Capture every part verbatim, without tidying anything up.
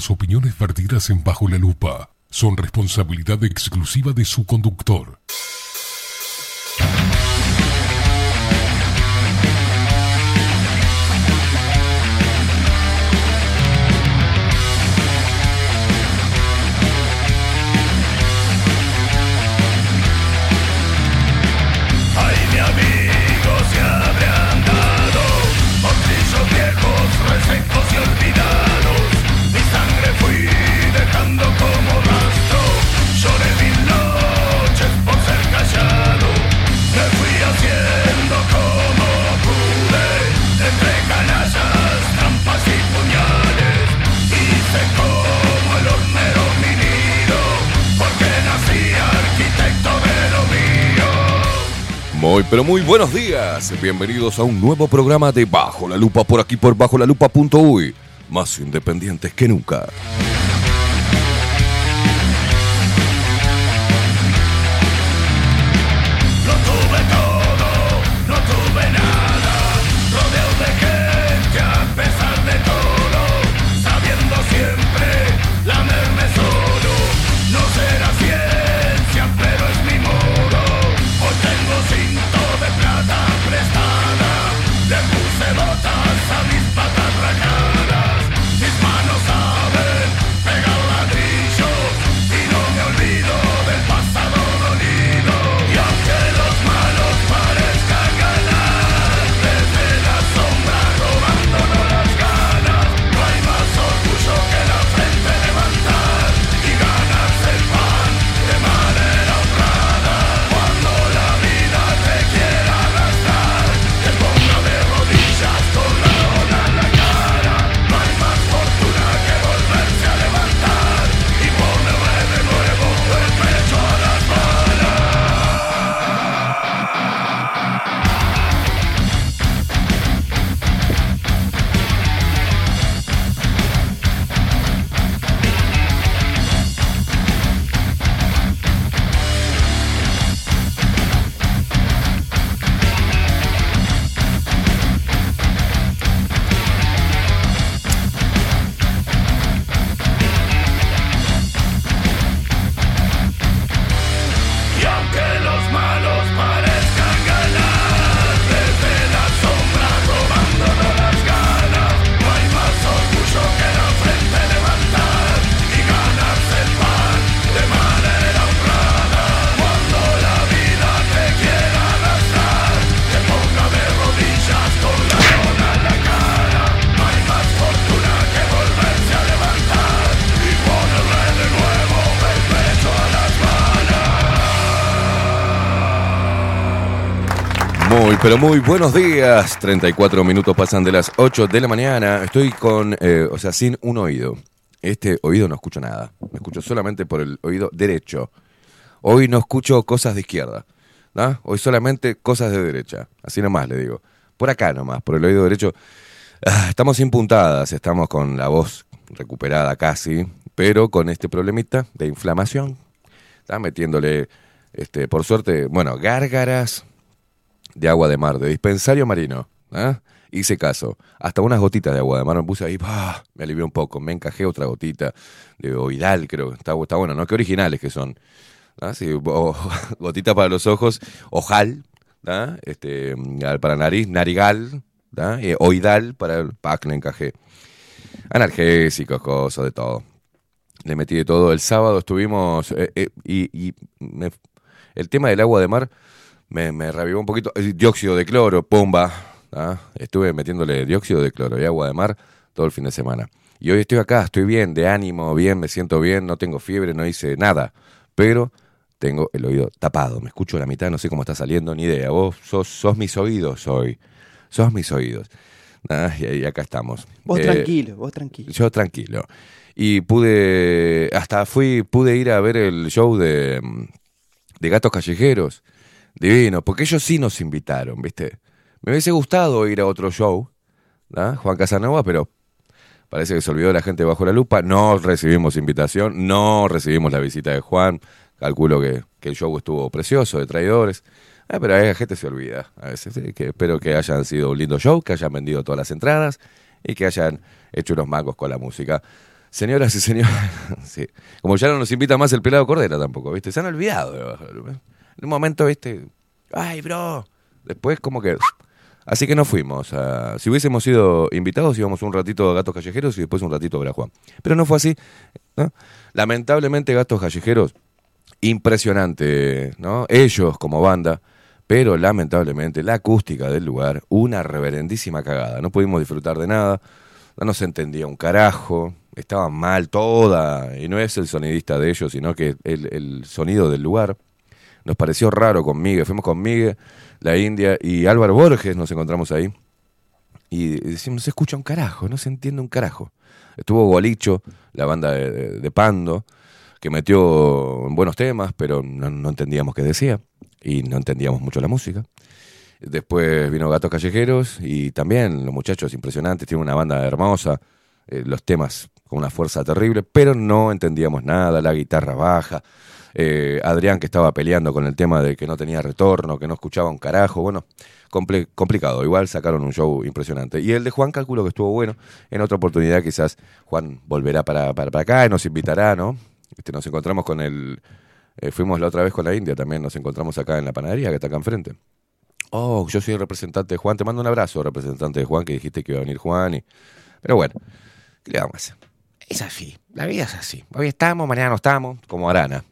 Las opiniones vertidas en Bajo la Lupa son responsabilidad exclusiva de su conductor. Muy, pero muy buenos días. Bienvenidos a un nuevo programa de Bajo la Lupa, por aquí por bajo la lupa punto uy. Más independientes que nunca. Pero muy buenos días, treinta y cuatro minutos pasan de las ocho de la mañana. Estoy con, eh, o sea, sin un oído. Este oído no escucho nada, me escucho solamente por el oído derecho. Hoy no escucho cosas de izquierda, ¿no? Hoy solamente cosas de derecha, así nomás le digo. Por acá nomás, por el oído derecho. Ah, estamos sin puntadas, estamos con la voz recuperada casi, pero con este problemita de inflamación. Está metiéndole, este, por suerte, bueno, gárgaras de agua de mar, de dispensario marino, ¿eh? Hice caso, hasta unas gotitas de agua de mar me puse ahí, ¡bah! Me alivió un poco, me encajé otra gotita de Oidal, creo, está, está bueno, ¿no? Qué originales que son, ¿no? Sí, o, gotita para los ojos, Ojal, ¿no? Este, para nariz, Narigal, ¿no? Y Oidal para el pack, le encajé, analgésicos, cosas, de todo, le metí de todo. El sábado estuvimos, eh, eh, y, y me, el tema del agua de mar Me, me revivó un poquito. Dióxido de cloro, pomba. ¿Ah? Estuve metiéndole dióxido de cloro y agua de mar todo el fin de semana. Y hoy estoy acá, estoy bien, de ánimo, bien, me siento bien, no tengo fiebre, no hice nada. Pero tengo el oído tapado, me escucho a la mitad, no sé cómo está saliendo, ni idea. Vos sos, sos mis oídos hoy, sos mis oídos. Ah, y, y acá estamos. Vos eh, tranquilo, vos tranquilo. Yo tranquilo. Y pude, hasta fui, pude ir a ver el show de, de Gatos Callejeros. Divino, porque ellos sí nos invitaron, ¿viste? Me hubiese gustado ir a otro show, ¿no? Juan Casanova, pero parece que se olvidó de la gente Bajo la Lupa. No recibimos invitación, no recibimos la visita de Juan. Calculo que, que el show estuvo precioso, de traidores. Eh, pero ahí la gente se olvida a veces. ¿sí? Que espero que hayan sido un lindo show, que hayan vendido todas las entradas y que hayan hecho unos mangos con la música. Señoras y señores, sí. Como ya no nos invita más el pelado Cordera tampoco, ¿viste? Se han olvidado de Bajo la Lupa. En un momento, ¿viste? Ay, bro. Después como que... Así que no fuimos. A... Si hubiésemos sido invitados, íbamos un ratito a Gatos Callejeros y después un ratito a ver a Juan. Pero no fue así, ¿no? Lamentablemente Gatos Callejeros, impresionante, ¿no? Ellos como banda, pero lamentablemente la acústica del lugar, una reverendísima cagada. No pudimos disfrutar de nada, no se entendía un carajo, estaba mal toda, y no es el sonidista de ellos, sino que el, el sonido del lugar. Nos pareció raro con Miguel, fuimos con Miguel, la India y Álvaro Borges, nos encontramos ahí. Y decimos, no se escucha un carajo, no se entiende un carajo. Estuvo Golicho, la banda de, de, de Pando, que metió buenos temas, pero no, no entendíamos qué decía, y no entendíamos mucho la música. Después vino Gatos Callejeros, y también los muchachos impresionantes, tienen una banda hermosa, eh, los temas con una fuerza terrible, pero no entendíamos nada, la guitarra baja. Eh, Adrián que estaba peleando con el tema de que no tenía retorno, que no escuchaba un carajo, bueno, comple- complicado, igual sacaron un show impresionante. Y el de Juan calculo que estuvo bueno, en otra oportunidad quizás Juan volverá para, para, para acá y nos invitará, ¿no? Este, nos encontramos con el, eh, fuimos la otra vez con la India también, nos encontramos acá en la panadería que está acá enfrente. Oh, yo soy el representante de Juan, te mando un abrazo, representante de Juan, que dijiste que iba a venir Juan, y... pero bueno, ¿qué le vamos a hacer? Es así, la vida es así. Hoy estamos, mañana no estamos, como Arana.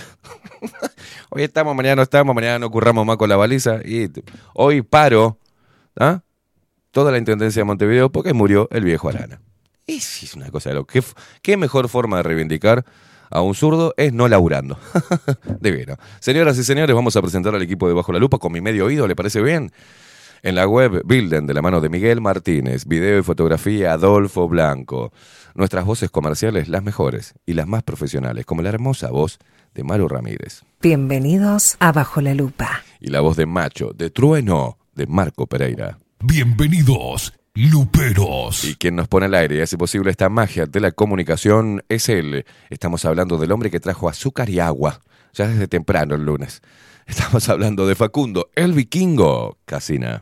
Hoy estamos, mañana no estamos, mañana no curramos más con la baliza. Y hoy paro, ¿ah? Toda la intendencia de Montevideo porque murió el viejo Arana. Y sí, es una cosa de lo que... ¿Qué mejor forma de reivindicar a un zurdo es no laburando? De veras. Señoras y señores, vamos a presentar al equipo de Bajo la Lupa con mi medio oído, ¿le parece bien? En la web Bilden, de la mano de Miguel Martínez, video y fotografía Adolfo Blanco. Nuestras voces comerciales, las mejores y las más profesionales, como la hermosa voz de Maru Ramírez. Bienvenidos a Bajo la Lupa. Y la voz de Macho, de Trueno, de Marco Pereira. Bienvenidos, luperos. Y quien nos pone al aire y hace posible esta magia de la comunicación es él. Estamos hablando del hombre que trajo azúcar y agua, ya desde temprano el lunes. Estamos hablando de Facundo, el vikingo Casina.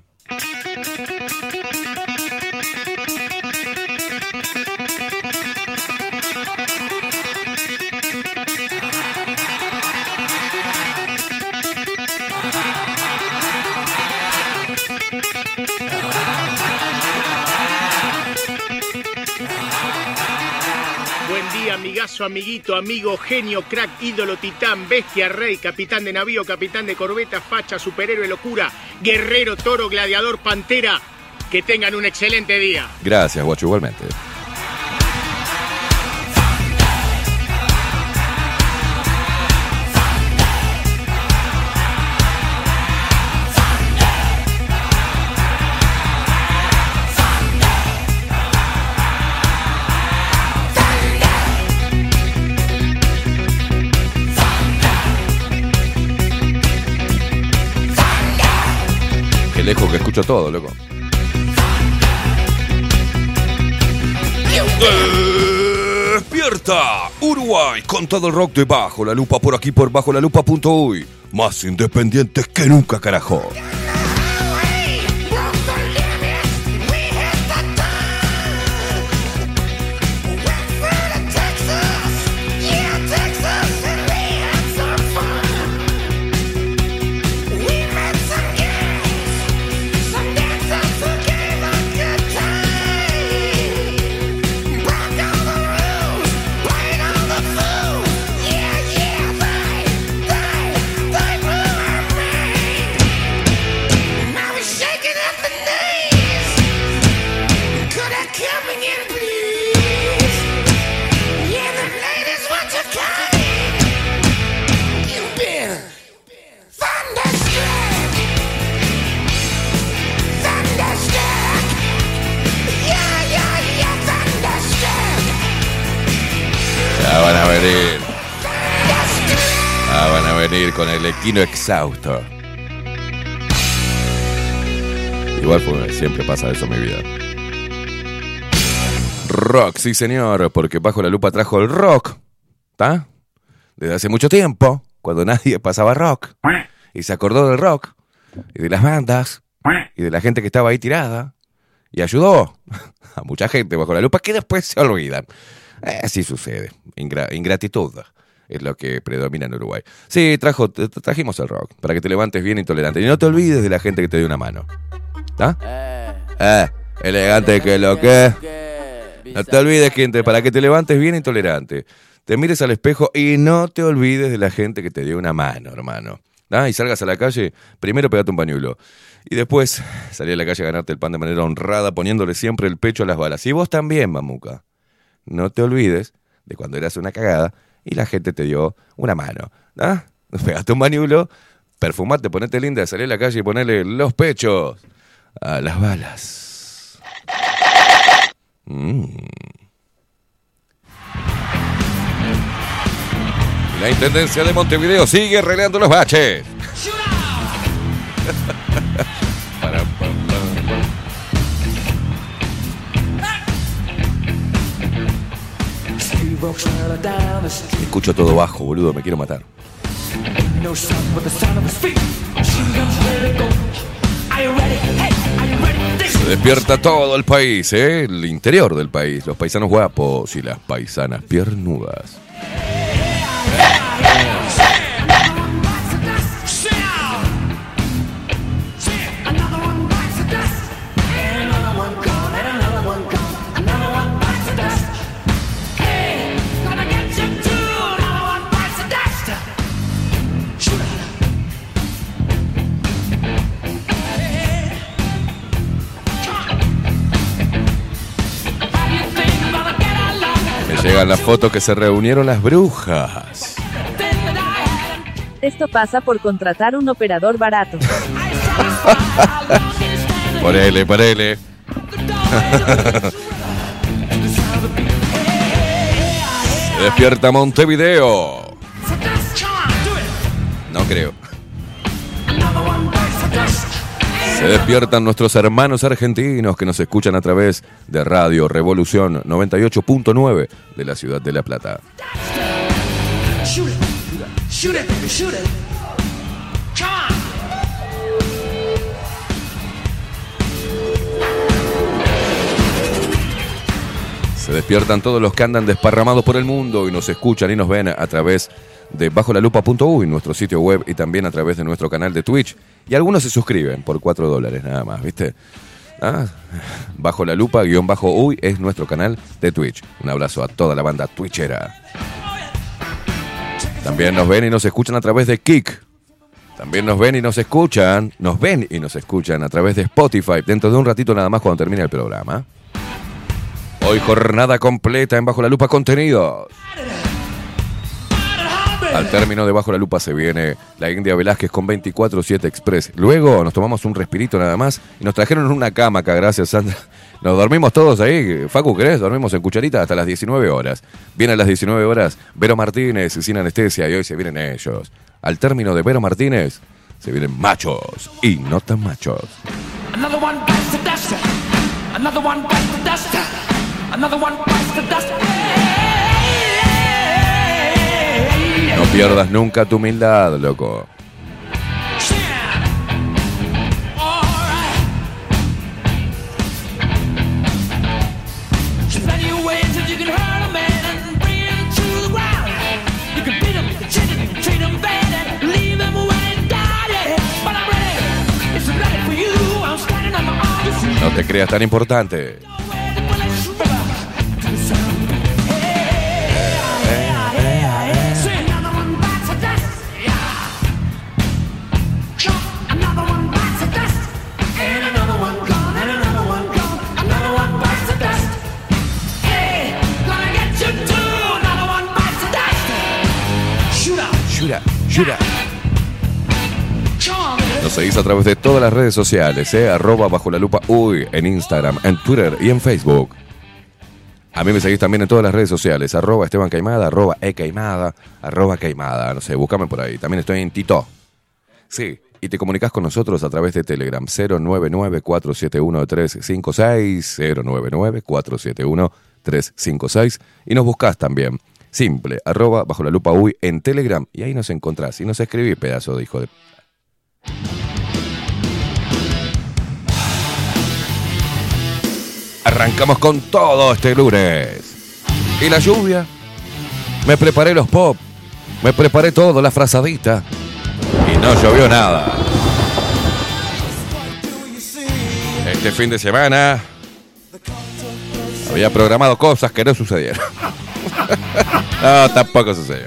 Buen día, amigazo, amiguito, amigo, genio, crack, ídolo, titán, bestia, rey, capitán de navío, capitán de corbeta, facha, superhéroe, locura, guerrero, toro, gladiador, pantera. Que tengan un excelente día. Gracias, guacho, igualmente. Qué lejos que escucho todo, loco. Despierta Uruguay con todo el rock de Bajo la Lupa por aquí por bajo la lupa punto uy. Más independientes que nunca, carajo. Van a venir. Ah, van a venir con el equino exhausto. Igual fue, siempre pasa eso en mi vida. Rock, sí señor, porque Bajo la Lupa trajo el rock, ¿está? Desde hace mucho tiempo, cuando nadie pasaba rock. Y se acordó del rock, y de las bandas, y de la gente que estaba ahí tirada. Y ayudó a mucha gente Bajo la Lupa que después se olvidan. Eh, así sucede. Ingra- ingratitud es lo que predomina en Uruguay. Sí, trajo, trajimos el rock para que te levantes bien intolerante. Y no te olvides de la gente que te dio una mano. ¿Ah? Eh, elegante que lo que... No te olvides, gente, para que te levantes bien intolerante. Te mires al espejo y no te olvides de la gente que te dio una mano, hermano. ¿Ah? Y salgas a la calle, primero pegate un pañuelo. Y después salí a la calle a ganarte el pan de manera honrada, poniéndole siempre el pecho a las balas. Y vos también, mamuca. No te olvides de cuando eras una cagada y la gente te dio una mano. ¿Ah? Pegate un pañuelo, perfumate, ponete linda, salí a la calle y ponele los pechos a las balas. Mm. La Intendencia de Montevideo sigue arreglando los baches. Escucho todo bajo, boludo, me quiero matar. Se despierta todo el país, ¿eh? El interior del país, los paisanos guapos y las paisanas piernudas. Llegan las fotos que se reunieron las brujas. Esto pasa por contratar un operador barato. Ponele, ponele. Se despierta Montevideo. No creo. Se despiertan nuestros hermanos argentinos que nos escuchan a través de Radio Revolución noventa y ocho punto nueve de la ciudad de La Plata. Se despiertan todos los que andan desparramados por el mundo y nos escuchan y nos ven a través de bajo la lupa punto uy, nuestro sitio web, y también a través de nuestro canal de Twitch. Y algunos se suscriben por cuatro dólares nada más, ¿viste? Ah, bajo la lupa guión bajo uy es nuestro canal de Twitch. Un abrazo a toda la banda twitchera. También nos ven y nos escuchan a través de Kik. También nos ven y nos escuchan, nos ven y nos escuchan a través de Spotify. Dentro de un ratito nada más cuando termine el programa. Hoy jornada completa en Bajo la Lupa Contenidos. Al término de Bajo la Lupa se viene la India Velázquez con veinticuatro siete Express. Luego nos tomamos un respirito nada más y nos trajeron una cama acá, gracias Sandra. Nos dormimos todos ahí. Facu, ¿querés? Dormimos en cucharita hasta las diecinueve horas. Vienen las diecinueve horas Vero Martínez sin anestesia y hoy se vienen ellos. Al término de Vero Martínez se vienen machos y no tan machos. Another one bites the dust. Another one bites the dust. Another one bites the dust. No pierdas nunca tu humildad, loco. No te creas tan importante. Yura. Nos seguís a través de todas las redes sociales, eh, arroba bajo la lupa uy, en Instagram, en Twitter y en Facebook. A mí me seguís también en todas las redes sociales, arroba Esteban Caimada, arroba ecaimada, arroba caimada, no sé, búscame por ahí. También estoy en Tito. Sí, y te comunicás con nosotros a través de Telegram, cero nueve nueve cuatro siete uno tres cinco seis, cero nueve nueve cuatro siete uno tres cinco seis, y nos buscás también. Simple, arroba bajo la lupa uy en Telegram, y ahí nos encontrás y nos escribís, pedazo de hijo de... Arrancamos con todo este lunes. ¿Y la lluvia? Me preparé los pop. Me preparé todo, la frazadita. Y no llovió nada. Este fin de semana había programado cosas que no sucedieron. No, tampoco sucedió.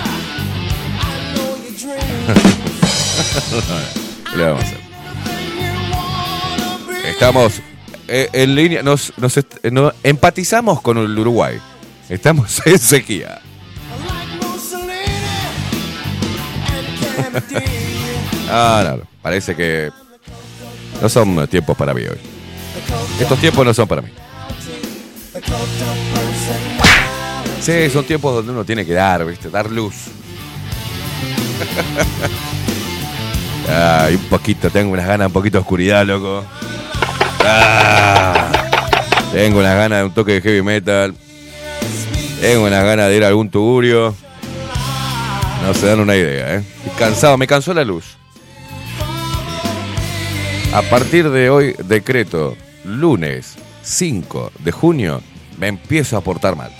¿Qué le vamos a hacer? Estamos eh, en línea, nos, nos, nos empatizamos con el Uruguay. Estamos en sequía. Ah, no, no, parece que no son tiempos para mí hoy. Estos tiempos no son para mí. Sí, son tiempos donde uno tiene que dar, ¿viste? Dar luz. Ay, un poquito, tengo unas ganas, un poquito de oscuridad, loco. Ah, tengo unas ganas de un toque de heavy metal. Tengo unas ganas de ir a algún tugurio. No se dan una idea, ¿eh? Estoy cansado, me cansó la luz. A partir de hoy, decreto, lunes cinco de junio, me empiezo a portar mal.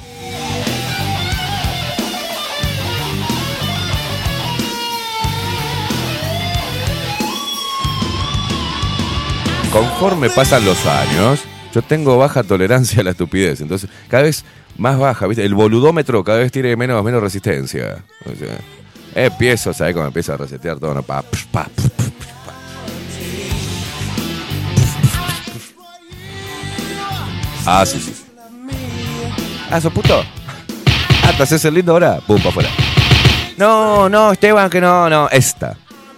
Conforme pasan los años, yo tengo baja tolerancia a la estupidez. Entonces, cada vez más baja, ¿viste? El boludómetro cada vez tiene menos, menos resistencia. O sea, empiezo, ¿sabes cómo empieza a resetear todo? ¿No? Pa, pa, pa, pa. Ah, sí, sí. Ah, sos puto. Ah, ¿te haces el lindo ahora? Pum, para afuera. No, no, Esteban, que no, no. Esta.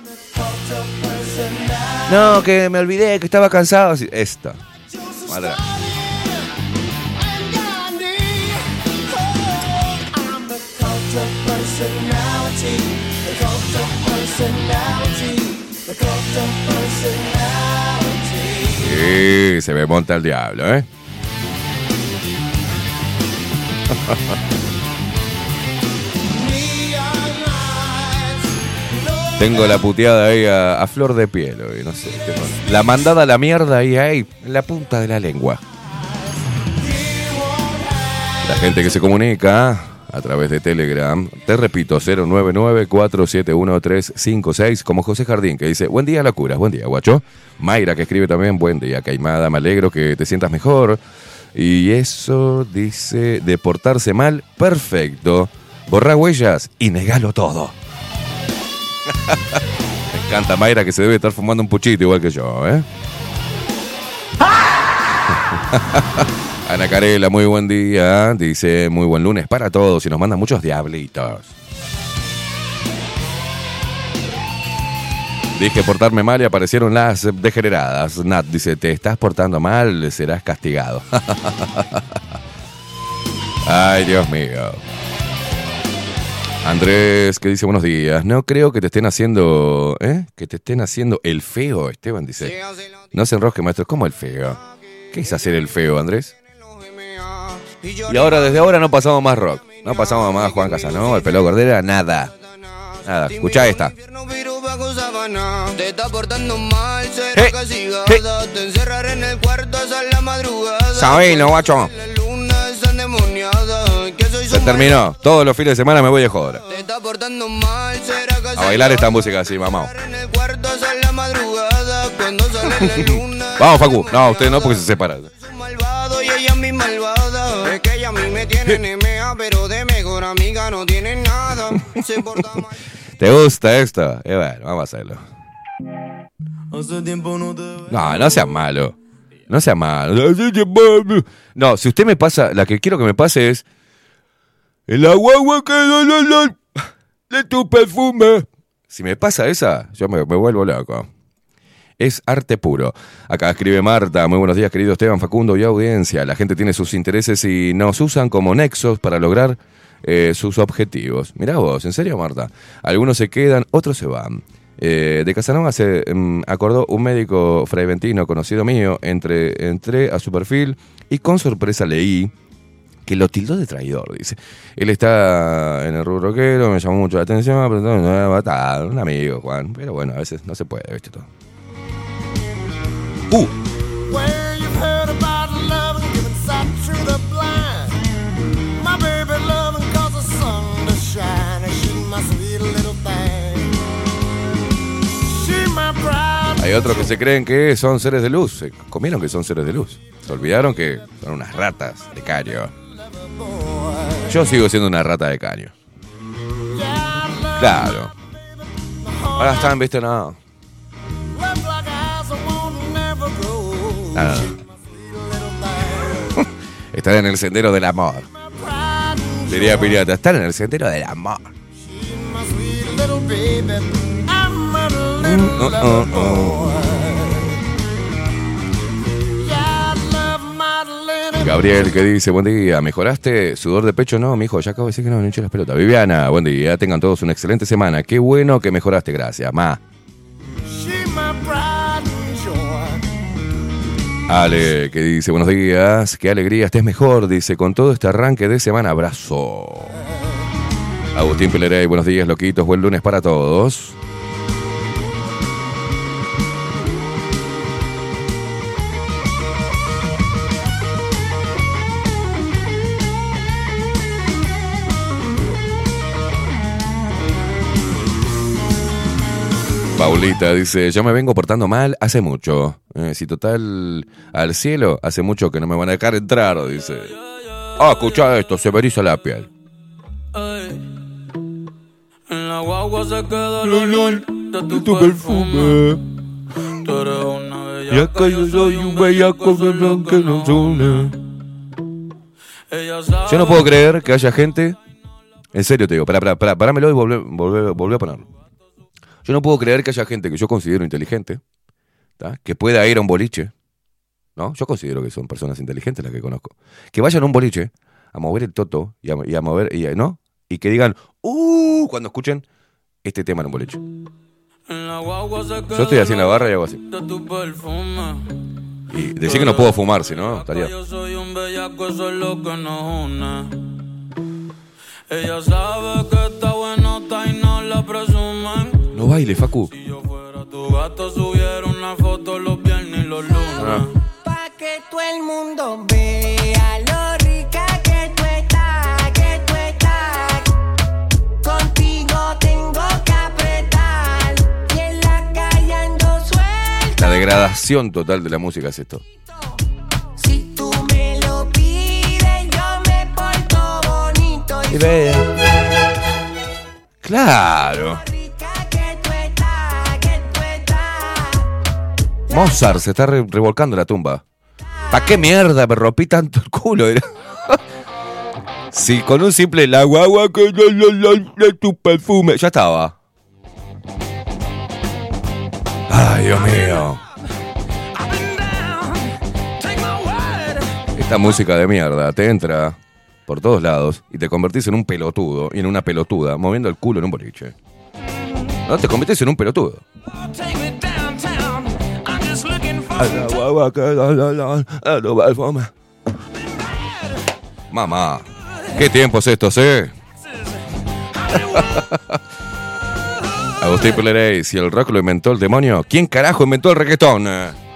No, que me olvidé, que estaba cansado. Esta. Madre. Sí, se me monta el diablo, ¿eh? Tengo la puteada ahí a, a flor de piel hoy, no sé. La mandada a la mierda ahí, ahí, en la punta de la lengua. La gente que se comunica a través de Telegram, te repito, cero nueve nueve cuatro siete uno tres cinco seis, como José Jardín, que dice, buen día, locuras, buen día, guacho. Mayra, que escribe también, buen día, Caimada, me alegro que te sientas mejor. Y eso dice, de portarse mal, perfecto. Borra huellas y negalo todo. Me encanta Mayra, que se debe estar fumando un puchito igual que yo, ¿eh? Ana Carela, muy buen día. Dice, muy buen lunes para todos y nos manda muchos diablitos. Dije portarme mal y aparecieron las degeneradas. Nat dice, te estás portando mal, serás castigado. Ay, Dios mío. Andrés, que dice, buenos días. No creo que te estén haciendo... ¿Eh? Que te estén haciendo el feo, Esteban dice. No se enrosque, maestro. ¿Cómo el feo? ¿Qué es hacer el feo, Andrés? Y ahora, desde ahora no pasamos más rock. No pasamos más Juan Casanova, el Pelado Cordera, nada. Nada, escuchá esta. Te está portando mal, será castigada. Te encerrar en el cuarto hasta la madrugada. Sabino, guacho. Se terminó. Todos los fines de semana me voy de joder. A bailar esta música así, mamá. Vamos, Facu. No, usted no, porque se separan. Es que ella a mí me tiene nemea, pero de mejor amiga no tiene nada. ¿Te gusta esto? Eh, bueno, vamos a hacerlo. No, no seas malo. No seas malo. No, si usted me pasa, la que quiero que me pase es el agua que de tu perfume. Si me pasa esa, yo me, me vuelvo loco. Es arte puro. Acá escribe Marta, muy buenos días, querido Esteban, Facundo y audiencia. La gente tiene sus intereses y nos usan como nexos para lograr eh, sus objetivos. Mirá vos, ¿en serio, Marta? Algunos se quedan, otros se van. Eh, de Casanova se um, acordó un médico fraiventino conocido mío. Entré, entré a su perfil y con sorpresa leí que lo tildó de traidor, dice. Él está en el rubro rockero, me llamó mucho la atención, pero no, no, no, un amigo, Juan. Pero bueno, a veces no se puede, ¿viste todo? Uh. Hay otros que se creen que son seres de luz. Se comieron que son seres de luz. Se olvidaron que son unas ratas de caño. Yo sigo siendo una rata de caño. Claro. Ahora están, viste, no. No, no, no. Están en el sendero del amor. Diría Pirata, están en el sendero del amor. Oh, oh, oh. Gabriel, que dice, buen día, ¿mejoraste? ¿Sudor de pecho? No, mijo, ya acabo de decir que no, no hinché las pelotas. Viviana, buen día, tengan todos una excelente semana. Qué bueno que mejoraste, gracias, ma. Ale, que dice, buenos días, qué alegría, estés mejor, dice, con todo este arranque de semana, abrazo. Agustín Pelerey, buenos días, loquitos, buen lunes para todos. Paulita dice, yo me vengo portando mal hace mucho. Eh, si total al cielo, hace mucho que no me van a dejar entrar, dice. Ah, escucha esto, se me eriza la piel. En la guagua se queda el olor de tu, tu perfume. Tú eres una bella. Ya que yo soy un bellaco que nos une. Yo no puedo creer que haya gente. En serio te digo, pará, pará, pará, parámelo y volvé, volvé, volvé a ponerlo. Yo no puedo creer que haya gente que yo considero inteligente, ¿tá? Que pueda ir a un boliche, ¿no? Yo considero que son personas inteligentes las que conozco. Que vayan a un boliche a mover el toto y a, y a mover, y a, ¿no? Y que digan, ¡uh! Cuando escuchen este tema en un boliche. Yo estoy así en la barra y hago así. Y decir que no puedo fumar, si no, estaría. Yo soy un bellaco, eso es lo que nos une. Ella sabe que está buenota y no la presumen. No baile, Facu. Si yo fuera tu gato, subiera una foto los viernes y los lunes. Ah. Pa' que todo el mundo vea lo rica que tú estás, que tú estás. Contigo tengo que apretar y en la calle ando suelta. La degradación total de la música es esto. Si tú me lo pides, yo me porto bonito y, y vea. Claro. Mozart se está re- revolcando en la tumba. ¿Para qué mierda me rompí tanto el culo? Si con un simple la guagua que de tu perfume. Ya estaba. Ay, Dios mío. Esta música de mierda te entra por todos lados y te convertís en un pelotudo y en una pelotuda moviendo el culo en un boliche. No, te convertís en un pelotudo. Mamá, ¿qué tiempos estos, eh? Agustín Pelerey, si el rock lo inventó el demonio, ¿quién carajo inventó el reggaetón?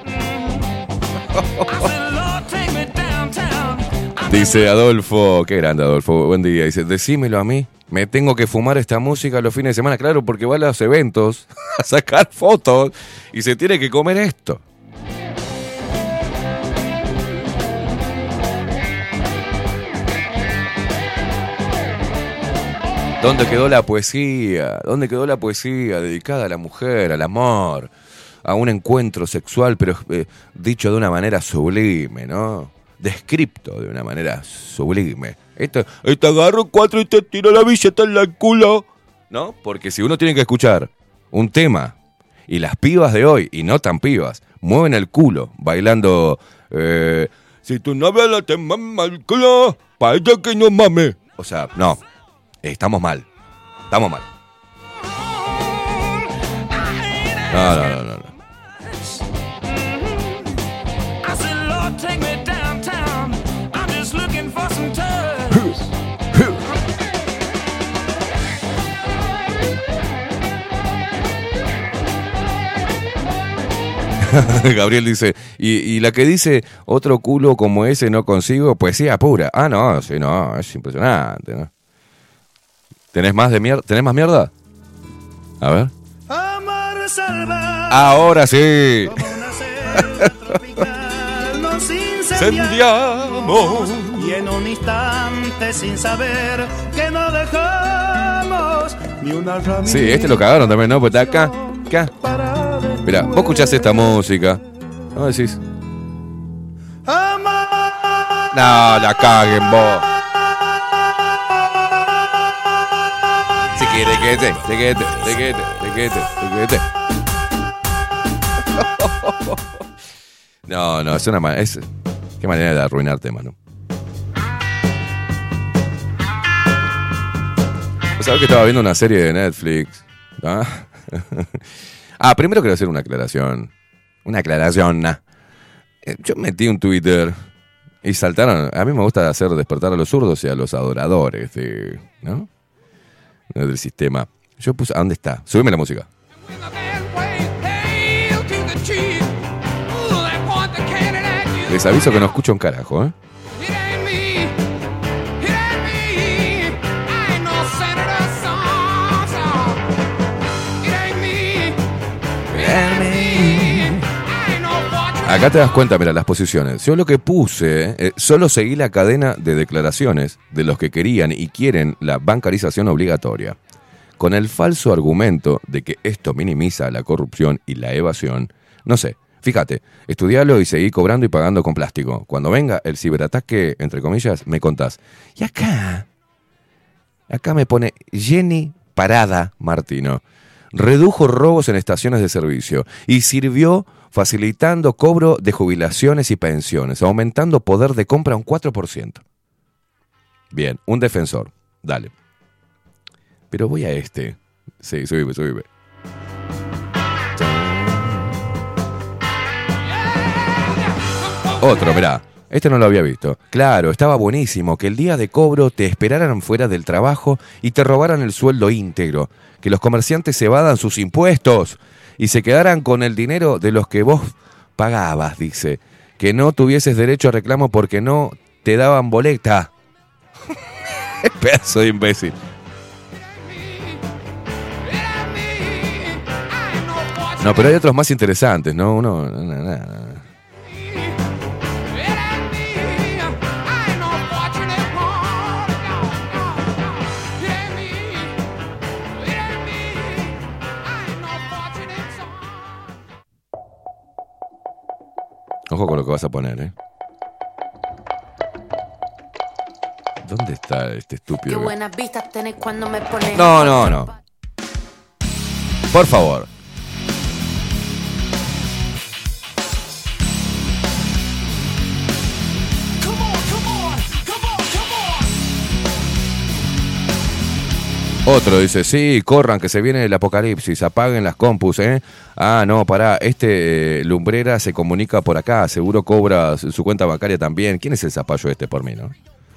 Dice Adolfo, qué grande Adolfo, buen día. Dice, decímelo a mí, me tengo que fumar esta música los fines de semana, claro, porque va a los eventos a sacar fotos y se tiene que comer esto. ¿Dónde quedó la poesía? ¿Dónde quedó la poesía dedicada a la mujer, al amor, a un encuentro sexual, pero eh, dicho de una manera sublime, ¿no? Descripto de una manera sublime. Esto, te agarro cuatro y te tiro la billeta en el culo, ¿no? Porque si uno tiene que escuchar un tema y las pibas de hoy, y no tan pibas, mueven el culo bailando eh, si tu novia la te mama el culo, para ella que no mame. O sea, no. Estamos mal. Estamos mal. No, no, no, no. no. Gabriel dice, y, y la que dice otro culo como ese no consigo, poesía pura. Ah, no, sí, no, es impresionante, ¿no? ¿Tenés más de mierda? ¿Tenés más mierda? A ver. Amar Ahora sí. Como una selva tropical nos Incendiamos. y en un instante sin saber que no dejamos ni una ramita. Sí, este lo cagaron también, ¿no? Pues está acá, acá. Mirá, vos escuchás esta música. ¿No decís? No, la caguen vos. Si quiere que te, te que te, te que te, te que te, te que te. No, no, es una manera. Es, qué manera de arruinarte, mano. ¿Sabes que estaba viendo una serie de Netflix? ¿Ah? ah, primero quiero hacer una aclaración. Una aclaración. Nah. Yo metí un Twitter y saltaron. A mí me gusta hacer despertar a los zurdos y a los adoradores de, ¿no? Del sistema. Yo puse. ¿A dónde está? Súbeme la música. Les aviso que no escucho un carajo, ¿eh? Acá te das cuenta, mira, las posiciones. Yo lo que puse, eh, solo seguí la cadena de declaraciones de los que querían y quieren la bancarización obligatoria, con el falso argumento de que esto minimiza la corrupción y la evasión. No sé, fíjate, estudialo y seguí cobrando y pagando con plástico. Cuando venga el ciberataque, entre comillas, me contás. Y acá, acá me pone Jenny Parada Martino. Redujo robos en estaciones de servicio y sirvió facilitando cobro de jubilaciones y pensiones, aumentando poder de compra un cuatro por ciento. Bien, un defensor, dale. Pero voy a este. Sí, subime, subime. Otro, mirá. Este no lo había visto. Claro, estaba buenísimo que el día de cobro te esperaran fuera del trabajo y te robaran el sueldo íntegro. Que los comerciantes se evadan sus impuestos y se quedaran con el dinero de los que vos pagabas, dice. Que no tuvieses derecho a reclamo porque no te daban boleta. Pedazo de imbécil. No, pero hay otros más interesantes, ¿no? Uno... No, no, no. Ojo con lo que vas a poner, ¿eh? ¿Dónde está este estúpido? Qué buenas vistas tenés cuando me pones. No, no, no. Por favor. Otro dice, sí, corran, que se viene el apocalipsis, apaguen las compus, ¿eh? Ah, no, pará, este eh, lumbrera se comunica por acá, seguro cobra su cuenta bancaria también. ¿Quién es el zapallo este por mí, no?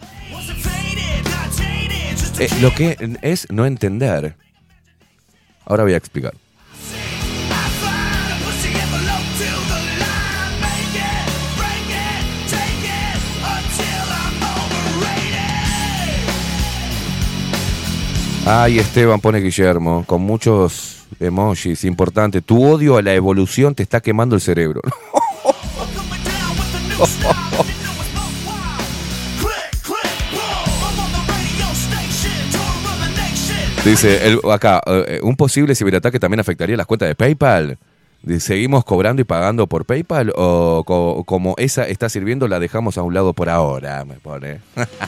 Eh, lo que es no entender. Ahora voy a explicar. Ay, Esteban, pone Guillermo, con muchos emojis, importante. Tu odio a la evolución te está quemando el cerebro. Dice, el, acá, uh, un posible ciberataque también afectaría las cuentas de PayPal. ¿Seguimos cobrando y pagando por PayPal? ¿O co- como esa está sirviendo, la dejamos a un lado por ahora? Me pone.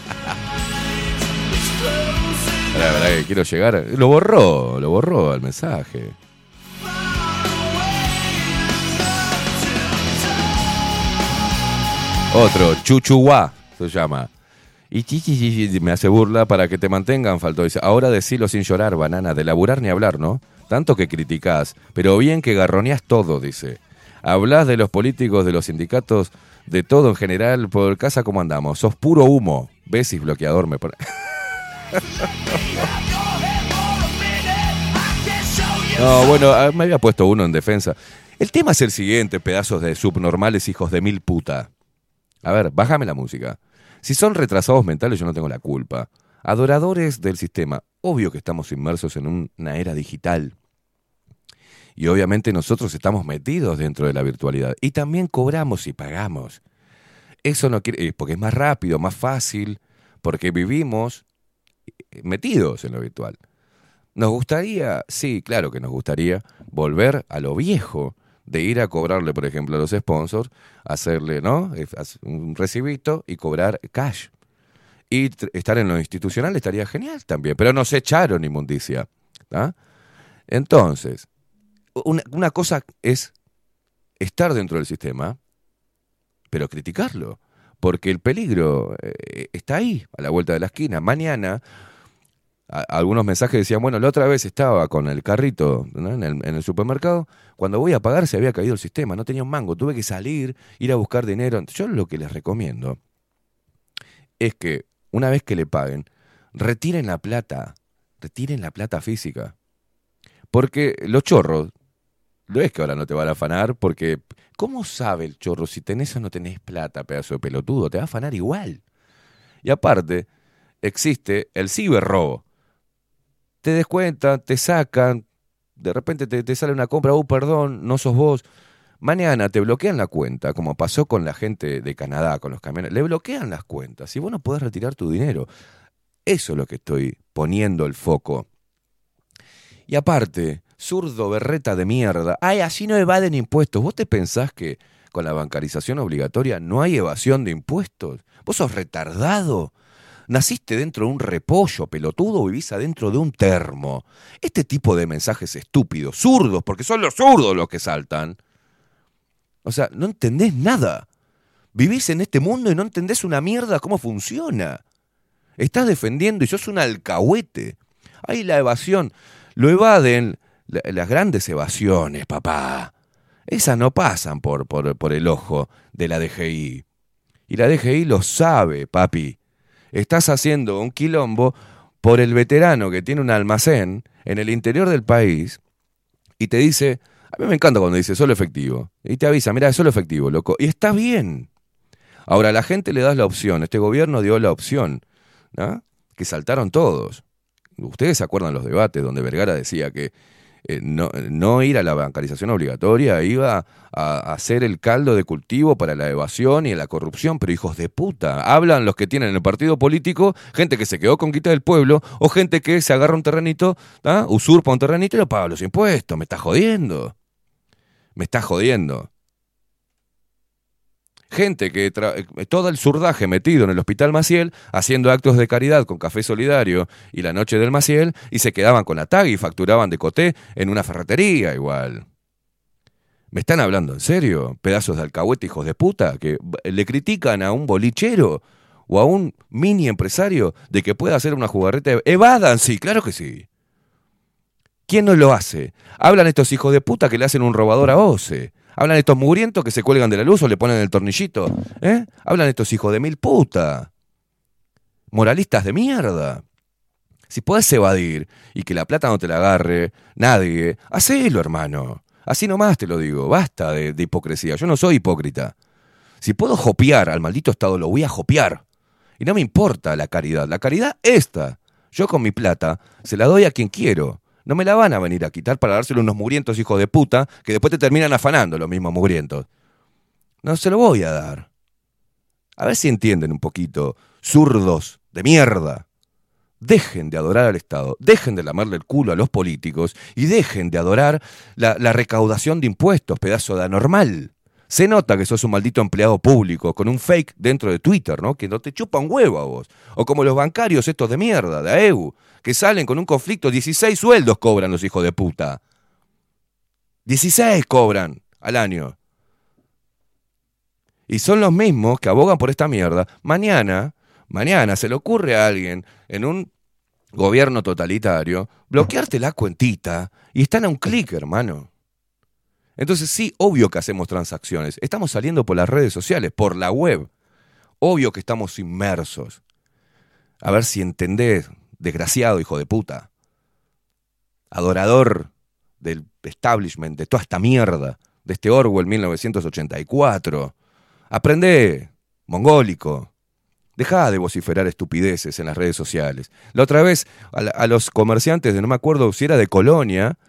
La verdad que quiero llegar. Lo borró, lo borró el mensaje. Otro, Chuchuá se llama. Y chichi, me hace burla para que te mantengan, faltó. Dice, ahora decilo sin llorar, banana, de laburar ni hablar, ¿no? Tanto que criticás, pero bien que garroneás todo, dice. Hablás de los políticos, de los sindicatos, de todo en general, por casa como andamos. Sos puro humo. Besis, bloqueador, me pone. No, bueno, me había puesto uno en defensa. El tema es el siguiente, pedazos de subnormales hijos de mil puta. A ver, bájame la música. Si son retrasados mentales, yo no tengo la culpa. Adoradores del sistema. Obvio que estamos inmersos en una era digital. Y obviamente nosotros estamos metidos dentro de la virtualidad. Y también cobramos y pagamos. Eso no quiere, porque es más rápido, más fácil, porque vivimos metidos en lo virtual. ¿Nos gustaría? Sí, claro que nos gustaría volver a lo viejo, de ir a cobrarle, por ejemplo, a los sponsors, hacerle, ¿no?, un recibito y cobrar cash. Y tr- estar en lo institucional estaría genial también, pero nos echaron inmundicia. ¿Ah? Entonces, una, una cosa es estar dentro del sistema, pero criticarlo, porque el peligro eh, está ahí, a la vuelta de la esquina. Mañana, a, algunos mensajes decían, bueno, la otra vez estaba con el carrito, ¿no?, en, el, en el supermercado, cuando voy a pagar se había caído el sistema, no tenía un mango, tuve que salir, ir a buscar dinero. Yo lo que les recomiendo es que una vez que le paguen, retiren la plata, retiren la plata física. Porque los chorros, no es que ahora no te van a afanar, porque ¿cómo sabe el chorro si tenés o no tenés plata, pedazo de pelotudo? Te va a afanar igual. Y aparte, existe el ciberrobo. Te descuentan, te sacan, de repente te, te sale una compra, oh, perdón, no sos vos. Mañana te bloquean la cuenta, como pasó con la gente de Canadá, con los camiones. Le bloquean las cuentas y vos no podés retirar tu dinero. Eso es lo que estoy poniendo el foco. Y aparte, zurdo berreta de mierda, ay, así no evaden impuestos. ¿Vos te pensás que con la bancarización obligatoria no hay evasión de impuestos? ¿Vos sos retardado? Naciste dentro de un repollo, pelotudo, o vivís adentro de un termo. Este tipo de mensajes estúpidos, zurdos, porque son los zurdos los que saltan. O sea, no entendés nada. Vivís en este mundo y no entendés una mierda cómo funciona. Estás defendiendo y sos un alcahuete. Ahí la evasión, lo evaden la, las grandes evasiones, papá. Esas no pasan por, por, por el ojo de la D G I. Y la D G I lo sabe, papi. Estás haciendo un quilombo por el veterano que tiene un almacén en el interior del país y te dice, a mí me encanta cuando dice solo efectivo, y te avisa, mirá, es solo efectivo, loco, y está bien. Ahora, a la gente le das la opción, este gobierno dio la opción, ¿no?, que saltaron todos. Ustedes se acuerdan los debates donde Vergara decía que eh, no, no ir a la bancarización obligatoria iba a, a hacer el caldo de cultivo para la evasión y la corrupción, pero hijos de puta, hablan los que tienen el partido político, gente que se quedó con quita del pueblo, o gente que se agarra un terrenito, ¿ah?, usurpa un terrenito y lo paga los impuestos. Me está jodiendo. Me está jodiendo. Gente que tra- todo el surdaje metido en el Hospital Maciel, haciendo actos de caridad con Café Solidario y la Noche del Maciel, y se quedaban con la tag y facturaban de coté en una ferretería igual. ¿Me están hablando en serio? Pedazos de alcahuete, hijos de puta, que le critican a un bolichero o a un mini empresario de que pueda hacer una jugarreta. Evadan, sí, claro que sí. ¿Quién no lo hace? Hablan estos hijos de puta que le hacen un robador a O C E. Hablan estos mugrientos que se cuelgan de la luz o le ponen el tornillito. ¿Eh? Hablan estos hijos de mil puta. Moralistas de mierda. Si podés evadir y que la plata no te la agarre nadie, hacelo, hermano. Así nomás te lo digo. Basta de, de hipocresía. Yo no soy hipócrita. Si puedo jopear al maldito Estado, lo voy a jopear. Y no me importa la caridad. La caridad esta. Yo con mi plata se la doy a quien quiero. No me la van a venir a quitar para dárselo a unos mugrientos hijos de puta que después te terminan afanando los mismos mugrientos. No se lo voy a dar. A ver si entienden un poquito, zurdos de mierda. Dejen de adorar al Estado, dejen de lamarle el culo a los políticos y dejen de adorar la, la recaudación de impuestos, pedazo de anormal. Se nota que sos un maldito empleado público con un fake dentro de Twitter, ¿no?, que no te chupa un huevo a vos. O como los bancarios estos de mierda, de A E U, que salen con un conflicto, dieciséis sueldos cobran los hijos de puta. dieciséis cobran al año. Y son los mismos que abogan por esta mierda. Mañana, mañana se le ocurre a alguien en un gobierno totalitario bloquearte la cuentita y están a un clic, hermano. Entonces sí, obvio que hacemos transacciones. Estamos saliendo por las redes sociales, por la web. Obvio que estamos inmersos. A ver si entendés, desgraciado hijo de puta. Adorador del establishment, de toda esta mierda, de este Orwell mil novecientos ochenta y cuatro. Aprendé, mongólico. Dejá de vociferar estupideces en las redes sociales. La otra vez, a, la, a los comerciantes de no me acuerdo si era de Colonia,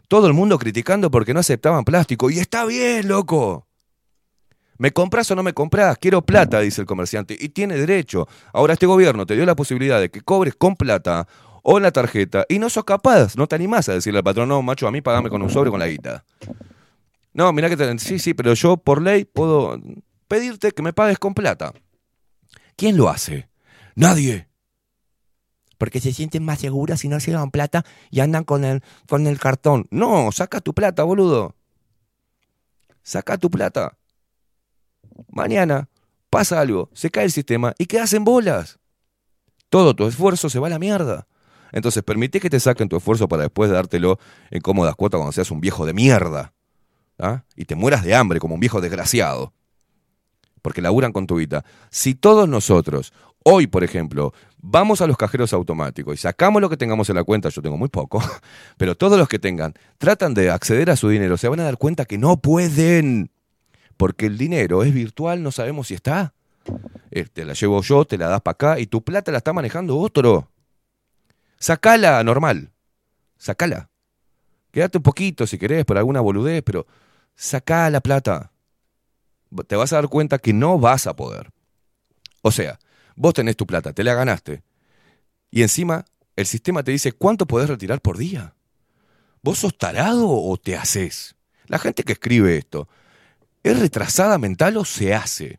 Todo el mundo criticando porque no aceptaban plástico. Y está bien, loco. ¿Me compras o no me compras? Quiero plata, dice el comerciante. Y tiene derecho. Ahora este gobierno te dio la posibilidad de que cobres con plata o en la tarjeta. Y no sos capaz, no te animás a decirle al patrón, no, macho, a mí pagame con un sobre con la guita. No, mirá que te... Sí, sí, pero yo por ley puedo pedirte que me pagues con plata. ¿Quién lo hace? Nadie. Porque se sienten más seguras si no se llevan plata y andan con el, con el cartón. No, saca tu plata, boludo. Saca tu plata. Mañana pasa algo, se cae el sistema y quedas en bolas. Todo tu esfuerzo se va a la mierda. Entonces permite que te saquen tu esfuerzo para después dártelo en cómodas cuotas cuando seas un viejo de mierda. ¿Ah? Y te mueras de hambre como un viejo desgraciado. Porque laburan con tu vida. Si todos nosotros, hoy por ejemplo, vamos a los cajeros automáticos y sacamos lo que tengamos en la cuenta, yo tengo muy poco, pero todos los que tengan, tratan de acceder a su dinero, se van a dar cuenta que no pueden. Porque el dinero es virtual, no sabemos si está. Eh, te la llevo yo, te la das para acá y tu plata la está manejando otro. Sacala normal. Sacala. Quédate un poquito si querés por alguna boludez, pero sacá la plata. Te vas a dar cuenta que no vas a poder. O sea, vos tenés tu plata, te la ganaste. Y encima el sistema te dice cuánto podés retirar por día. ¿Vos sos tarado o te haces? La gente que escribe esto, ¿es retrasada mental o se hace?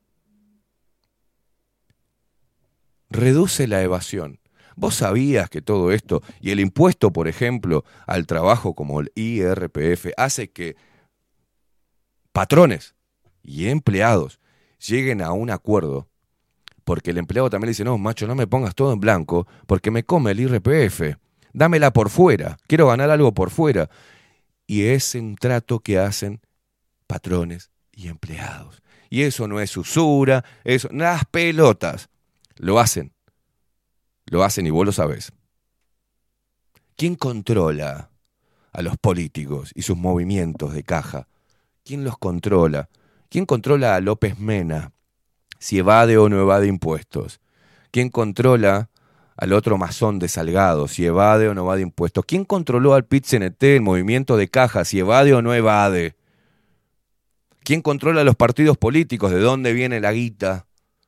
Reduce la evasión. ¿Vos sabías que todo esto y el impuesto, por ejemplo, al trabajo como el I R P F, hace que patrones y empleados lleguen a un acuerdo? Porque el empleado también le dice, no, macho, no me pongas todo en blanco porque me come el I R P F. Dámela por fuera. Quiero ganar algo por fuera. Y es un trato que hacen patrones y empleados. Y eso no es usura, eso, las pelotas. Lo hacen. Lo hacen y vos lo sabés. ¿Quién controla a los políticos y sus movimientos de caja? ¿Quién los controla? ¿Quién controla a López Mena? Si evade o no evade impuestos. ¿Quién controla al otro masón de Salgado? Si evade o no evade impuestos. ¿Quién controló al P I T C N T, el movimiento de caja? Si evade o no evade. ¿Quién controla a los partidos políticos? ¿De dónde viene la guita?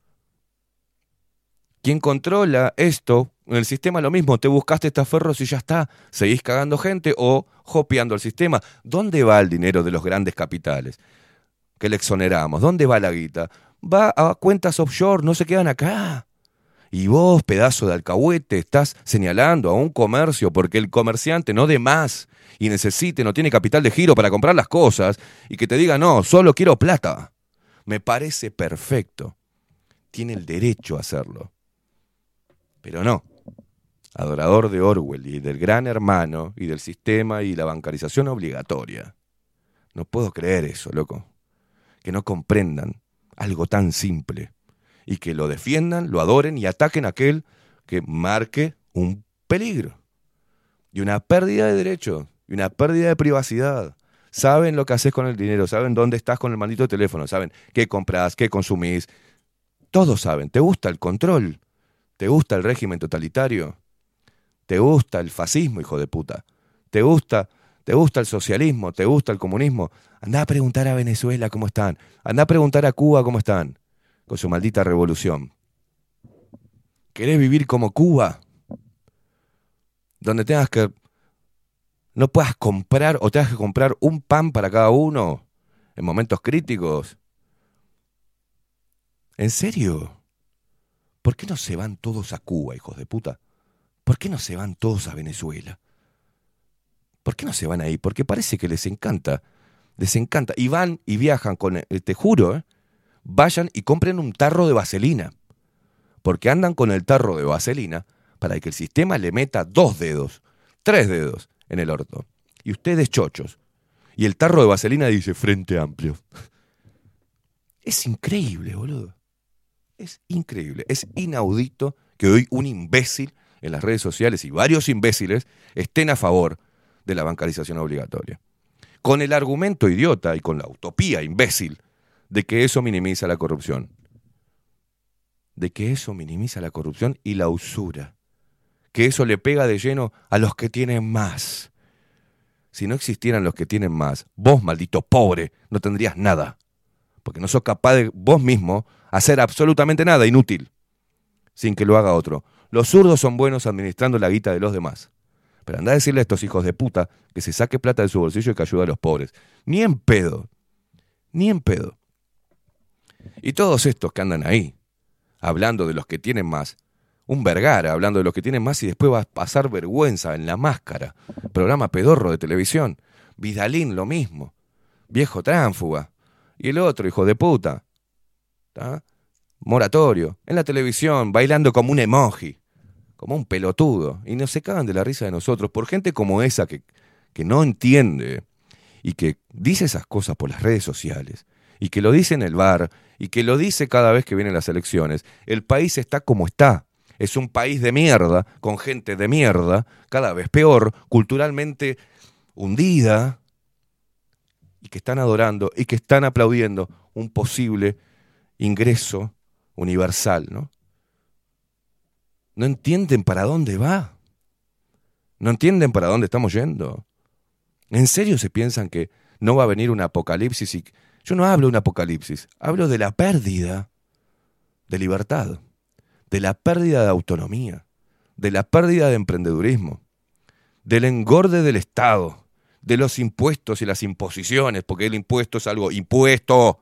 ¿Quién controla esto? En el sistema lo mismo, te buscaste estaferros y ya está. ¿Seguís cagando gente o jopeando el sistema? ¿Dónde va el dinero de los grandes capitales que le exoneramos? ¿Dónde va la guita? Va a cuentas offshore, no se quedan acá. Y vos, pedazo de alcahuete, estás señalando a un comercio porque el comerciante no dé más y necesite, no tiene capital de giro para comprar las cosas y que te diga, no, solo quiero plata. Me parece perfecto. Tiene el derecho a hacerlo. Pero no. Adorador de Orwell y del Gran Hermano y del sistema y la bancarización obligatoria. No puedo creer eso, loco. Que no comprendan algo tan simple. Y que lo defiendan, lo adoren y ataquen a aquel que marque un peligro. Y una pérdida de derechos. Y una pérdida de privacidad. Saben lo que haces con el dinero. Saben dónde estás con el maldito teléfono. Saben qué compras, qué consumís. Todos saben. ¿Te gusta el control? ¿Te gusta el régimen totalitario? ¿Te gusta el fascismo, hijo de puta? ¿Te gusta, te gusta el socialismo? ¿Te gusta el comunismo? Andá a preguntar a Venezuela cómo están. Andá a preguntar a Cuba cómo están. Con su maldita revolución. ¿Querés vivir como Cuba? Donde tengas que... no puedas comprar o tengas que comprar un pan para cada uno en momentos críticos. ¿En serio? ¿Por qué no se van todos a Cuba, hijos de puta? ¿Por qué no se van todos a Venezuela? ¿Por qué no se van ahí? Porque parece que les encanta. Les encanta. Y van y viajan con... te juro, ¿eh? Vayan y compren un tarro de vaselina. Porque andan con el tarro de vaselina para que el sistema le meta dos dedos, tres dedos en el orto. Y ustedes chochos. Y el tarro de vaselina dice Frente Amplio. Es increíble, boludo. Es increíble. Es inaudito que hoy un imbécil en las redes sociales y varios imbéciles estén a favor de la bancarización obligatoria. Con el argumento idiota y con la utopía imbécil de que eso minimiza la corrupción. De que eso minimiza la corrupción y la usura. Que eso le pega de lleno a los que tienen más. si no existieran los que tienen más, vos, maldito pobre, no tendrías nada. Porque no sos capaz de vos mismo hacer absolutamente nada, inútil, sin que lo haga otro. Los zurdos son buenos administrando la guita de los demás. Pero andá a decirle a estos hijos de puta que se saque plata de su bolsillo y que ayude a los pobres. Ni en pedo. Ni en pedo. Y todos estos que andan ahí, hablando de los que tienen más, un Vergara hablando de los que tienen más y después va a pasar vergüenza en La Máscara, programa pedorro de televisión, Vidalín lo mismo, viejo tránfuga, y el otro hijo de puta, ¿tá? Moratorio, en la televisión, bailando como un emoji, como un pelotudo, y no se cagan de la risa de nosotros por gente como esa que, que no entiende y que dice esas cosas por las redes sociales, y que lo dice en el bar, y que lo dice cada vez que vienen las elecciones. El país está como está. Es un país de mierda, con gente de mierda, cada vez peor, culturalmente hundida, y que están adorando y que están aplaudiendo un posible ingreso universal, ¿no? No entienden para dónde va. No entienden para dónde estamos yendo. ¿En serio se piensan que no va a venir un apocalipsis? Y yo no hablo de un apocalipsis, hablo de la pérdida de libertad, de la pérdida de autonomía, de la pérdida de emprendedurismo, del engorde del Estado, de los impuestos y las imposiciones, porque el impuesto es algo impuesto,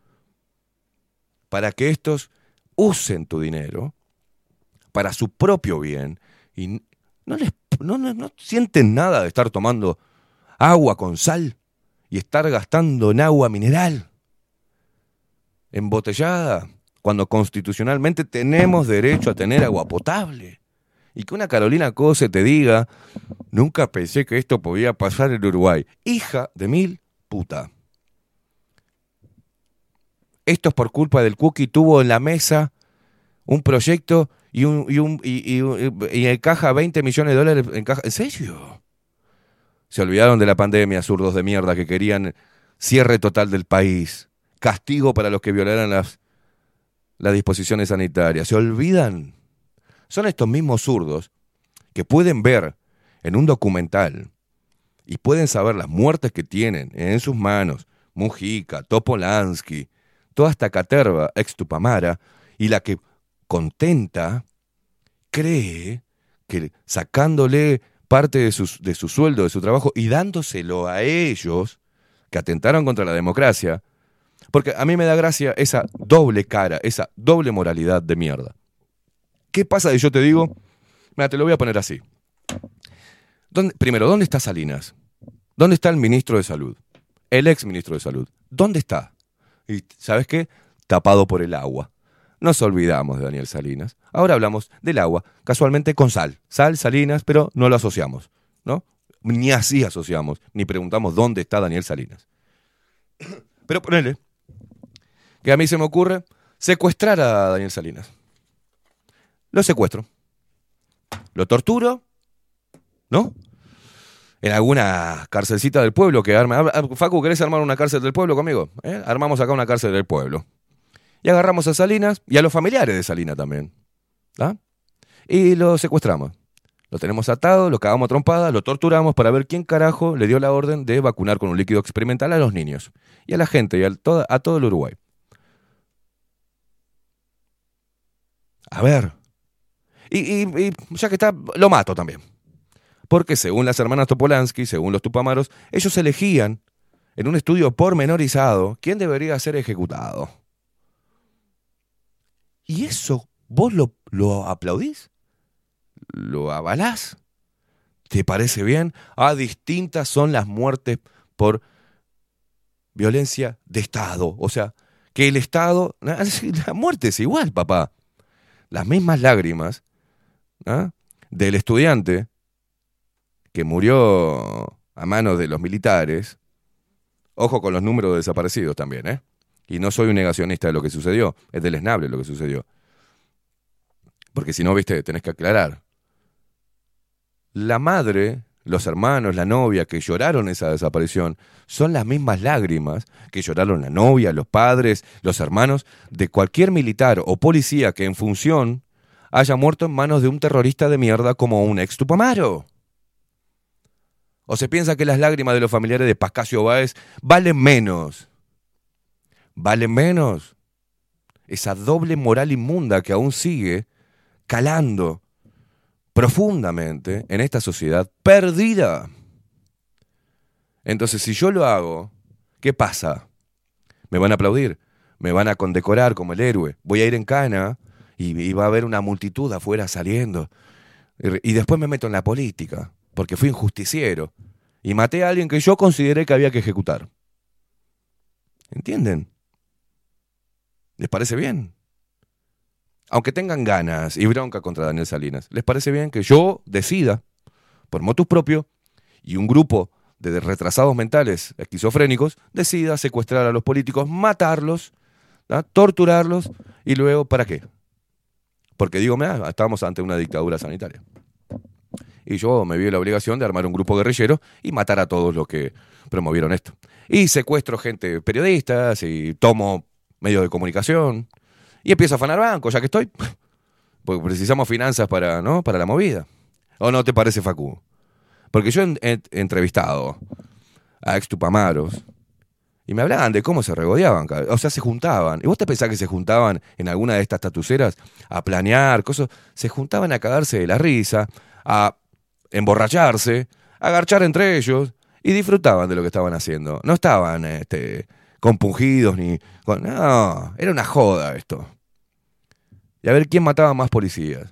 para que estos usen tu dinero para su propio bien y no les no, no, no sienten nada de estar tomando agua con sal y estar gastando en agua mineral embotellada, cuando constitucionalmente tenemos derecho a tener agua potable. Y que una Carolina Cose te diga, nunca pensé que esto podía pasar en Uruguay. Hija de mil puta. Esto es por culpa del Cookie, tuvo en la mesa un proyecto y un y un y, y, y encaja veinte millones de dólares. Encaja, ¿en serio? Se olvidaron de la pandemia, zurdos de mierda, que querían cierre total del país, castigo para los que violaran las, las disposiciones sanitarias. Se olvidan. Son estos mismos zurdos que pueden ver en un documental y pueden saber las muertes que tienen en sus manos Mujica, Topolansky, toda esta caterva ex Tupamara, y la que contenta cree que sacándole parte de, sus, de su sueldo, de su trabajo, y dándoselo a ellos, que atentaron contra la democracia, porque a mí me da gracia esa doble cara, esa doble moralidad de mierda. ¿Qué pasa si yo te digo? Mira, te lo voy a poner así. ¿Dónde, primero, ¿dónde está Salinas? ¿Dónde está el ministro de Salud? El ex ministro de Salud. ¿Dónde está? Y ¿sabes qué? Tapado por el agua. Nos olvidamos de Daniel Salinas. Ahora hablamos del agua, casualmente con sal. Sal, Salinas, pero no lo asociamos, ¿no? Ni así asociamos, ni preguntamos dónde está Daniel Salinas. Pero ponele que a mí se me ocurre secuestrar a Daniel Salinas. Lo secuestro. Lo torturo, ¿no? En alguna carcelcita del pueblo que arme. Facu, ¿querés armar una cárcel del pueblo conmigo? ¿Eh? Armamos acá una cárcel del pueblo. Y agarramos a Salinas y a los familiares de Salinas también. ¿Ah? Y lo secuestramos. Lo tenemos atado, lo cagamos a trompada, lo torturamos para ver quién carajo le dio la orden de vacunar con un líquido experimental a los niños. Y a la gente, y a, toda, a todo el Uruguay. A ver. Y, y, y ya que está, lo mato también. Porque según las hermanas Topolansky, según los Tupamaros, ellos elegían, en un estudio pormenorizado, quién debería ser ejecutado. ¿Y eso vos lo, lo aplaudís? ¿Lo avalás? ¿Te parece bien? Ah, distintas son las muertes por violencia de Estado. O sea, que el Estado... La muerte es igual, papá. Las mismas lágrimas, ¿ah?, del estudiante que murió a manos de los militares. Ojo con los números de desaparecidos también, ¿eh? Y no soy un negacionista de lo que sucedió, es deleznable lo que sucedió. Porque si no, viste, tenés que aclarar. La madre, los hermanos, la novia que lloraron esa desaparición son las mismas lágrimas que lloraron la novia, los padres, los hermanos de cualquier militar o policía que en función haya muerto en manos de un terrorista de mierda como un ex Tupamaro. ¿O se piensa que las lágrimas de los familiares de Pascasio Báez valen menos? ¿Valen menos? Esa doble moral inmunda que aún sigue calando profundamente en esta sociedad perdida. Entonces, si yo lo hago, ¿qué pasa? ¿Me van a aplaudir? ¿Me van a condecorar como el héroe? Voy a ir en cana y, y va a haber una multitud afuera saliendo. Y, y después me meto en la política, porque fui un justiciero y maté a alguien que yo consideré que había que ejecutar. ¿Entienden? ¿Les parece bien? Aunque tengan ganas y bronca contra Daniel Salinas, ¿les parece bien que yo decida, por motus propio, y un grupo de retrasados mentales esquizofrénicos decida secuestrar a los políticos, matarlos, ¿no? Torturarlos, y luego, ¿para qué? Porque digo, mira, estamos ante una dictadura sanitaria. Y yo me vi la obligación de armar un grupo guerrillero y matar a todos los que promovieron esto. Y secuestro gente, periodistas, y tomo medios de comunicación, y empiezo a afanar bancos, ya que estoy, porque precisamos finanzas para, ¿no? para la movida. ¿O no te parece, Facu? Porque yo he, he entrevistado a ex tupamaros y me hablaban de cómo se regodeaban, o sea, se juntaban. ¿Y vos te pensás que se juntaban en alguna de estas tatuceras a planear cosas? Se juntaban a cagarse de la risa, a emborracharse, a garchar entre ellos, y disfrutaban de lo que estaban haciendo. No estaban este, compungidos ni... Con, no, era una joda esto. Y a ver quién mataba más policías.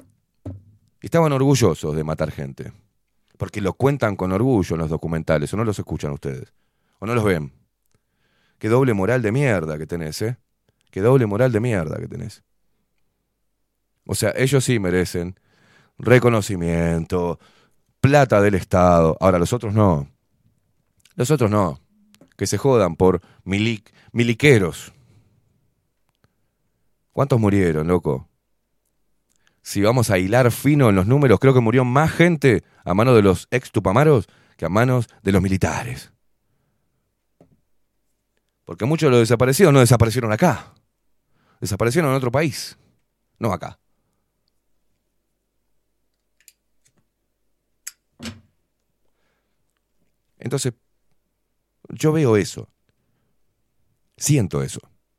Y estaban orgullosos de matar gente. Porque lo cuentan con orgullo en los documentales, o no los escuchan ustedes, o no los ven. Qué doble moral de mierda que tenés, ¿eh? Qué doble moral de mierda que tenés. O sea, ellos sí merecen reconocimiento, plata del Estado. Ahora, los otros no. Los otros no. Que se jodan por milic, miliqueros. ¿Cuántos murieron, loco? Si vamos a hilar fino en los números, creo que murió más gente a manos de los ex tupamaros que a manos de los militares. Porque muchos de los desaparecidos no desaparecieron acá. Desaparecieron en otro país, no acá. Entonces, yo veo eso. Siento eso.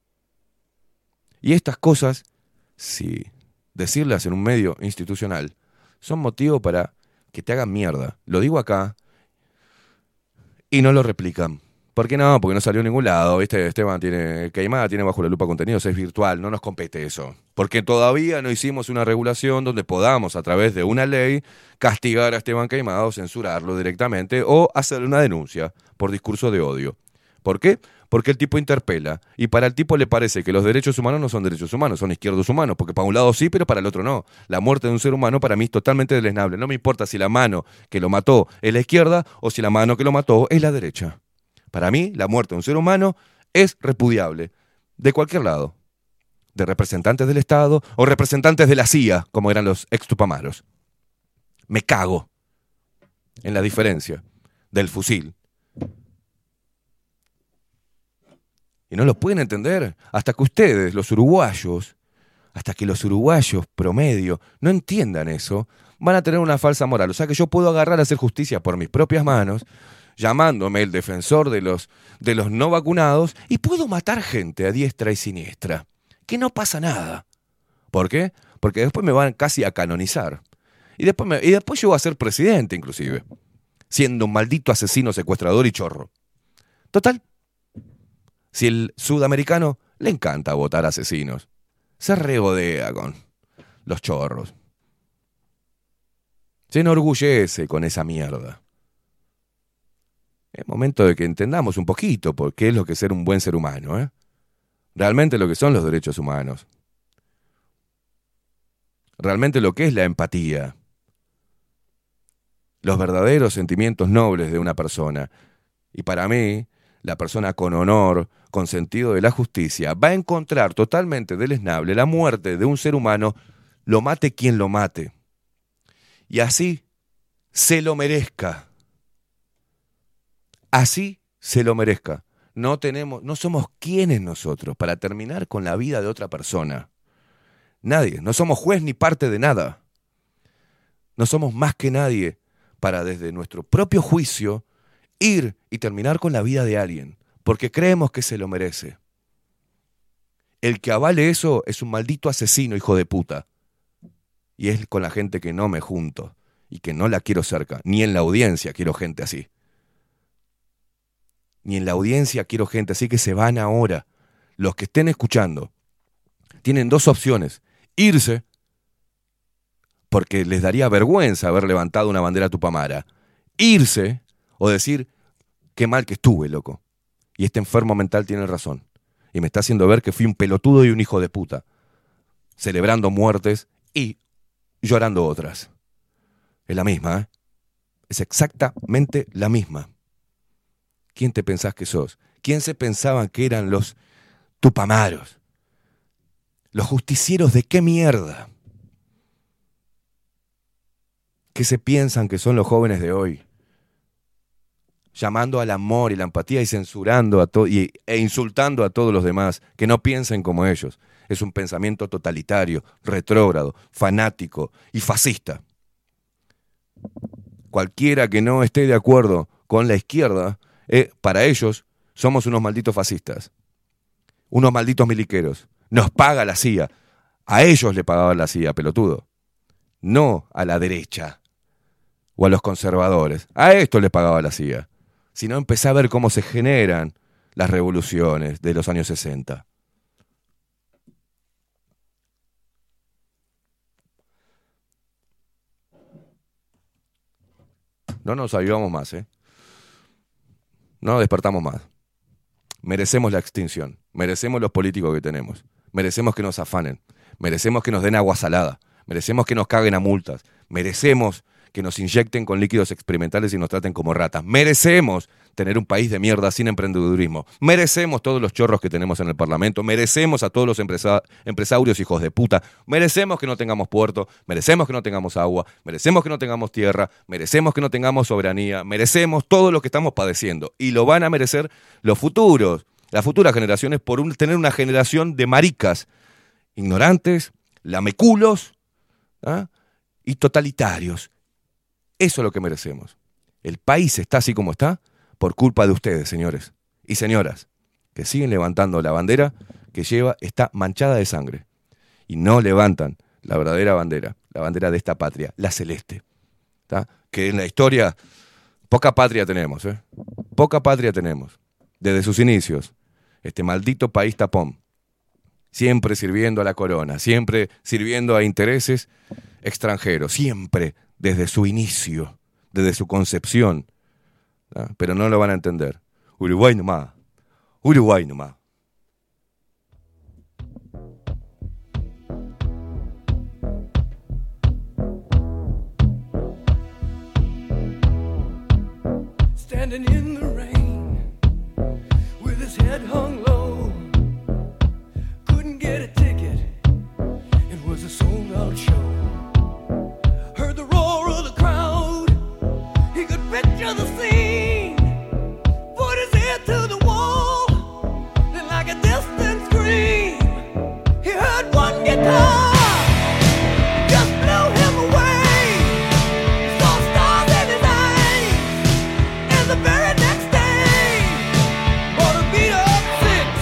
Y estas cosas, sí, decirlas en un medio institucional, son motivo para que te hagan mierda. Lo digo acá y no lo replican. ¿Por qué no? Porque no salió a ningún lado. ¿Viste? Esteban tiene, Queimada tiene Bajo la Lupa contenidos, es virtual, no nos compete eso. Porque todavía no hicimos una regulación donde podamos, a través de una ley, castigar a Esteban Queimada o censurarlo directamente o hacerle una denuncia por discurso de odio. ¿Por qué? Porque el tipo interpela y para el tipo le parece que los derechos humanos no son derechos humanos, son izquierdos humanos, porque para un lado sí, pero para el otro no. La muerte de un ser humano para mí es totalmente deleznable. No me importa si la mano que lo mató es la izquierda o si la mano que lo mató es la derecha. Para mí, la muerte de un ser humano es repudiable, de cualquier lado. De representantes del Estado o representantes de la C I A, como eran los ex tupamaros. Me cago en la diferencia del fusil. Y no lo pueden entender hasta que ustedes, los uruguayos, hasta que los uruguayos promedio no entiendan eso, van a tener una falsa moral. O sea que yo puedo agarrar a hacer justicia por mis propias manos, llamándome el defensor de los, de los no vacunados, y puedo matar gente a diestra y siniestra. Que no pasa nada. ¿Por qué? Porque después me van casi a canonizar. Y después, me, y después yo voy a ser presidente, inclusive. Siendo un maldito asesino, secuestrador y chorro. Total. Si el sudamericano le encanta votar asesinos, se regodea con los chorros. Se enorgullece con esa mierda. Es momento de que entendamos un poquito por qué es lo que es ser un buen ser humano, ¿eh? Realmente lo que son los derechos humanos. Realmente lo que es la empatía. Los verdaderos sentimientos nobles de una persona. Y para mí, la persona con honor, con sentido de la justicia, va a encontrar totalmente deleznable la muerte de un ser humano, lo mate quien lo mate. Y así se lo merezca. Así se lo merezca. No tenemos, no somos quienes nosotros para terminar con la vida de otra persona. Nadie. No somos juez ni parte de nada. No somos más que nadie para desde nuestro propio juicio ir y terminar con la vida de alguien, porque creemos que se lo merece. El que avale eso es un maldito asesino, hijo de puta. Y es con la gente que no me junto y que no la quiero cerca. Ni en la audiencia quiero gente así. Ni en la audiencia quiero gente así, que se van ahora. Los que estén escuchando tienen dos opciones. Irse, porque les daría vergüenza haber levantado una bandera tupamara. Irse o decir, qué mal que estuve, loco. Y este enfermo mental tiene razón. Y me está haciendo ver que fui un pelotudo y un hijo de puta. Celebrando muertes y llorando otras. Es la misma, ¿eh? Es exactamente la misma. ¿Quién te pensás que sos? ¿Quién se pensaban que eran los tupamaros? ¿Los justicieros de qué mierda? ¿Qué se piensan que son los jóvenes de hoy? Llamando al amor y la empatía y censurando a to- y, e insultando a todos los demás que no piensen como ellos. Es un pensamiento totalitario, retrógrado, fanático y fascista. Cualquiera que no esté de acuerdo con la izquierda, eh, para ellos somos unos malditos fascistas, unos malditos miliqueros. Nos paga la C I A. A ellos le pagaba la C I A, pelotudo. No a la derecha o a los conservadores. A esto les pagaba la C I A. Si no, empecé a ver cómo se generan las revoluciones de los años sesenta. No nos avivamos más, ¿eh? No nos despertamos más. Merecemos la extinción. Merecemos los políticos que tenemos. Merecemos que nos afanen. Merecemos que nos den agua salada. Merecemos que nos caguen a multas. Merecemos que nos inyecten con líquidos experimentales y nos traten como ratas. Merecemos tener un país de mierda sin emprendedurismo. Merecemos todos los chorros que tenemos en el Parlamento. Merecemos a todos los empresa- empresarios hijos de puta. Merecemos que no tengamos puerto. Merecemos que no tengamos agua. Merecemos que no tengamos tierra. Merecemos que no tengamos soberanía. Merecemos todo lo que estamos padeciendo. Y lo van a merecer los futuros, las futuras generaciones, por un, tener una generación de maricas, ignorantes, lameculos, ¿ah? y totalitarios. Eso es lo que merecemos. El país está así como está por culpa de ustedes, señores y señoras, que siguen levantando la bandera que lleva, está manchada de sangre. Y no levantan la verdadera bandera, la bandera de esta patria, la celeste. ¿Tá? Que en la historia poca patria tenemos, ¿eh? Poca patria tenemos. Desde sus inicios, este maldito país tapón, siempre sirviendo a la corona, siempre sirviendo a intereses extranjeros, siempre desde su inicio, desde su concepción, ¿no? Pero no lo van a entender. Uruguay nomás, Uruguay nomás. Standing in the rain, with his head hung low, couldn't get a ticket, it was a sold out show. Heard the roar of the crowd, he could picture the scene, put his ear to the wall, then like a distant scream, he heard one guitar. The very next day, bought a beat up sick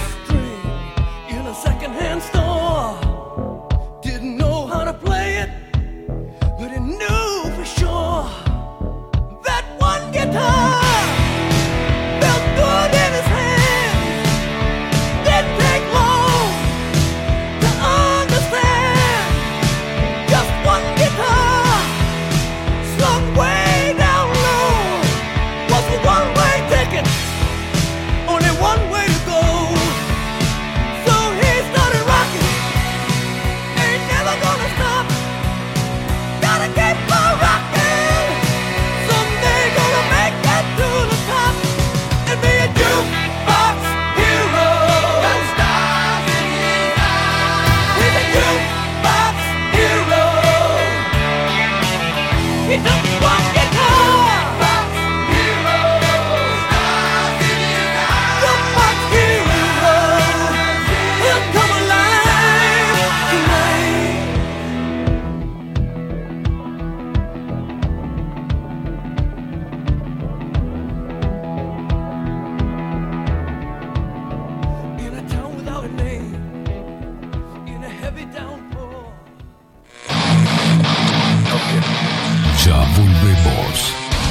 volvemos.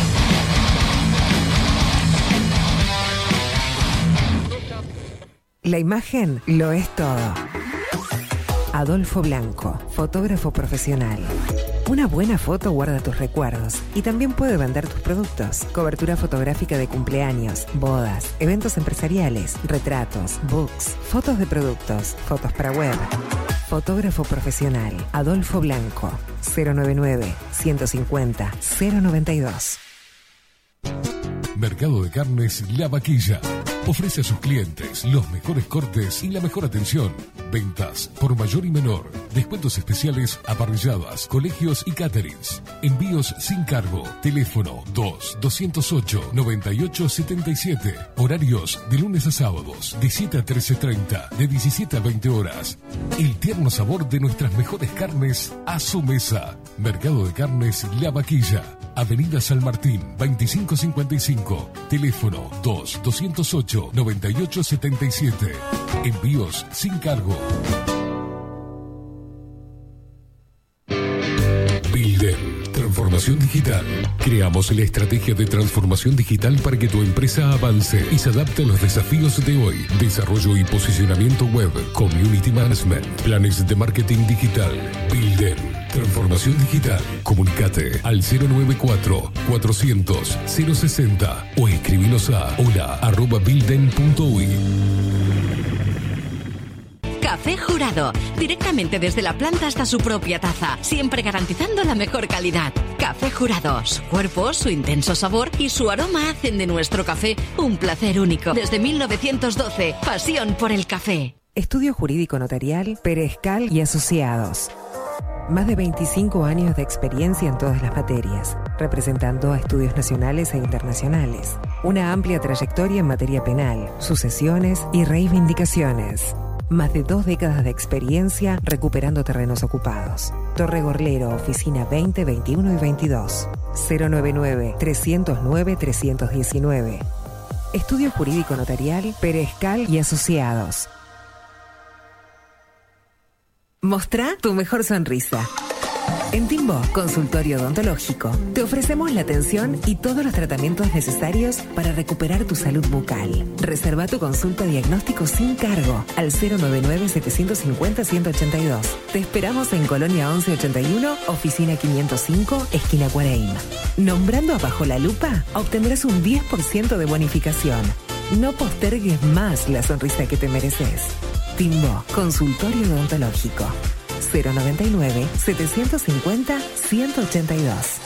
La imagen lo es todo. Adolfo Blanco, fotógrafo profesional. Una buena foto guarda tus recuerdos y también puede vender tus productos. Cobertura fotográfica de cumpleaños, bodas, eventos empresariales, retratos, books, fotos de productos, fotos para web. Fotógrafo profesional, Adolfo Blanco, cero noventa y nueve, ciento cincuenta, cero noventa y dos. Mercado de Carnes La Vaquilla. Ofrece a sus clientes los mejores cortes y la mejor atención. Ventas por mayor y menor. Descuentos especiales a parrilladas, colegios y caterings. Envíos sin cargo. Teléfono dos, doscientos ocho, noventa y ocho setenta y siete. Horarios de lunes a sábados, de siete a trece treinta, de diecisiete a veinte horas. El tierno sabor de nuestras mejores carnes a su mesa. Mercado de Carnes La Vaquilla. Avenida San Martín, veinticinco cincuenta y cinco. Teléfono dos, doscientos ocho, noventa y ocho setenta y siete. Envíos sin cargo. Builden. Transformación digital. Creamos la estrategia de transformación digital para que tu empresa avance y se adapte a los desafíos de hoy. Desarrollo y posicionamiento web, community management, planes de marketing digital. Builden. Transformación digital. Comunicate al cero noventa y cuatro, cuatrocientos, cero sesenta o escribinos a hola arroba builden punto uy. Café Jurado, directamente desde la planta hasta su propia taza, siempre garantizando la mejor calidad. Café Jurado, su cuerpo, su intenso sabor y su aroma hacen de nuestro café un placer único. Desde mil novecientos doce, pasión por el café. Estudio Jurídico Notarial, Perezcal y Asociados. Más de veinticinco años de experiencia en todas las materias, representando a estudios nacionales e internacionales. Una amplia trayectoria en materia penal, sucesiones y reivindicaciones. Más de dos décadas de experiencia recuperando terrenos ocupados. Torre Gorlero, oficina veinte, veintiuno y veintidós. cero noventa y nueve, trescientos nueve, trescientos diecinueve. Estudio Jurídico Notarial, Perezcal y Asociados. Mostrá tu mejor sonrisa. En Timbo, consultorio odontológico, te ofrecemos la atención y todos los tratamientos necesarios para recuperar tu salud bucal. Reserva tu consulta diagnóstico sin cargo al cero noventa y nueve, setecientos cincuenta, ciento ochenta y dos. Te esperamos en Colonia once ochenta y uno, oficina quinientos cinco, esquina Cuareim. Nombrando a Bajo la Lupa, obtendrás un diez por ciento de bonificación. No postergues más la sonrisa que te mereces. Timbo, consultorio odontológico. cero noventa y nueve, setecientos cincuenta, ciento ochenta y dos.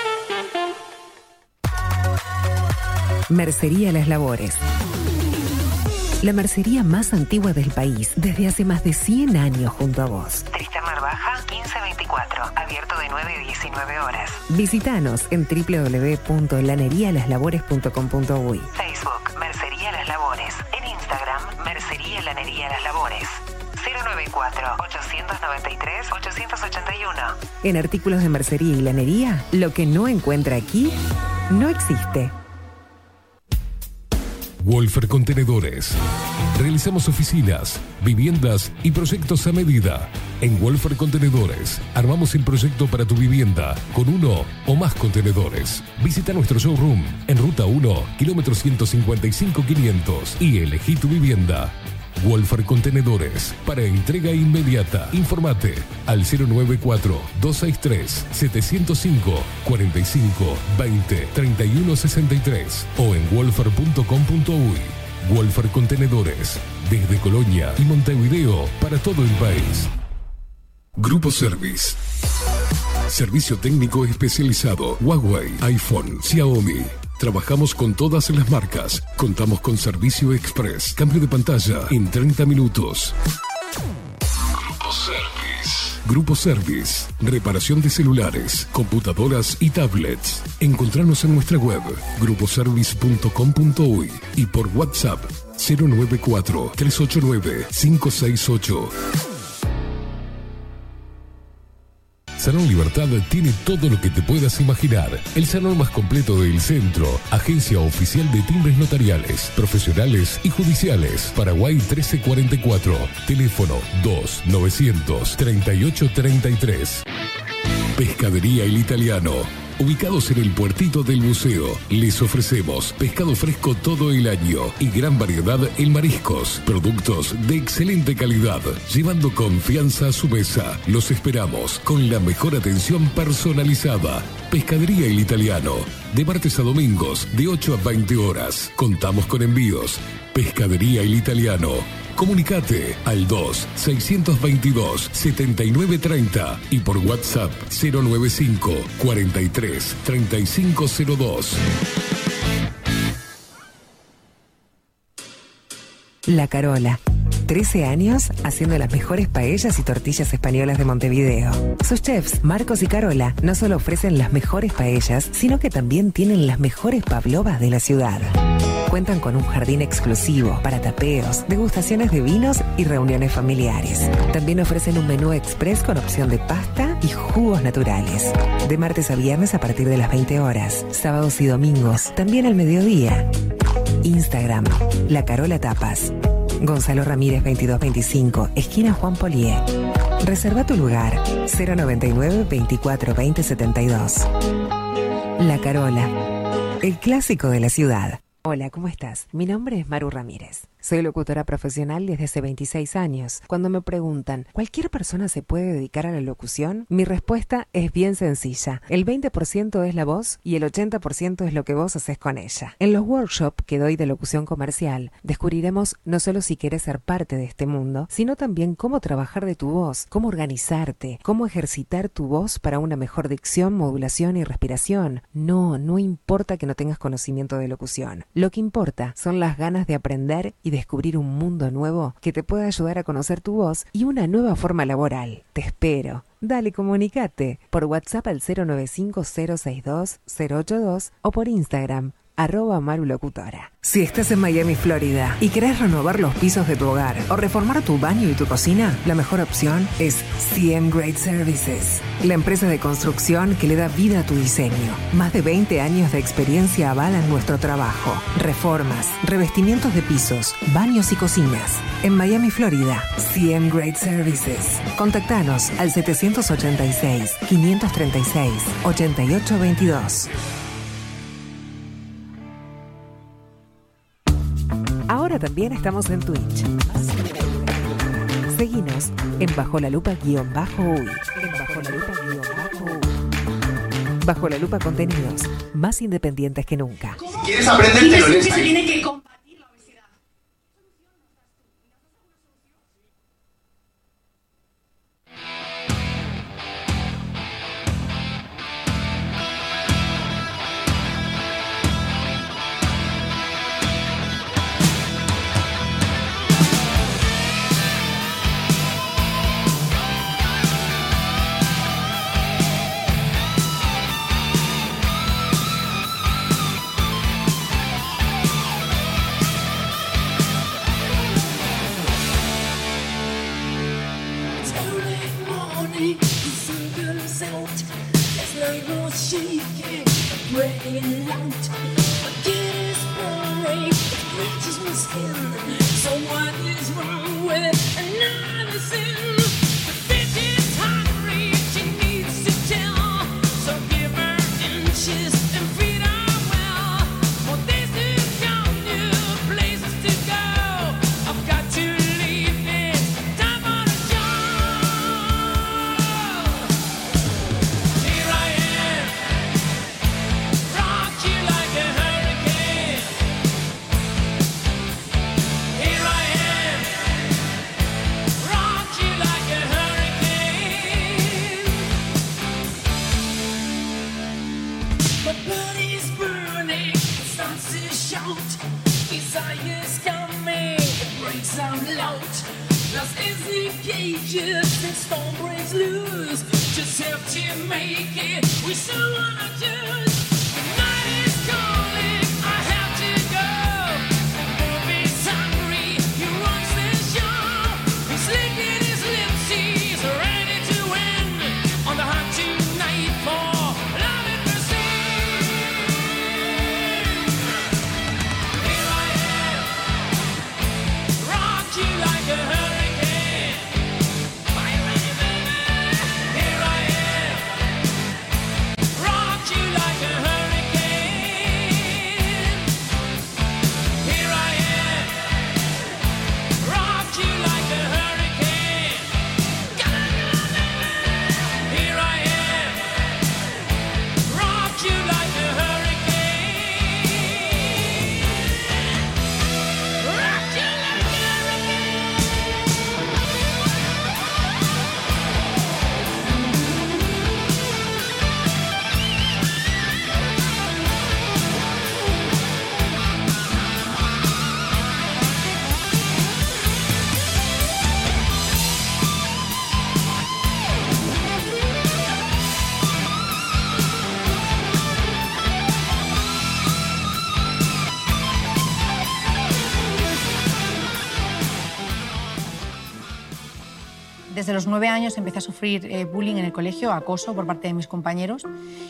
Mercería Las Labores. La mercería más antigua del país, desde hace más de cien años junto a vos. Tristán Marbaja, quince veinticuatro, abierto de nueve a diecinueve horas. Visítanos en doble u doble u doble u punto lanería las labores punto com punto uy. Facebook, Mercería Las Labores. En Instagram, Mercería Lanería Las Labores. cero noventa y cuatro, ochocientos noventa y tres, ochocientos ochenta y uno. En artículos de mercería y lanería, lo que no encuentra aquí, no existe. Wolfer Contenedores. Realizamos oficinas, viviendas y proyectos a medida. En Wolfer Contenedores armamos el proyecto para tu vivienda con uno o más contenedores. Visita nuestro showroom en Ruta uno, kilómetro ciento cincuenta y cinco quinientos y elegí tu vivienda. Wolfer Contenedores, para entrega inmediata. Informate al cero noventa y cuatro, doscientos sesenta y tres, setecientos cinco, cuarenta y cinco, veinte, treinta y uno sesenta y tres o en wolfer punto com punto uy. Wolfer Contenedores, desde Colonia y Montevideo para todo el país. Grupo Service. Servicio técnico especializado. Huawei, iPhone, Xiaomi. Trabajamos con todas las marcas. Contamos con servicio express. Cambio de pantalla en treinta minutos. Grupo Service. Grupo Service. Reparación de celulares, computadoras y tablets. Encontranos en nuestra web grupo service punto com punto uy y por WhatsApp cero noventa y cuatro, trescientos ochenta y nueve, quinientos sesenta y ocho. Salón Libertad tiene todo lo que te puedas imaginar. El salón más completo del centro. Agencia oficial de timbres notariales, profesionales y judiciales. Paraguay trece cuarenta y cuatro. Teléfono dos, novecientos, treinta y ocho treinta y tres. Pescadería El Italiano. ubicados en el puertito del buceo. Les ofrecemos pescado fresco todo el año y gran variedad en mariscos, productos de excelente calidad, llevando confianza a su mesa. Los esperamos con la mejor atención personalizada. Pescadería El Italiano, de martes a domingos, de ocho a veinte horas. Contamos con envíos. Pescadería El Italiano. Comunicate al dos seiscientos veintidós setenta y nueve treinta y por WhatsApp cero noventa y cinco cuarenta y tres treinta y cinco cero dos. La Carola. trece años haciendo las mejores paellas y tortillas españolas de Montevideo. Sus chefs, Marcos y Carola, no solo ofrecen las mejores paellas, sino que también tienen las mejores pavlovas de la ciudad. Cuentan con un jardín exclusivo para tapeos, degustaciones de vinos y reuniones familiares. También ofrecen un menú express con opción de pasta y jugos naturales. De martes a viernes a partir de las veinte horas, sábados y domingos, también al mediodía. Instagram, La Carola Tapas. Gonzalo Ramírez veintidós veinticinco, esquina Juan Polié. Reserva tu lugar, cero noventa y nueve veinticuatro veinte setenta y dos. La Carola, el clásico de la ciudad. Hola, ¿cómo estás? Mi nombre es Maru Ramírez. Soy locutora profesional desde hace veintiséis años. Cuando me preguntan, ¿cualquier persona se puede dedicar a la locución? Mi respuesta es bien sencilla. El veinte por ciento es la voz y el ochenta por ciento es lo que vos haces con ella. En los workshops que doy de locución comercial, descubriremos no solo si querés ser parte de este mundo, sino también cómo trabajar de tu voz, cómo organizarte, cómo ejercitar tu voz para una mejor dicción, modulación y respiración. No, no importa que no tengas conocimiento de locución. Lo que importa son las ganas de aprender y descubrir un mundo nuevo que te pueda ayudar a conocer tu voz y una nueva forma laboral. Te espero. Dale, comunicate por WhatsApp al cero nueve cinco cero seis dos cero ocho dos o por Instagram, arroba marulocutora. Si estás en Miami, Florida y querés renovar los pisos de tu hogar o reformar tu baño y tu cocina, la mejor opción es C M Great Services, la empresa de construcción que le da vida a tu diseño. Más de veinte años de experiencia avalan nuestro trabajo. Reformas, revestimientos de pisos, baños y cocinas. En Miami, Florida, C M Great Services. Contactanos al setecientos ochenta y seis, quinientos treinta y seis, ochenta y ocho veintidós. Ahora también estamos en Twitch. Seguinos en Bajo la Lupa guión bajo uy. En Bajo la Lupa guión bajo uy. Bajo la Lupa contenidos más independientes que nunca. ¿Quieres aprender? Te lo lees ahí. Tiene que combatir la obesidad. Rock you like Desde los nueve años empecé a sufrir eh, bullying en el colegio, acoso por parte de mis compañeros.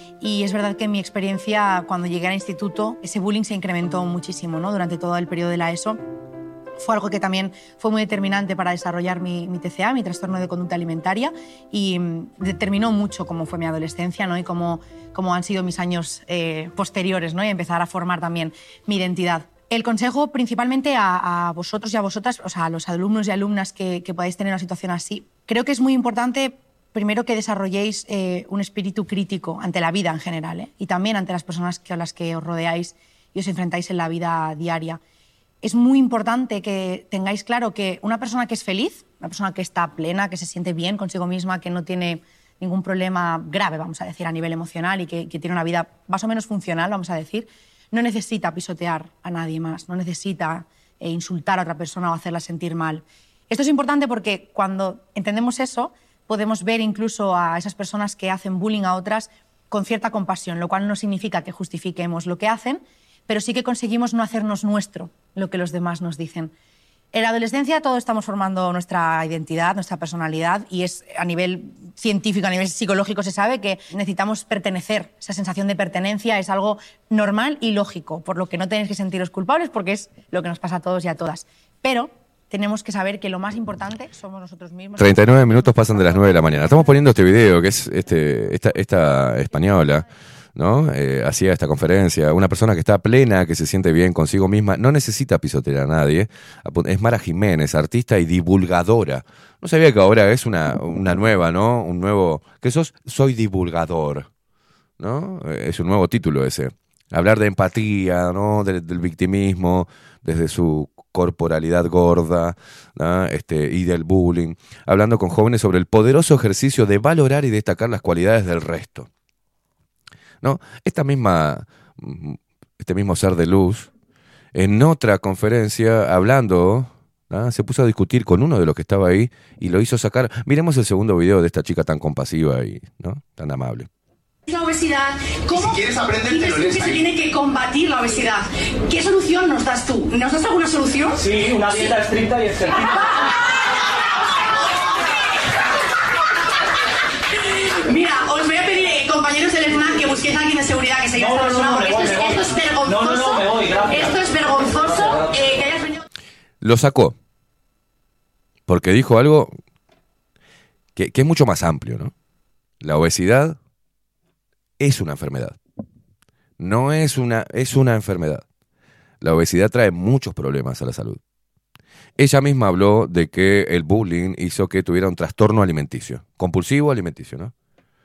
Y es verdad que en mi experiencia, cuando llegué al instituto, ese bullying se incrementó muchísimo, ¿no? Durante todo el periodo de la ESO. Fue algo que también fue muy determinante para desarrollar mi, mi T C A, mi trastorno de conducta alimentaria, y mm, determinó mucho cómo fue mi adolescencia, ¿no? Y cómo, cómo han sido mis años eh, posteriores, ¿no? Y empezar a formar también mi identidad. El consejo principalmente a, a vosotros y a vosotras, o sea, a los alumnos y alumnas que, que podáis tener una situación así, creo que es muy importante, primero, que desarrolléis eh, un espíritu crítico ante la vida en general, ¿eh? Y también ante las personas con las que os rodeáis y os enfrentáis en la vida diaria. Es muy importante que tengáis claro que una persona que es feliz, una persona que está plena, que se siente bien consigo misma, que no tiene ningún problema grave, vamos a decir, a nivel emocional y que, que tiene una vida más o menos funcional, vamos a decir, no necesita pisotear a nadie más, no necesita eh, insultar a otra persona o hacerla sentir mal. Esto es importante porque cuando entendemos eso, podemos ver incluso a esas personas que hacen bullying a otras con cierta compasión, lo cual no significa que justifiquemos lo que hacen, pero sí que conseguimos no hacernos nuestro lo que los demás nos dicen. En la adolescencia todos estamos formando nuestra identidad, nuestra personalidad, y es a nivel científico, a nivel psicológico se sabe que necesitamos pertenecer. Esa sensación de pertenencia es algo normal y lógico, por lo que no tenéis que sentiros culpables porque es lo que nos pasa a todos y a todas. Pero tenemos que saber que lo más importante somos nosotros mismos. treinta y nueve minutos pasan de las nueve de la mañana. Estamos poniendo este video que es este, esta, esta española, ¿no? Eh, hacía esta conferencia, una persona que está plena, que se siente bien consigo misma, no necesita pisotear a nadie. Es Mara Jiménez, artista y divulgadora. No sabía que ahora es una, una nueva, ¿no? Un nuevo, que sos, soy divulgador, ¿no? Es un nuevo título ese. Hablar de empatía, ¿no? Del, del victimismo, desde su corporalidad gorda, ¿no? este, y del bullying, hablando con jóvenes sobre el poderoso ejercicio de valorar y destacar las cualidades del resto. ¿No? Esta misma, este mismo ser de luz, en otra conferencia, hablando, ¿no? se puso a discutir con uno de los que estaba ahí y lo hizo sacar. Miremos el segundo video de esta chica tan compasiva y, ¿no? tan amable. La obesidad, ¿cómo? Si quieres aprender, te lo lees que se ahí. tiene que combatir la obesidad. ¿Qué solución nos das tú? ¿Nos das alguna solución? Sí, una dieta sí. estricta y ejercicio. Mira, os voy a pedir, eh, compañeros del FNAC, que busquéis a alguien de seguridad que se no, no, no, no, porque voy, esto, es, esto es vergonzoso. No, no, no, me voy, gracias. Esto es vergonzoso eh, que hayas venido. Lo sacó porque dijo algo que, que es mucho más amplio, ¿no? La obesidad es una enfermedad. No es una, es una enfermedad. La obesidad trae muchos problemas a la salud. Ella misma habló de que el bullying hizo que tuviera un trastorno alimenticio, compulsivo alimenticio, ¿no?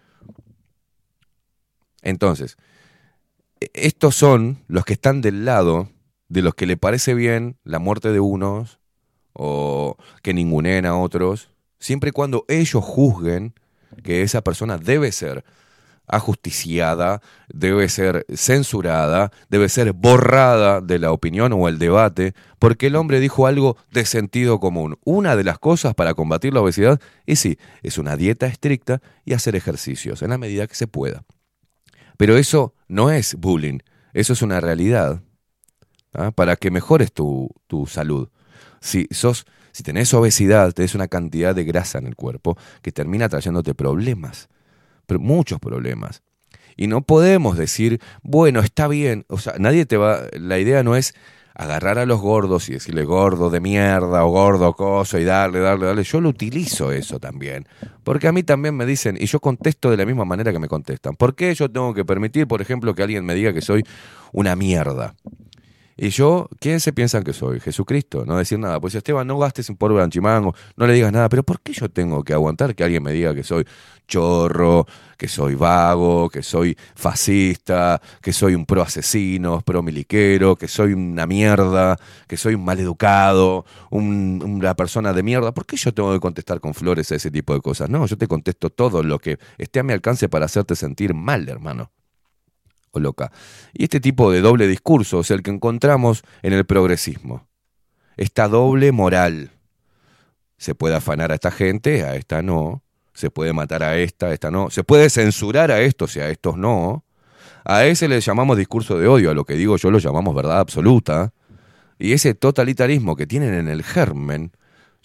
Entonces, estos son los que están del lado de los que le parece bien la muerte de unos o que ninguneen a otros, siempre y cuando ellos juzguen que esa persona debe ser ajusticiada, debe ser censurada, debe ser borrada de la opinión o el debate, porque el hombre dijo algo de sentido común. Una de las cosas para combatir la obesidad es sí, es una dieta estricta y hacer ejercicios en la medida que se pueda. Pero eso no es bullying, eso es una realidad, ¿ah? Para que mejores tu, tu salud. Si sos, si tenés obesidad, tenés una cantidad de grasa en el cuerpo que termina trayéndote problemas. Pero muchos problemas. Y no podemos decir, bueno, está bien. O sea, nadie te va. La idea no es agarrar a los gordos y decirle gordo de mierda o gordo coso y darle, darle, darle. Yo lo utilizo eso también. Porque a mí también me dicen, y yo contesto de la misma manera que me contestan. ¿Por qué yo tengo que permitir, por ejemplo, que alguien me diga que soy una mierda? Y yo, ¿quién se piensan que soy? Jesucristo, no decir nada. Pues Esteban, no gastes en polvo de anchimango, no le digas nada. Pero ¿por qué yo tengo que aguantar que alguien me diga que soy chorro, que soy vago, que soy fascista, que soy un pro asesino, pro miliquero, que soy una mierda, que soy un maleducado, un, una persona de mierda? ¿Por qué yo tengo que contestar con flores a ese tipo de cosas? No, yo te contesto todo lo que esté a mi alcance para hacerte sentir mal, hermano. O loca. Y este tipo de doble discurso es el que encontramos en el progresismo. Esta doble moral. Se puede afanar a esta gente, a esta no. Se puede matar a esta, a esta no. Se puede censurar a estos y a estos no. A ese le llamamos discurso de odio, a lo que digo yo lo llamamos verdad absoluta. Y ese totalitarismo que tienen en el germen,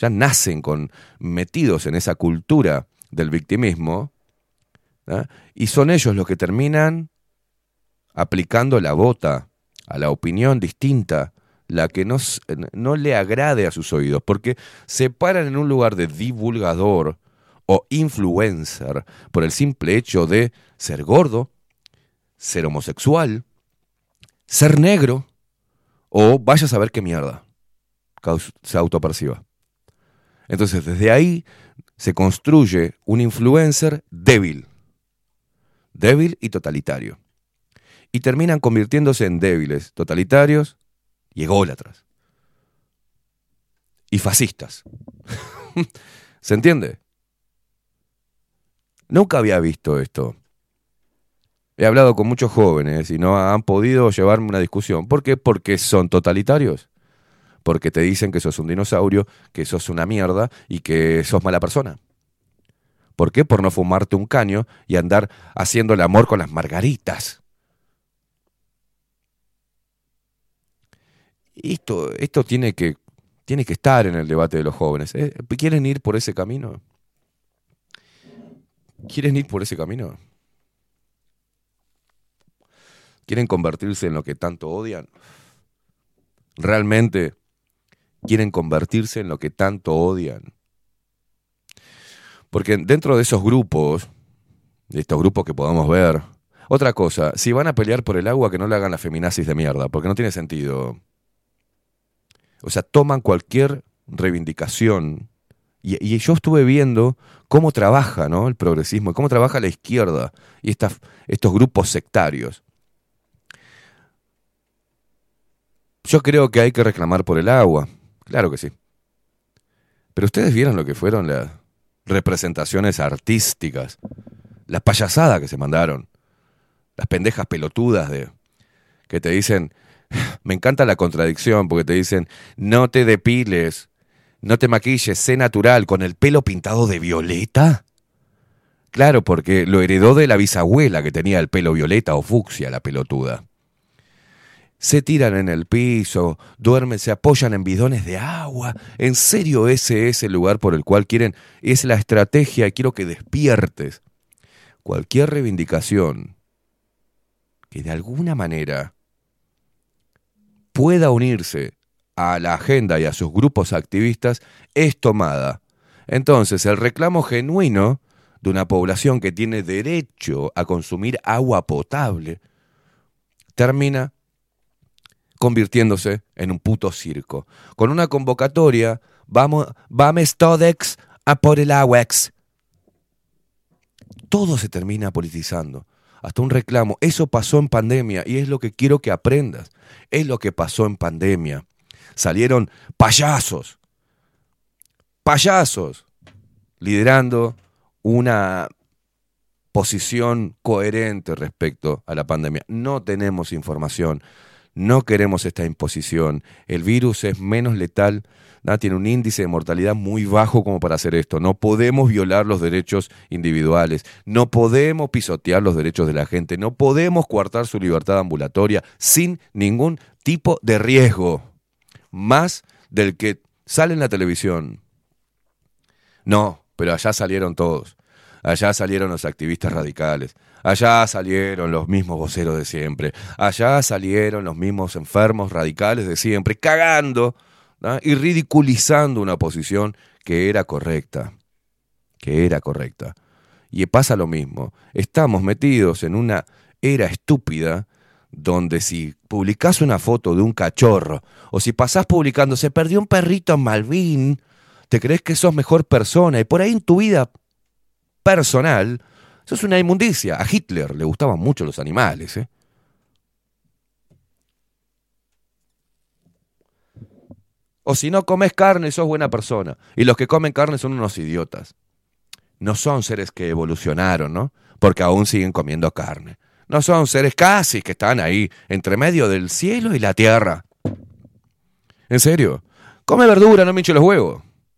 ya nacen con, metidos en esa cultura del victimismo, ¿eh? Y son ellos los que terminan aplicando la bota a la opinión distinta, la que no, no le agrade a sus oídos, porque se paran en un lugar de divulgador o influencer por el simple hecho de ser gordo, ser homosexual, ser negro, o vaya a saber qué mierda se autoperciba. Entonces, desde ahí se construye un influencer débil, débil y totalitario. Y terminan convirtiéndose en débiles, totalitarios y ególatras. Y fascistas. ¿Se entiende? Nunca había visto esto. He hablado con muchos jóvenes y no han podido llevarme una discusión. ¿Por qué? Porque son totalitarios. Porque te dicen que sos un dinosaurio, que sos una mierda y que sos mala persona. ¿Por qué? Por no fumarte un caño y andar haciendo el amor con las margaritas. Esto, esto tiene que, tiene que estar en el debate de los jóvenes. ¿Eh? ¿Quieren ir por ese camino? ¿Quieren ir por ese camino? ¿Quieren convertirse en lo que tanto odian? ¿Realmente quieren convertirse en lo que tanto odian? Porque dentro de esos grupos, de estos grupos que podamos ver, otra cosa, si van a pelear por el agua, que no le hagan la feminazis de mierda, porque no tiene sentido. O sea, toman cualquier reivindicación. Y, y yo estuve viendo cómo trabaja, ¿no?, el progresismo, cómo trabaja la izquierda y estas, estos grupos sectarios. Yo creo que hay que reclamar por el agua. Claro que sí. Pero ustedes vieron lo que fueron las representaciones artísticas, las payasadas que se mandaron, las pendejas pelotudas de que te dicen, me encanta la contradicción, porque te dicen, no te depiles, no te maquilles, sé natural, con el pelo pintado de violeta. Claro, porque lo heredó de la bisabuela que tenía el pelo violeta o fucsia, la pelotuda. Se tiran en el piso, duermen, se apoyan en bidones de agua. En serio, ese es el lugar por el cual quieren, es la estrategia, quiero que despiertes. Cualquier reivindicación que de alguna manera pueda unirse a la agenda y a sus grupos activistas es tomada. Entonces, el reclamo genuino de una población que tiene derecho a consumir agua potable termina convirtiéndose en un puto circo. Con una convocatoria, vamos, vamos todex a por el aguex. Todo se termina politizando. Hasta un reclamo. Eso pasó en pandemia y es lo que quiero que aprendas. Es lo que pasó en pandemia. Salieron payasos. Payasos. Liderando una posición coherente respecto a la pandemia. No tenemos información. No queremos esta imposición. El virus es menos letal, ¿no? Tiene un índice de mortalidad muy bajo como para hacer esto. No podemos violar los derechos individuales. No podemos pisotear los derechos de la gente. No podemos coartar su libertad ambulatoria sin ningún tipo de riesgo. Más del que sale en la televisión. No, pero allá salieron todos. Allá salieron los activistas radicales. Allá salieron los mismos voceros de siempre. Allá salieron los mismos enfermos radicales de siempre, cagando, ¿no?, y ridiculizando una posición que era correcta. Que era correcta. Y pasa lo mismo. Estamos metidos en una era estúpida donde si publicás una foto de un cachorro o si pasás publicando se perdió un perrito en Malvin, te crees que sos mejor persona y por ahí en tu vida personal sos una inmundicia. A Hitler le gustaban mucho los animales, ¿eh? O si no comes carne, sos buena persona. Y los que comen carne son unos idiotas. No son seres que evolucionaron, ¿no? Porque aún siguen comiendo carne. No son seres casi que están ahí, entre medio del cielo y la tierra. En serio. Come verdura, no me hinche los huevos.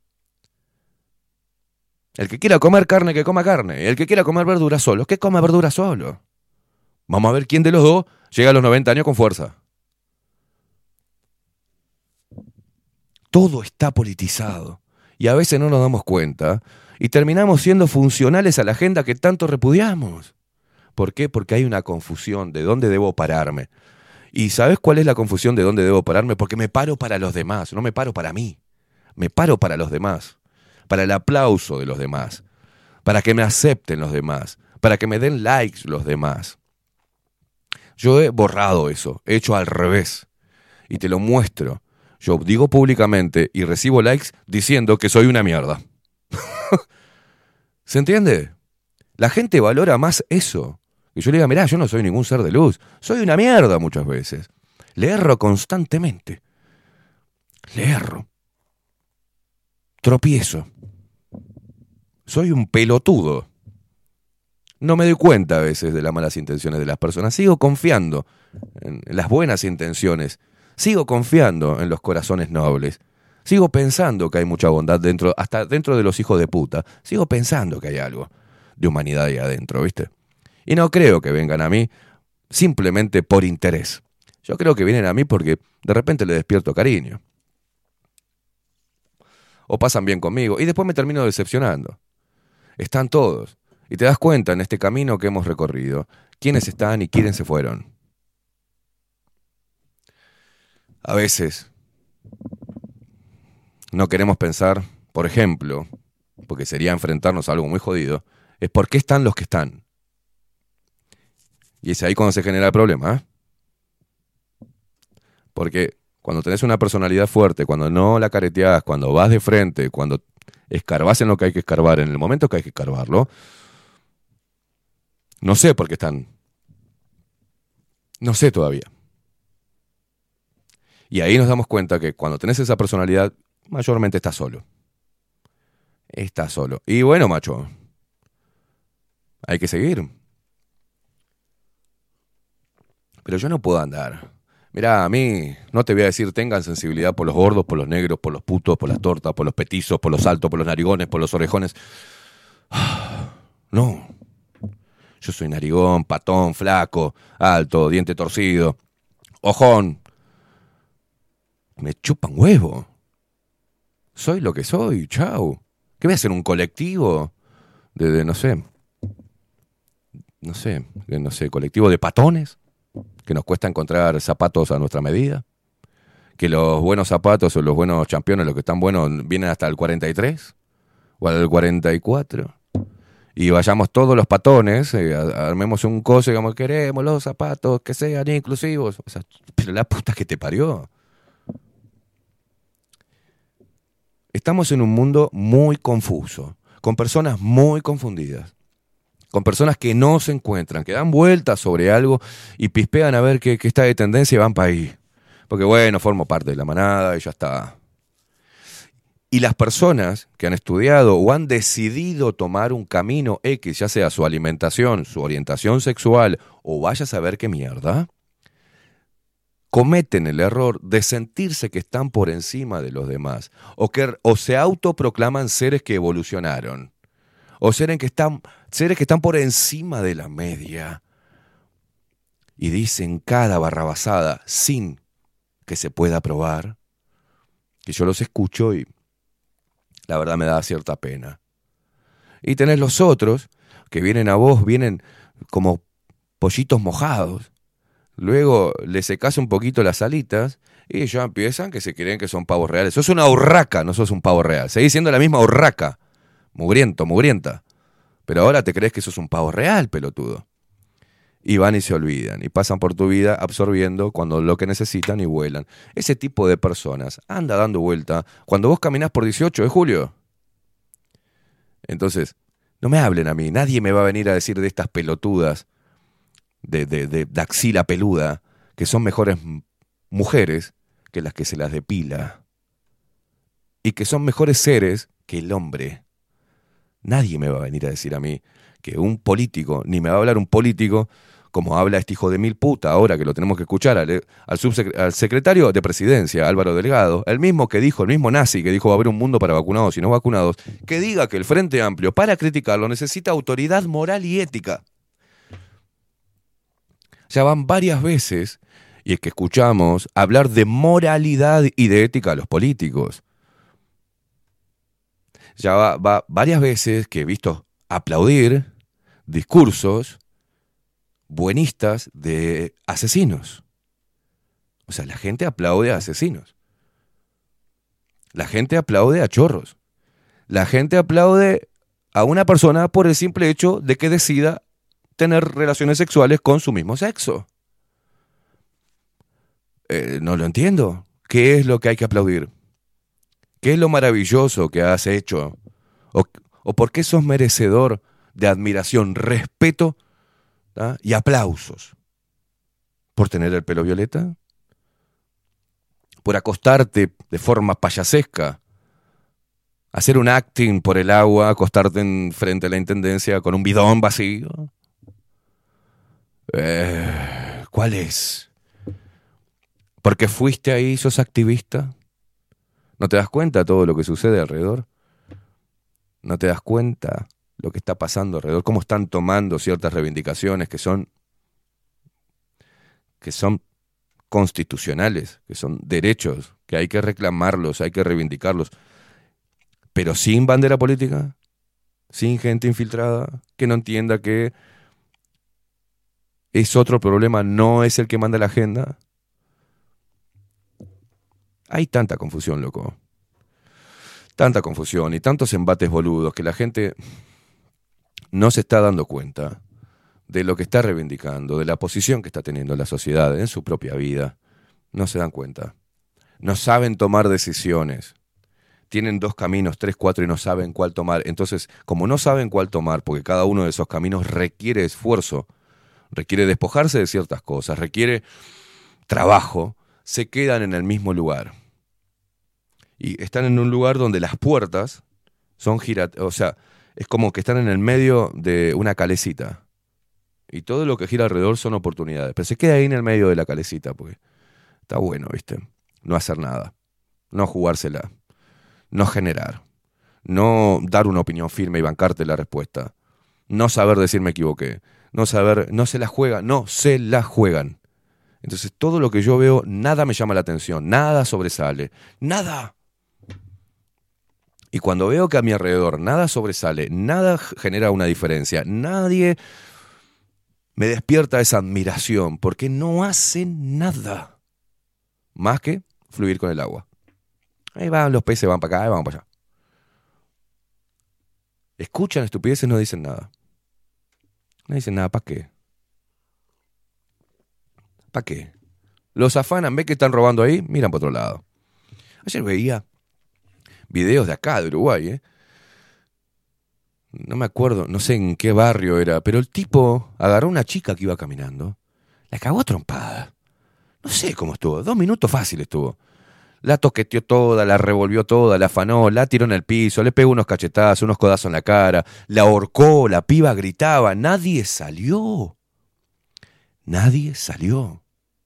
El que quiera comer carne, que coma carne. El que quiera comer verdura solo, que coma verdura solo. Vamos a ver quién de los dos llega a los noventa años con fuerza. Todo está politizado. Y a veces no nos damos cuenta y terminamos siendo funcionales a la agenda que tanto repudiamos. ¿Por qué? Porque hay una confusión de dónde debo pararme. ¿Y sabes cuál es la confusión de dónde debo pararme? Porque me paro para los demás, no me paro para mí. Me paro para los demás, para el aplauso de los demás, para que me acepten los demás, para que me den likes los demás. Yo he borrado eso, he hecho al revés y te lo muestro. Yo digo públicamente y recibo likes diciendo que soy una mierda. ¿Se entiende? La gente valora más eso. Que yo le diga, mirá, yo no soy ningún ser de luz, soy una mierda muchas veces. Le erro constantemente. Le erro. Tropiezo. Soy un pelotudo. No me doy cuenta a veces de las malas intenciones de las personas. Sigo confiando en las buenas intenciones. Sigo confiando en los corazones nobles. Sigo pensando que hay mucha bondad dentro, hasta dentro de los hijos de puta. Sigo pensando que hay algo de humanidad ahí adentro, ¿viste? Y no creo que vengan a mí simplemente por interés. Yo creo que vienen a mí porque de repente les despierto cariño. O pasan bien conmigo y después me termino decepcionando. Están todos. Y te das cuenta en este camino que hemos recorrido quiénes están y quiénes se fueron. A veces no queremos pensar, por ejemplo, porque sería enfrentarnos a algo muy jodido, es por qué están los que están. Y es ahí cuando se genera el problema, ¿eh? Porque cuando tenés una personalidad fuerte, cuando no la careteás, cuando vas de frente, cuando escarbás en lo que hay que escarbar, en el momento que hay que escarbarlo, no sé por qué están. No sé todavía. Y ahí nos damos cuenta que cuando tenés esa personalidad, mayormente estás solo. Estás solo. Y bueno, macho, hay que seguir. Pero yo no puedo andar. Mirá, a mí, no te voy a decir tengan sensibilidad por los gordos, por los negros, por los putos, por las tortas, por los petizos, por los altos, por los narigones, por los orejones. No. Yo soy narigón, patón, flaco, alto, diente torcido, ojón. Me chupan huevo. Soy lo que soy, chau. ¿Qué voy a hacer, un colectivo? De, de no sé. No sé, de, no sé, colectivo de patones. Que nos cuesta encontrar zapatos a nuestra medida. Que los buenos zapatos o los buenos championes, los que están buenos, vienen hasta el cuarenta y tres o al cuarenta y cuatro. Y vayamos todos los patones, eh, armemos un coso y digamos, queremos los zapatos que sean inclusivos. O sea, pero la puta que te parió. Estamos en un mundo muy confuso, con personas muy confundidas, con personas que no se encuentran, que dan vueltas sobre algo y pispean a ver qué, qué está de tendencia y van para ahí. Porque bueno, formo parte de la manada y ya está. Y las personas que han estudiado o han decidido tomar un camino X, ya sea su alimentación, su orientación sexual o vaya a saber qué mierda, cometen el error de sentirse que están por encima de los demás o, que, o se autoproclaman seres que evolucionaron o seres que, están, seres que están por encima de la media y dicen cada barrabasada sin que se pueda probar, que yo los escucho y la verdad me da cierta pena. Y tenés los otros que vienen a vos, vienen como pollitos mojados. Luego les secás un poquito las alitas y ya empiezan que se creen que son pavos reales. Sos una urraca, no sos un pavo real. Seguís siendo la misma urraca. Mugriento, mugrienta. Pero ahora te crees que sos un pavo real, pelotudo. Y van y se olvidan. Y pasan por tu vida absorbiendo cuando lo que necesitan y vuelan. Ese tipo de personas anda dando vuelta cuando vos caminás por dieciocho de julio. Entonces, no me hablen a mí. Nadie me va a venir a decir de estas pelotudas de, de, de, de axila peluda que son mejores mujeres que las que se las depila. Y que son mejores seres que el hombre. Nadie me va a venir a decir a mí que un político, ni me va a hablar un político como habla este hijo de mil puta ahora que lo tenemos que escuchar al, al, subsec- al secretario de presidencia, Álvaro Delgado, el mismo que dijo, el mismo nazi que dijo va a haber un mundo para vacunados y no vacunados, que diga que el Frente Amplio para criticarlo necesita autoridad moral y ética. Ya van varias veces y es que escuchamos hablar de moralidad y de ética a los políticos. Ya va, va varias veces que he visto aplaudir discursos buenistas de asesinos. O sea, la gente aplaude a asesinos. La gente aplaude a chorros. La gente aplaude a una persona por el simple hecho de que decida tener relaciones sexuales con su mismo sexo. Eh, no lo entiendo. ¿Qué es lo que hay que aplaudir? ¿Qué es lo maravilloso que has hecho? ¿O, o por qué sos merecedor de admiración, respeto, ¿tá? y aplausos? ¿Por tener el pelo violeta? ¿Por acostarte de forma payasesca? ¿Hacer un acting por el agua, acostarte en frente a la intendencia con un bidón vacío? Eh, ¿Cuál es? ¿Porque fuiste ahí, sos activista? ¿No te das cuenta de todo lo que sucede alrededor? ¿No te das cuenta lo que está pasando alrededor? ¿Cómo están tomando ciertas reivindicaciones que son, que son constitucionales, que son derechos, que hay que reclamarlos, hay que reivindicarlos, pero sin bandera política, sin gente infiltrada, que no entienda que es otro problema, no es el que manda la agenda? Hay tanta confusión, loco. Tanta confusión y tantos embates boludos que la gente no se está dando cuenta de lo que está reivindicando, de la posición que está teniendo la sociedad en su propia vida. No se dan cuenta. No saben tomar decisiones. Tienen dos caminos, tres, cuatro y no saben cuál tomar. Entonces, como no saben cuál tomar, porque cada uno de esos caminos requiere esfuerzo, requiere despojarse de ciertas cosas, requiere trabajo, se quedan en el mismo lugar. Y están en un lugar donde las puertas son girat... O sea, es como que están en el medio de una calecita. Y todo lo que gira alrededor son oportunidades. Pero se queda ahí en el medio de la calecita, porque está bueno, ¿viste? No hacer nada. No jugársela. No generar. No dar una opinión firme y bancarte la respuesta. No saber decir me equivoqué. No saber... No se la juegan. No se la juegan. Entonces todo lo que yo veo, nada me llama la atención, nada sobresale, nada. Y cuando veo que a mi alrededor nada sobresale, nada genera una diferencia, nadie me despierta esa admiración, porque no hacen nada más que fluir con el agua. Ahí van los peces, van para acá, ahí van para allá. Escuchan estupideces, no dicen nada. No dicen nada, ¿para qué? ¿Para qué? Los afanan, ven que están robando ahí, miran por otro lado. Ayer veía videos de acá, de Uruguay, ¿eh? No me acuerdo, no sé en qué barrio era, pero el tipo agarró a una chica que iba caminando, la cagó a trompada. No sé cómo estuvo, dos minutos fácil estuvo. La toqueteó toda, la revolvió toda, la afanó, la tiró en el piso, le pegó unos cachetazos, unos codazos en la cara, la ahorcó, la piba gritaba, nadie salió. Nadie salió.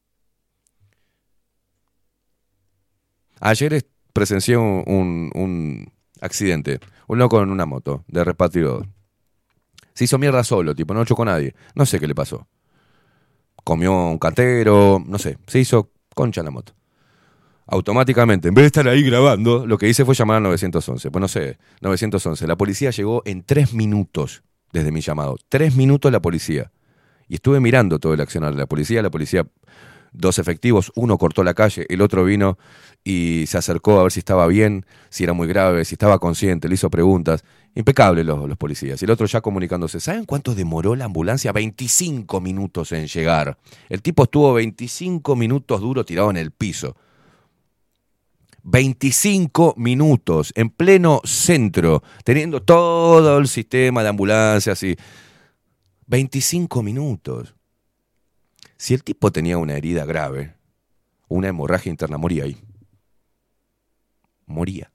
Ayer presencié un, un, un accidente. Un loco en una moto de repartidor. Se hizo mierda solo, tipo, no chocó a nadie. No sé qué le pasó. Comió un cantero, no sé. Se hizo concha en la moto. Automáticamente, en vez de estar ahí grabando, lo que hice fue llamar a nueve once. Pues no sé, nueve once. La policía llegó en tres minutos desde mi llamado. Tres minutos la policía. Y estuve mirando todo el accionar de la policía. La policía... Dos efectivos, uno cortó la calle, el otro vino y se acercó a ver si estaba bien, si era muy grave, si estaba consciente, le hizo preguntas. Impecable los, los policías. Y el otro ya comunicándose. ¿Saben cuánto demoró la ambulancia? veinticinco minutos en llegar. El tipo estuvo veinticinco minutos duro tirado en el piso. veinticinco minutos en pleno centro, teniendo todo el sistema de ambulancias y... veinticinco minutos. Si el tipo tenía una herida grave, una hemorragia interna, moría ahí. Moría.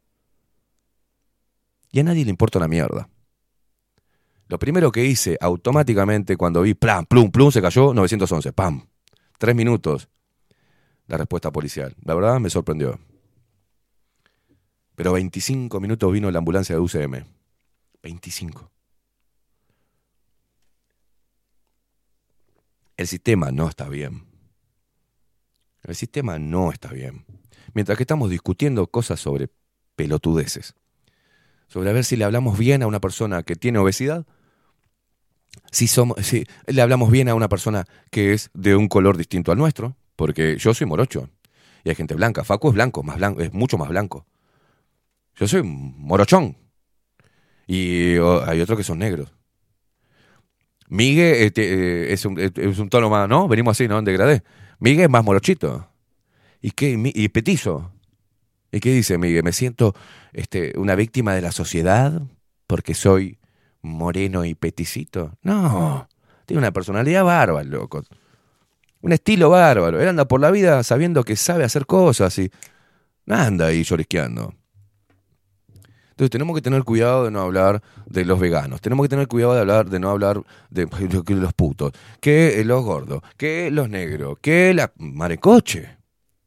Y a nadie le importa una mierda. Lo primero que hice automáticamente cuando vi, plan, plum, plum, se cayó, nueve once, pam. Tres minutos. La respuesta policial. La verdad me sorprendió. Pero veinticinco minutos vino la ambulancia de U C M. veinticinco. El sistema no está bien. El sistema no está bien. Mientras que estamos discutiendo cosas sobre pelotudeces. sobre a ver si le hablamos bien a una persona que tiene obesidad, si, somos, si le hablamos bien a una persona que es de un color distinto al nuestro, porque yo soy morocho y hay gente blanca. Facu es blanco, más blanco, es mucho más blanco. Yo soy morochón y oh, hay otros que son negros. Migue eh, eh, es, un, es un tono más, ¿no? Venimos así, ¿no? En degradé. Migue es más morochito. ¿Y qué? Y petizo. ¿Y qué dice Migue? Me siento este, una víctima de la sociedad porque soy moreno y peticito. No, tiene una personalidad bárbara, loco. Un estilo bárbaro. Él anda por la vida sabiendo que sabe hacer cosas y no anda ahí llorisqueando. Entonces tenemos que tener cuidado de no hablar de los veganos. Tenemos que tener cuidado de hablar de no hablar de, de, de los putos, que los gordos, que los negros, que la marecoche.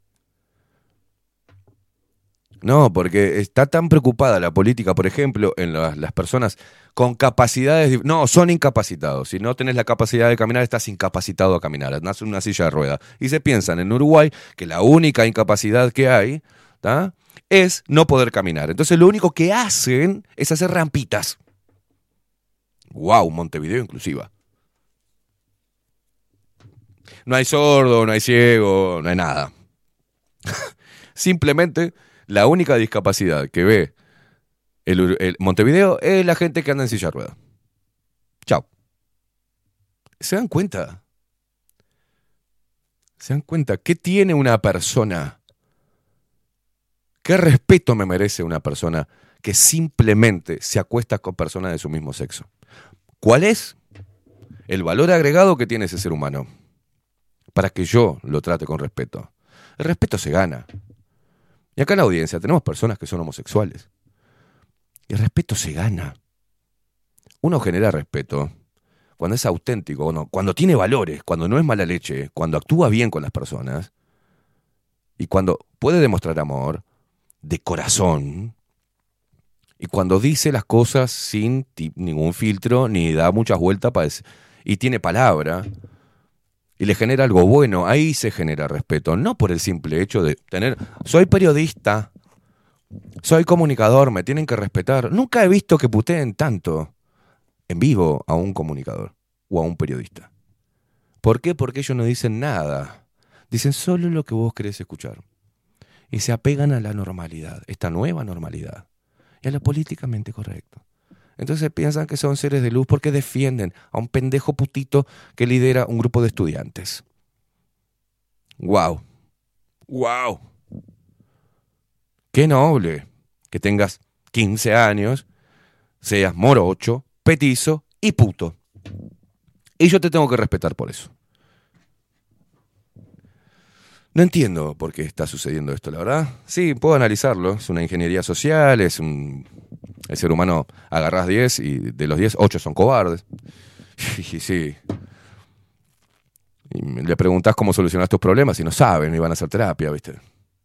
No, porque está tan preocupada la política, por ejemplo, en las, las personas con capacidades... No, son incapacitados. Si no tenés la capacidad de caminar, estás incapacitado a caminar. Nace una silla de ruedas. Y se piensan en Uruguay que la única incapacidad que hay, ¿tá?, es no poder caminar. Entonces lo único que hacen es hacer rampitas. ¡Wow! Montevideo inclusiva. No hay sordo, no hay ciego, no hay nada. Simplemente la única discapacidad que ve el, el Montevideo es la gente que anda en silla de ruedas. Chao. ¿Se dan cuenta? ¿Se dan cuenta? ¿Qué tiene una persona? ¿Qué respeto me merece una persona que simplemente se acuesta con personas de su mismo sexo? ¿Cuál es el valor agregado que tiene ese ser humano para que yo lo trate con respeto? El respeto se gana. Y acá en la audiencia tenemos personas que son homosexuales. Y el respeto se gana. Uno genera respeto cuando es auténtico, cuando, cuando tiene valores, cuando no es mala leche, cuando actúa bien con las personas y cuando puede demostrar amor de corazón y cuando dice las cosas sin t- ningún filtro ni da muchas vueltas para decir, y tiene palabra y le genera algo bueno, ahí se genera respeto, no por el simple hecho de tener, soy periodista, soy comunicador, me tienen que respetar. Nunca he visto que puteen tanto en vivo a un comunicador o a un periodista. ¿Por qué? Porque ellos no dicen nada, dicen solo lo que vos querés escuchar. Y se apegan a la normalidad, esta nueva normalidad, y a lo políticamente correcto. Entonces piensan que son seres de luz porque defienden a un pendejo putito que lidera un grupo de estudiantes. ¡Guau! ¡Guau! ¡Qué noble! Que tengas quince años, seas morocho, petizo y puto. Y yo te tengo que respetar por eso. No entiendo por qué está sucediendo esto, la verdad. Sí, puedo analizarlo. Es una ingeniería social, es un... El ser humano agarrás diez y de los diez, ocho son cobardes. Y sí. Y le preguntás cómo solucionás tus problemas y no saben, y van a hacer terapia, ¿viste?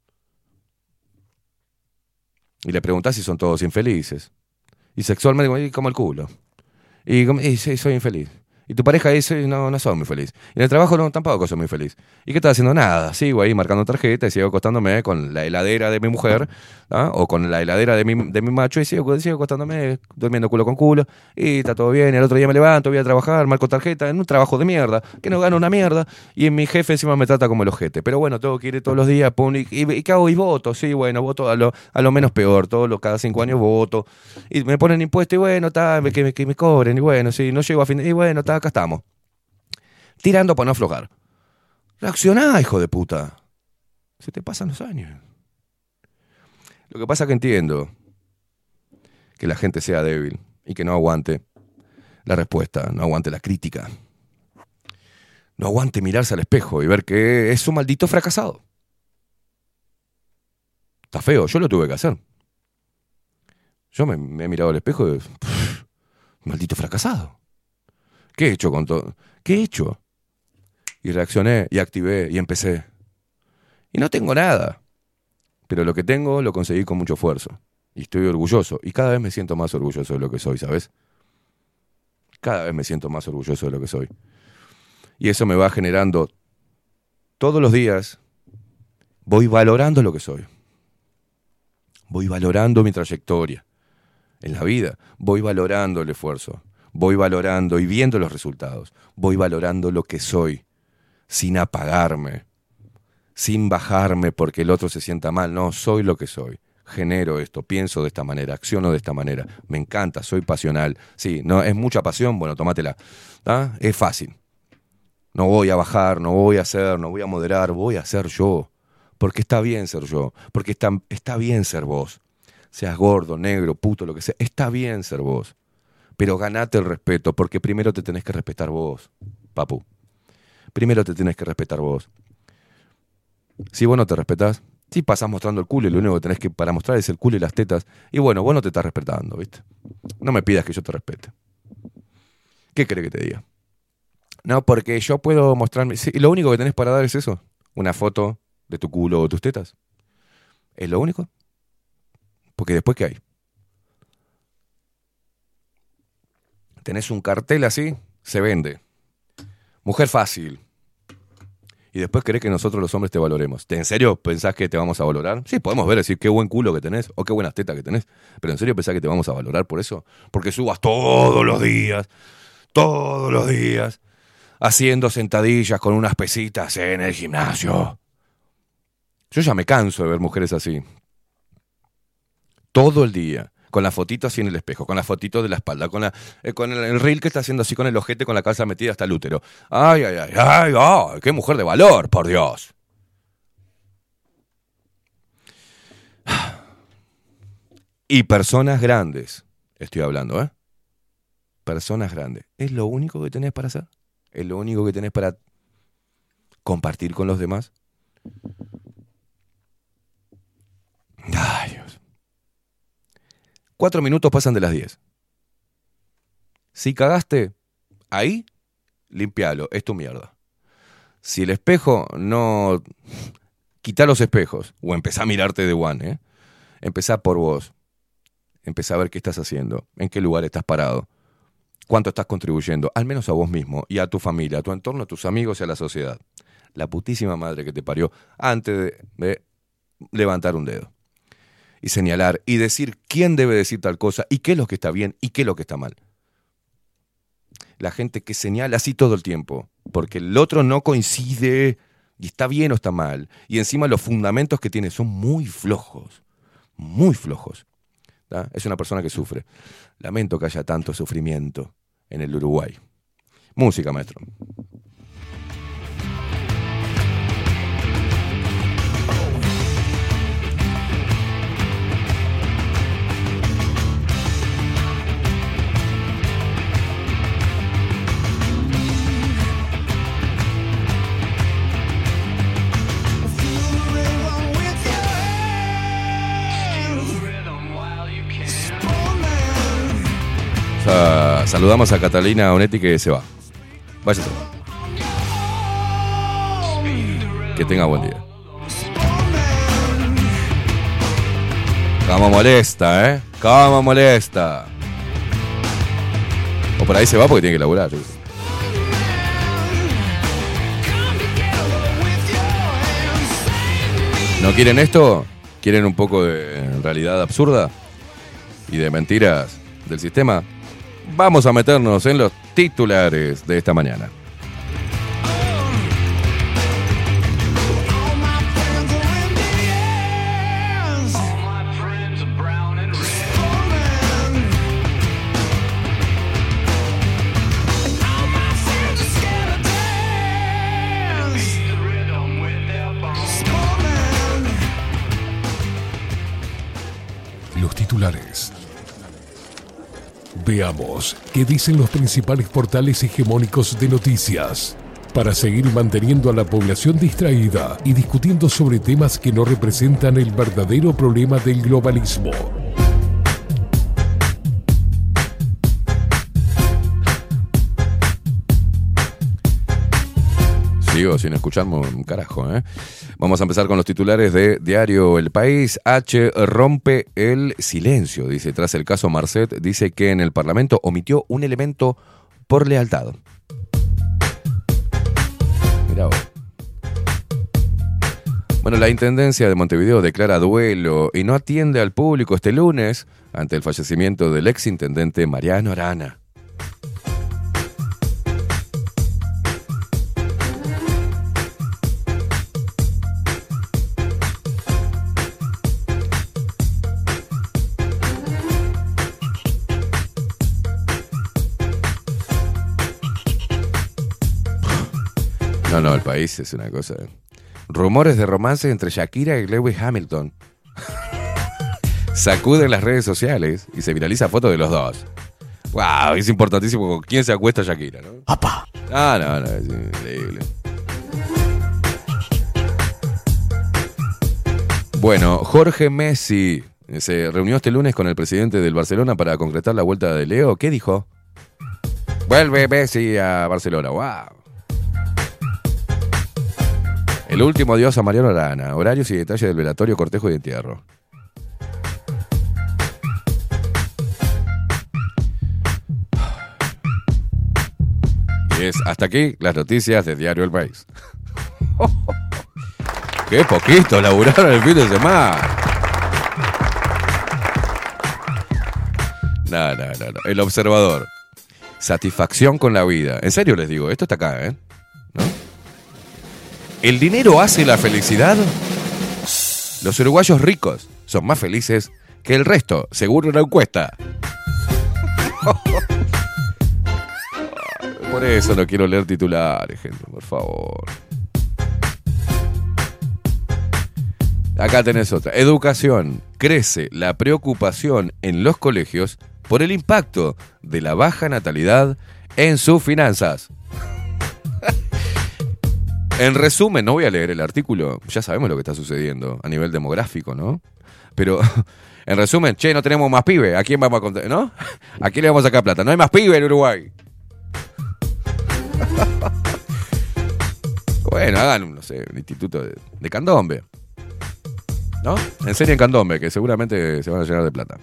Y le preguntás si son todos infelices. Y sexualmente, como el culo. Y, y sí, soy infeliz. Y tu pareja dice, no, no soy muy feliz. Y en el trabajo no, tampoco soy muy feliz. ¿Y qué estás haciendo? Nada. Sigo ahí marcando tarjeta y sigo acostándome con la heladera de mi mujer, ¿ah?, o con la heladera de mi, de mi macho y sigo, sigo acostándome, durmiendo culo con culo. Y está todo bien. Y el otro día me levanto, voy a trabajar, marco tarjeta en un trabajo de mierda, que no gano una mierda. Y mi jefe encima me trata como el ojete. Pero bueno, tengo que ir todos los días. Pum, y, y, y ¿qué hago? Y voto. Sí, bueno, voto a lo, a lo menos peor. Todos los, cada cinco años voto. Y me ponen impuestos y bueno, está, que, me, que me cobren. Y bueno, sí, no llego a fin de... Y bueno, está, acá estamos. Tirando para no aflojar. Reaccioná, hijo de puta. Se te pasan los años. Lo que pasa es que entiendo que la gente sea débil y que no aguante la respuesta, no aguante la crítica, no aguante mirarse al espejo y ver que es un maldito fracasado. Está feo, yo lo tuve que hacer. Yo me, me he mirado al espejo y... Pff, maldito fracasado. ¿Qué he hecho con todo? ¿Qué he hecho? Y reaccioné, y activé, y empecé. Y no tengo nada. Pero lo que tengo lo conseguí con mucho esfuerzo. Y estoy orgulloso. Y cada vez me siento más orgulloso de lo que soy, ¿sabes? Cada vez me siento más orgulloso de lo que soy. Y eso me va generando... Todos los días voy valorando lo que soy. Voy valorando mi trayectoria. en la vida. Voy valorando el esfuerzo, voy valorando y viendo los resultados, voy valorando lo que soy, sin apagarme, sin bajarme porque el otro se sienta mal. No, soy lo que soy. Genero esto, pienso de esta manera, acciono de esta manera. Me encanta, soy pasional. Sí, no es mucha pasión, bueno, tómatela. ¿Ah? Es fácil. No voy a bajar, no voy a hacer, no voy a moderar, voy a ser yo. Porque está bien ser yo, porque está, está bien ser vos. Seas gordo, negro, puto, lo que sea, está bien ser vos. Pero ganate el respeto, porque primero te tenés que respetar vos, papu. Primero te tenés que respetar vos. Si vos no te respetás, si pasás mostrando el culo y lo único que tenés que para mostrar es el culo y las tetas, y bueno, vos no te estás respetando, ¿viste? No me pidas que yo te respete. ¿Qué querés que te diga? No, porque yo puedo mostrarme... Sí, lo único que tenés para dar es eso. Una foto de tu culo o tus tetas. ¿Es lo único? Porque después, ¿qué hay? Tenés un cartel así, se vende. Mujer fácil. Y después querés que nosotros los hombres te valoremos. ¿En serio pensás que te vamos a valorar? Sí, podemos ver, decir qué buen culo que tenés o qué buenas tetas que tenés. Pero ¿en serio pensás que te vamos a valorar por eso? Porque subas todos los días, todos los días, haciendo sentadillas con unas pesitas en el gimnasio. Yo ya me canso de ver mujeres así. Todo el día. Con la fotito así en el espejo, con la fotito de la espalda, con, la, eh, con el, el reel que está haciendo así con el ojete, con la cabeza metida hasta el útero. Ay, ay, ay, ay, ay, qué mujer de valor, por Dios. Y personas grandes, estoy hablando, ¿eh? Personas grandes. ¿Es lo único que tenés para hacer? ¿Es lo único que tenés para compartir con los demás? Ay, Dios. Cuatro minutos pasan de las diez. Si cagaste ahí, limpialo, es tu mierda. Si el espejo no... Quitá los espejos o empezá a mirarte de one, ¿eh? Empezá por vos. Empezá a ver qué estás haciendo, en qué lugar estás parado, cuánto estás contribuyendo, al menos a vos mismo y a tu familia, a tu entorno, a tus amigos y a la sociedad. La putísima madre que te parió antes de, de levantar un dedo. Y señalar y decir quién debe decir tal cosa y qué es lo que está bien y qué es lo que está mal. La gente que señala así todo el tiempo, porque el otro no coincide y está bien o está mal. Y encima los fundamentos que tiene son muy flojos, muy flojos. ¿Da? Es una persona que sufre. Lamento que haya tanto sufrimiento en el Uruguay. Música, maestro. O sea, saludamos a Catalina Onetti que se va. Váyase. Que tenga buen día. Cómo molesta, ¿eh? Cómo molesta. O por ahí se va porque tiene que laburar. Yo qué sé. ¿No quieren esto? ¿Quieren un poco de realidad absurda? ¿Y de mentiras del sistema? Vamos a meternos en los titulares de esta mañana. Los titulares. Veamos qué dicen los principales portales hegemónicos de noticias para seguir manteniendo a la población distraída y discutiendo sobre temas que no representan el verdadero problema del globalismo. Sigo sin escucharme un carajo, ¿eh? Vamos a empezar con los titulares de Diario El País. H rompe el silencio, dice, tras el caso Marcet, dice que en el Parlamento omitió un elemento por lealtad. Mirá vos. Bueno, Bueno, la Intendencia de Montevideo declara duelo y no atiende al público este lunes ante el fallecimiento del exintendente Mariano Arana. No, no, el país es una cosa. Rumores de romance entre Shakira y Lewis Hamilton. Sacuden las redes sociales y se viraliza foto de los dos. ¡Wow! Es importantísimo con quién se acuesta Shakira, ¿no? ¡Apa! Ah, no, no, es increíble. Bueno, Jorge Messi se reunió este lunes con el presidente del Barcelona para concretar la vuelta de Leo. ¿Qué dijo? Vuelve Messi a Barcelona. ¡Wow! El último adiós a Mariano Arana. Horarios y detalles del velatorio, cortejo y entierro. Y es hasta aquí las noticias de Diario El País. ¡Qué poquito laburaron el fin de semana! No, no, no, no. El Observador. Satisfacción con la vida. En serio les digo, esto está acá, ¿eh? ¿No? ¿El dinero hace la felicidad? Los uruguayos ricos son más felices que el resto, según una encuesta. Por eso no quiero leer titulares, gente, por favor. Acá tenés otra. Educación. Crece la preocupación en los colegios por el impacto de la baja natalidad en sus finanzas. En resumen, no voy a leer el artículo, ya sabemos lo que está sucediendo a nivel demográfico, ¿no? Pero, en resumen, che, no tenemos más pibe, ¿a quién vamos a contar, no? ¿A quién le vamos a sacar plata? No hay más pibe en Uruguay. Bueno, hagan, no sé, un instituto de, de candombe, ¿no? Enseñen candombe, que seguramente se van a llenar de plata.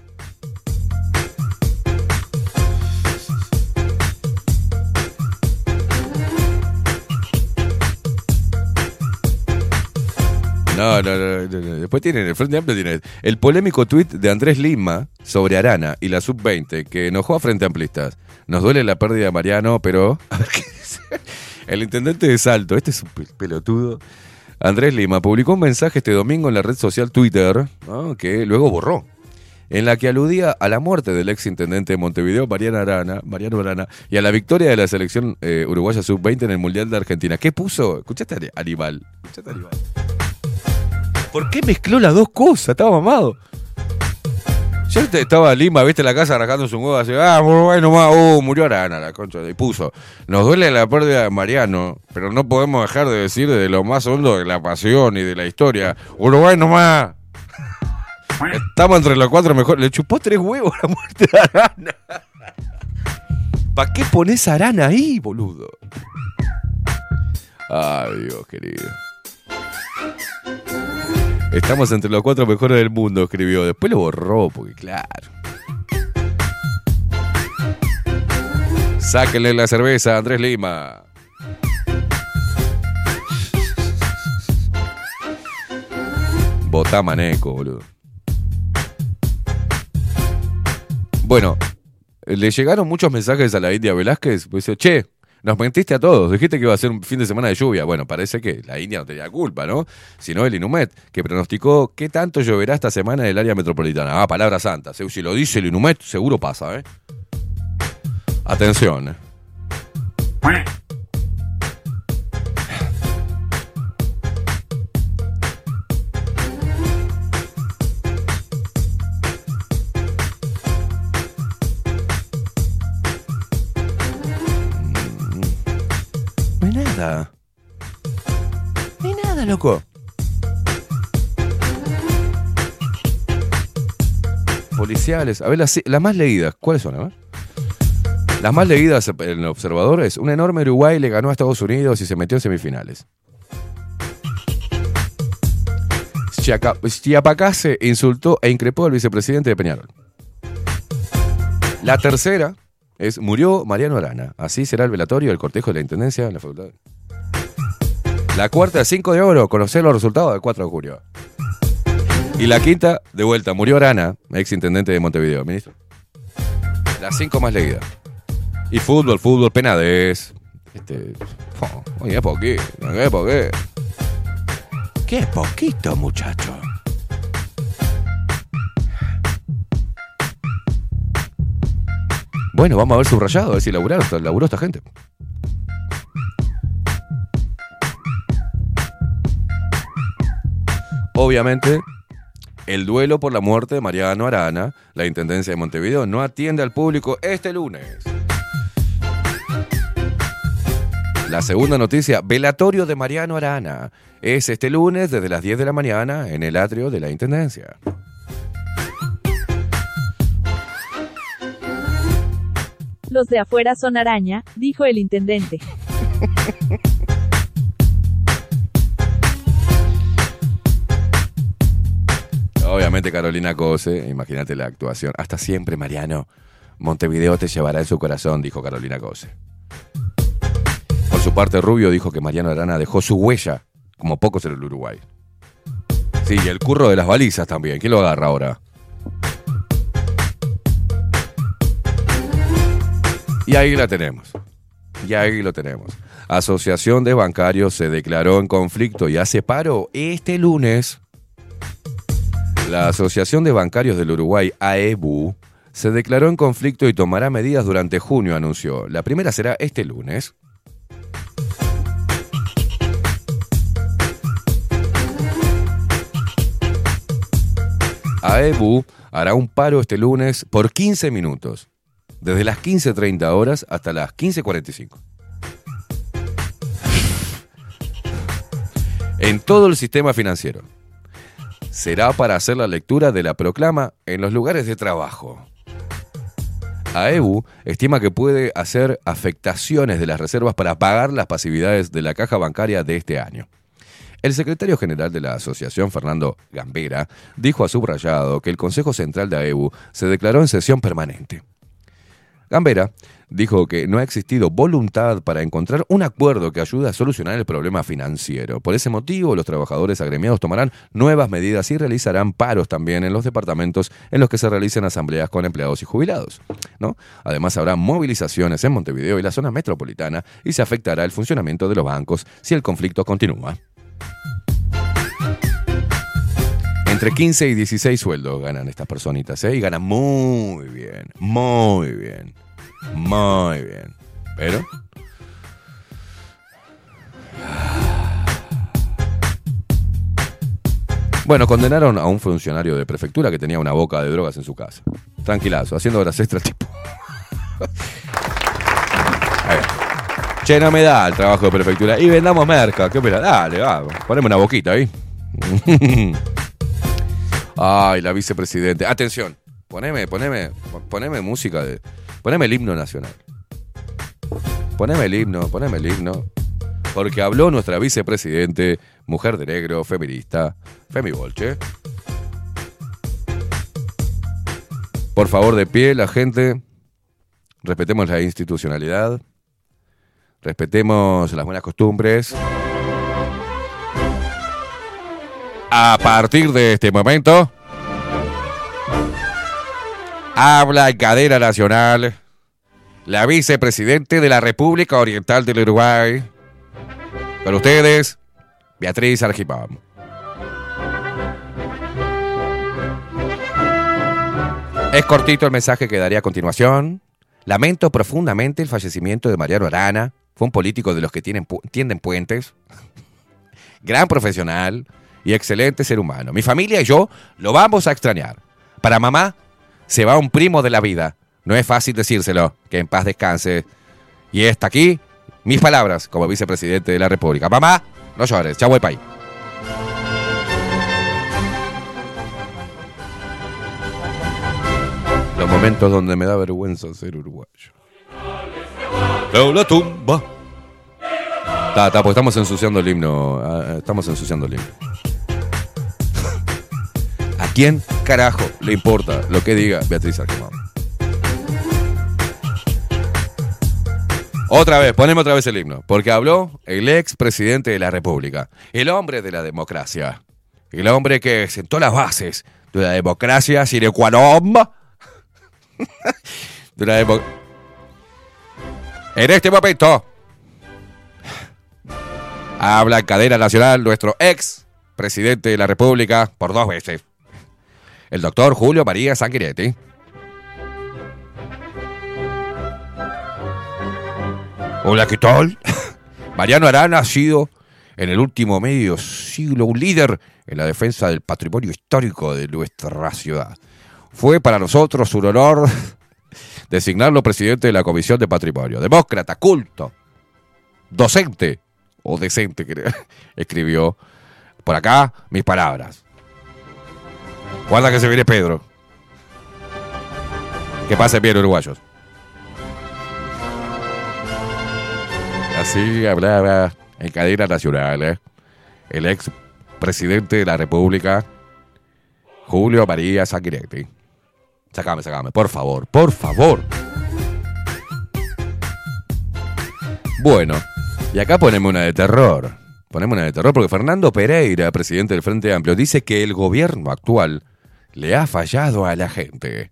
No, no, no, no, no. Después tienen, el Frente Amplio tiene el polémico tuit de Andrés Lima sobre Arana y la sub veinte, que enojó a Frente Amplistas. Nos duele la pérdida de Mariano, pero... A ver, ¿qué dice? El intendente de Salto, este es un pelotudo. Andrés Lima publicó un mensaje este domingo en la red social Twitter, ¿no? Que luego borró, en la que aludía a la muerte del ex intendente de Montevideo, Mariano Arana, Mariano Arana, y a la victoria de la selección eh, uruguaya sub veinte en el Mundial de Argentina. ¿Qué puso? Escuchaste, Aníbal. Escuchaste, Aníbal. ¿Por qué mezcló las dos cosas? Estaba mamado. Yo estaba en Lima, viste, la casa arrancándose un huevo así, ah, bueno, más, uh, murió Arana, la concha, y puso, nos duele la pérdida de Mariano, pero no podemos dejar de decir de lo más hondo de la pasión y de la historia, Uruguay nomás. Estamos entre los cuatro mejores. Le chupó tres huevos la muerte de Arana. ¿Para qué pones a Arana ahí, boludo? Ay, Dios querido. Estamos entre los cuatro mejores del mundo, escribió. Después lo borró, porque claro. Sáquenle la cerveza a Andrés Lima. Botá maneco, boludo. Bueno, le llegaron muchos mensajes a la India Velázquez. Pues dice, che, nos mentiste a todos, dijiste que iba a ser un fin de semana de lluvia. Bueno, parece que la India no tenía culpa, ¿no? Sino el Inumet, que pronosticó qué tanto lloverá esta semana en el área metropolitana. Ah, palabra santa. Si lo dice el Inumet, seguro pasa, ¿eh? Atención. No hay nada. No hay nada, loco. Policiales. A ver, las, las más leídas. ¿Cuáles son? A ver. Las más leídas en el Observador es: un enorme Uruguay le ganó a Estados Unidos y se metió en semifinales. Chiapacase insultó e increpó al vicepresidente de Peñarol. La tercera es: murió Mariano Arana. Así será el velatorio del cortejo de la Intendencia en la facultad. La cuarta, cinco de oro, conocer los resultados del cuatro de julio. Y la quinta, de vuelta, murió Arana, ex intendente de Montevideo, ministro. Las cinco más leídas. Y fútbol, fútbol, Penades. Este. Oh, oye, es poquito, es poquito. ¿Qué es poquito, muchacho? Bueno, vamos a ver subrayado, a ver si laburaron, laburó esta gente. Obviamente, el duelo por la muerte de Mariano Arana, la Intendencia de Montevideo, no atiende al público este lunes. La segunda noticia, velatorio de Mariano Arana, es este lunes desde las diez de la mañana en el atrio de la Intendencia. Los de afuera son araña, dijo el intendente. Obviamente Carolina Cose, imagínate la actuación. Hasta siempre, Mariano. Montevideo te llevará en su corazón, dijo Carolina Cose. Por su parte, Rubio dijo que Mariano Arana dejó su huella, como pocos en el Uruguay. Sí, y el curro de las balizas también. ¿Quién lo agarra ahora? Y ahí la tenemos. Y ahí lo tenemos. Asociación de Bancarios se declaró en conflicto y hace paro este lunes. La Asociación de Bancarios del Uruguay, A E B U, se declaró en conflicto y tomará medidas durante junio, anunció. La primera será este lunes. A E B U hará un paro este lunes por quince minutos. Desde las quince treinta horas hasta las quince cuarenta y cinco. En todo el sistema financiero. Será para hacer la lectura de la proclama en los lugares de trabajo. A E B U estima que puede hacer afectaciones de las reservas para pagar las pasividades de la caja bancaria de este año. El secretario general de la asociación, Fernando Gambera, dijo a Subrayado que el Consejo Central de A E B U se declaró en sesión permanente. Gambera dijo que no ha existido voluntad para encontrar un acuerdo que ayude a solucionar el problema financiero. Por ese motivo, los trabajadores agremiados tomarán nuevas medidas y realizarán paros también en los departamentos en los que se realicen asambleas con empleados y jubilados, ¿no? Además, habrá movilizaciones en Montevideo y la zona metropolitana y se afectará el funcionamiento de los bancos si el conflicto continúa. Entre quince y dieciséis sueldos ganan estas personitas, ¿eh? Y ganan muy bien, muy bien, muy bien. Pero... Bueno, condenaron a un funcionario de prefectura que tenía una boca de drogas en su casa. Tranquilazo, haciendo horas extras tipo... A ver. Che, no me da el trabajo de prefectura. Y vendamos merca. ¿Qué opera? Dale, vamos. Poneme una boquita ahí. Ay, la vicepresidente. Atención. Poneme, poneme, poneme música de... Poneme el himno nacional. Poneme el himno, poneme el himno. Porque habló nuestra vicepresidente, mujer de negro, feminista, Femi Bolche. Por favor, de pie, la gente. Respetemos la institucionalidad. Respetemos las buenas costumbres. A partir de este momento, habla en cadena nacional la vicepresidente de la República Oriental del Uruguay. Con ustedes, Beatriz Argimón. Es cortito el mensaje que daré a continuación. Lamento profundamente el fallecimiento de Mariano Arana. Fue un político de los que tienen pu- tienden puentes. Gran profesional y excelente ser humano. Mi familia y yo lo vamos a extrañar. Para mamá, se va un primo de la vida. No es fácil decírselo. Que en paz descanse. Y está aquí mis palabras como vicepresidente de la República. Mamá, no llores. Chau, el país. Los momentos donde me da vergüenza ser uruguayo. Pero la tumba. Ta, ta, pues estamos ensuciando el himno. Ah, estamos ensuciando el himno. ¿A quién carajo le importa lo que diga Beatriz Argimón? Otra vez, poneme otra vez el himno. Porque habló el ex presidente de la República. El hombre de la democracia. El hombre que sentó las bases de la democracia sine qua non. De la demo- en este momento habla en cadena nacional nuestro ex presidente de la República por dos veces. El doctor Julio María Sanguinetti. Hola, ¿qué tal? Mariano Arana ha sido en el último medio siglo un líder en la defensa del patrimonio histórico de nuestra ciudad. Fue para nosotros un honor designarlo presidente de la Comisión de Patrimonio. Demócrata, culto, docente o decente, escribió por acá mis palabras. Guarda que se viene Pedro. Que pasen bien, uruguayos. Así hablaba en cadena nacional ¿eh? el ex presidente de la República, Julio María Sanguinetti. Sácame, sácame, por favor, por favor. Bueno, y acá ponemos una de terror. Ponemos una de terror porque Fernando Pereira, presidente del Frente Amplio, dice que el gobierno actual le ha fallado a la gente.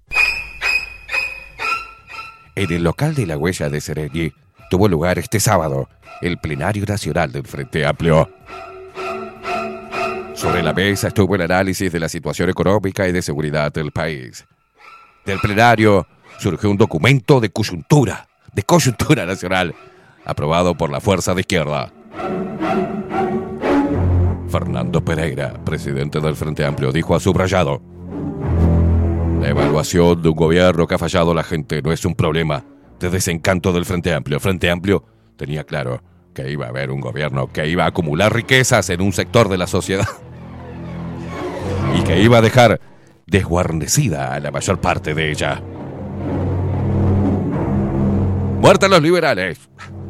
En el local de la Huella de Sereni tuvo lugar este sábado el plenario nacional del Frente Amplio. Sobre la mesa estuvo el análisis de la situación económica y de seguridad del país. Del plenario surgió un documento de coyuntura, de coyuntura nacional, aprobado por la fuerza de izquierda. Fernando Pereira, presidente del Frente Amplio, dijo a subrayado: la evaluación de un gobierno que ha fallado a la gente no es un problema de desencanto del Frente Amplio. El Frente Amplio tenía claro que iba a haber un gobierno que iba a acumular riquezas en un sector de la sociedad y que iba a dejar desguarnecida a la mayor parte de ella. ¡Muerta los liberales!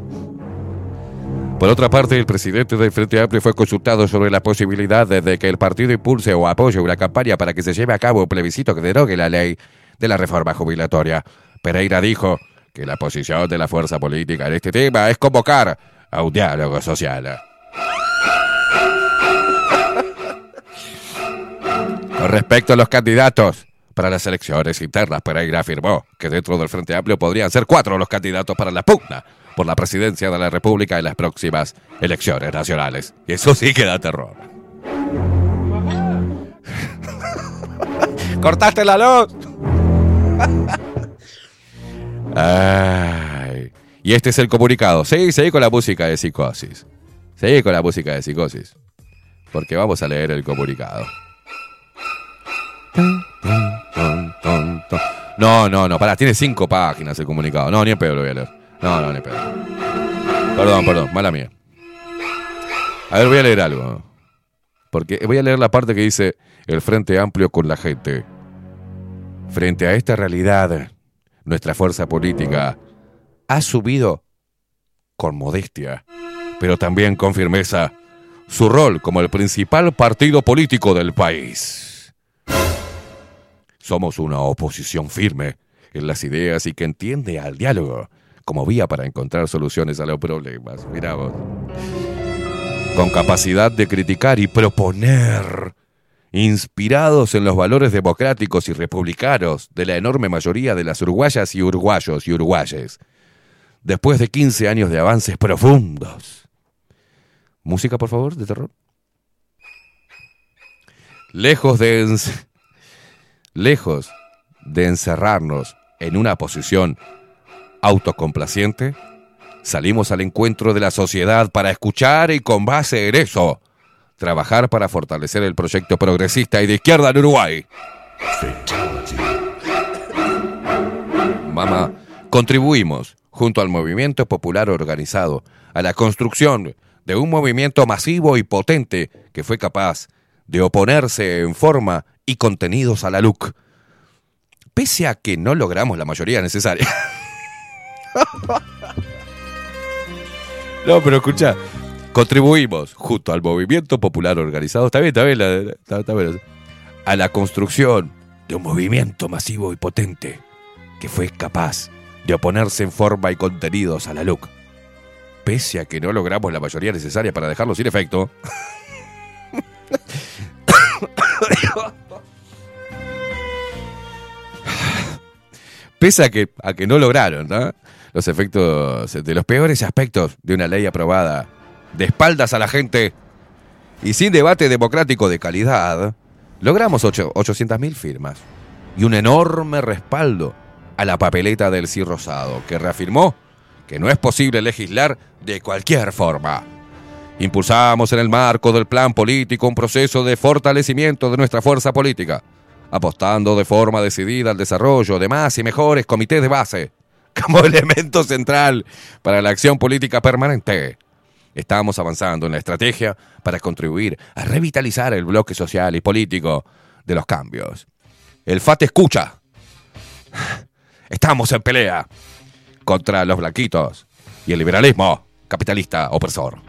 Por otra parte, el presidente del Frente Amplio fue consultado sobre la posibilidad de, de que el partido impulse o apoye una campaña para que se lleve a cabo un plebiscito que derogue la ley de la reforma jubilatoria. Pereira dijo que la posición de la fuerza política en este tema es convocar a un diálogo social. Con respecto a los candidatos para las elecciones internas, Pereira afirmó que dentro del Frente Amplio podrían ser cuatro los candidatos para la pugna por la presidencia de la República en las próximas elecciones nacionales. Y eso sí que da terror. ¡Cortaste la luz! Ay. Y este es el comunicado. Sí, seguí con la música de Psicosis. Seguí con la música de Psicosis. Porque vamos a leer el comunicado. No, no, no, pará, tiene cinco páginas el comunicado. No, ni en pedo lo voy a leer. No, no, ni en pedo. Perdón, perdón, mala mía. A ver, voy a leer algo. Porque voy a leer la parte que dice el Frente Amplio con la gente. Frente a esta realidad, nuestra fuerza política ha asumido con modestia, pero también con firmeza, su rol como el principal partido político del país. Somos una oposición firme en las ideas y que entiende al diálogo como vía para encontrar soluciones a los problemas. Mirá vos. Con capacidad de criticar y proponer, inspirados en los valores democráticos y republicanos de la enorme mayoría de las uruguayas y uruguayos y uruguayes. Después de quince años de avances profundos. Música, por favor, de terror. Lejos de... Ens- Lejos de encerrarnos en una posición autocomplaciente, salimos al encuentro de la sociedad para escuchar y con base en eso, trabajar para fortalecer el proyecto progresista y de izquierda en Uruguay. Mamá, contribuimos, junto al movimiento popular organizado, a la construcción de un movimiento masivo y potente que fue capaz de oponerse en forma y contenidos a la L U C, pese a que no logramos la mayoría necesaria. No, pero escucha, contribuimos junto al movimiento popular organizado, está bien, está bien, la, está, está bien, a la construcción de un movimiento masivo y potente que fue capaz de oponerse en forma y contenidos a la L U C, pese a que no logramos la mayoría necesaria para dejarlo sin efecto. Pese a que, a que no lograron, ¿no?, los efectos de los peores aspectos de una ley aprobada de espaldas a la gente y sin debate democrático de calidad, logramos ochocientas mil firmas y un enorme respaldo a la papeleta del sí rosado, que reafirmó que no es posible legislar de cualquier forma. Impulsamos en el marco del plan político un proceso de fortalecimiento de nuestra fuerza política, apostando de forma decidida al desarrollo de más y mejores comités de base como elemento central para la acción política permanente. Estamos avanzando en la estrategia para contribuir a revitalizar el bloque social y político de los cambios. El F A T escucha. Estamos en pelea contra los blanquitos y el liberalismo capitalista opresor.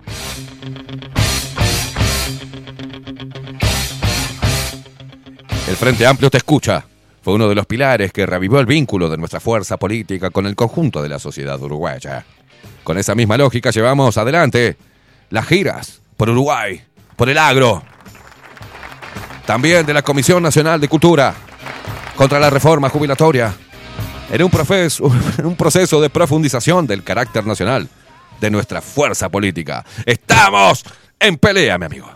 El Frente Amplio te escucha. Fue uno de los pilares que reavivó el vínculo de nuestra fuerza política con el conjunto de la sociedad uruguaya. Con esa misma lógica llevamos adelante las giras por Uruguay, por el agro. También de la Comisión Nacional de Cultura contra la reforma jubilatoria. En un, profes, un proceso de profundización del carácter nacional de nuestra fuerza política. Estamos en pelea, mi amigo.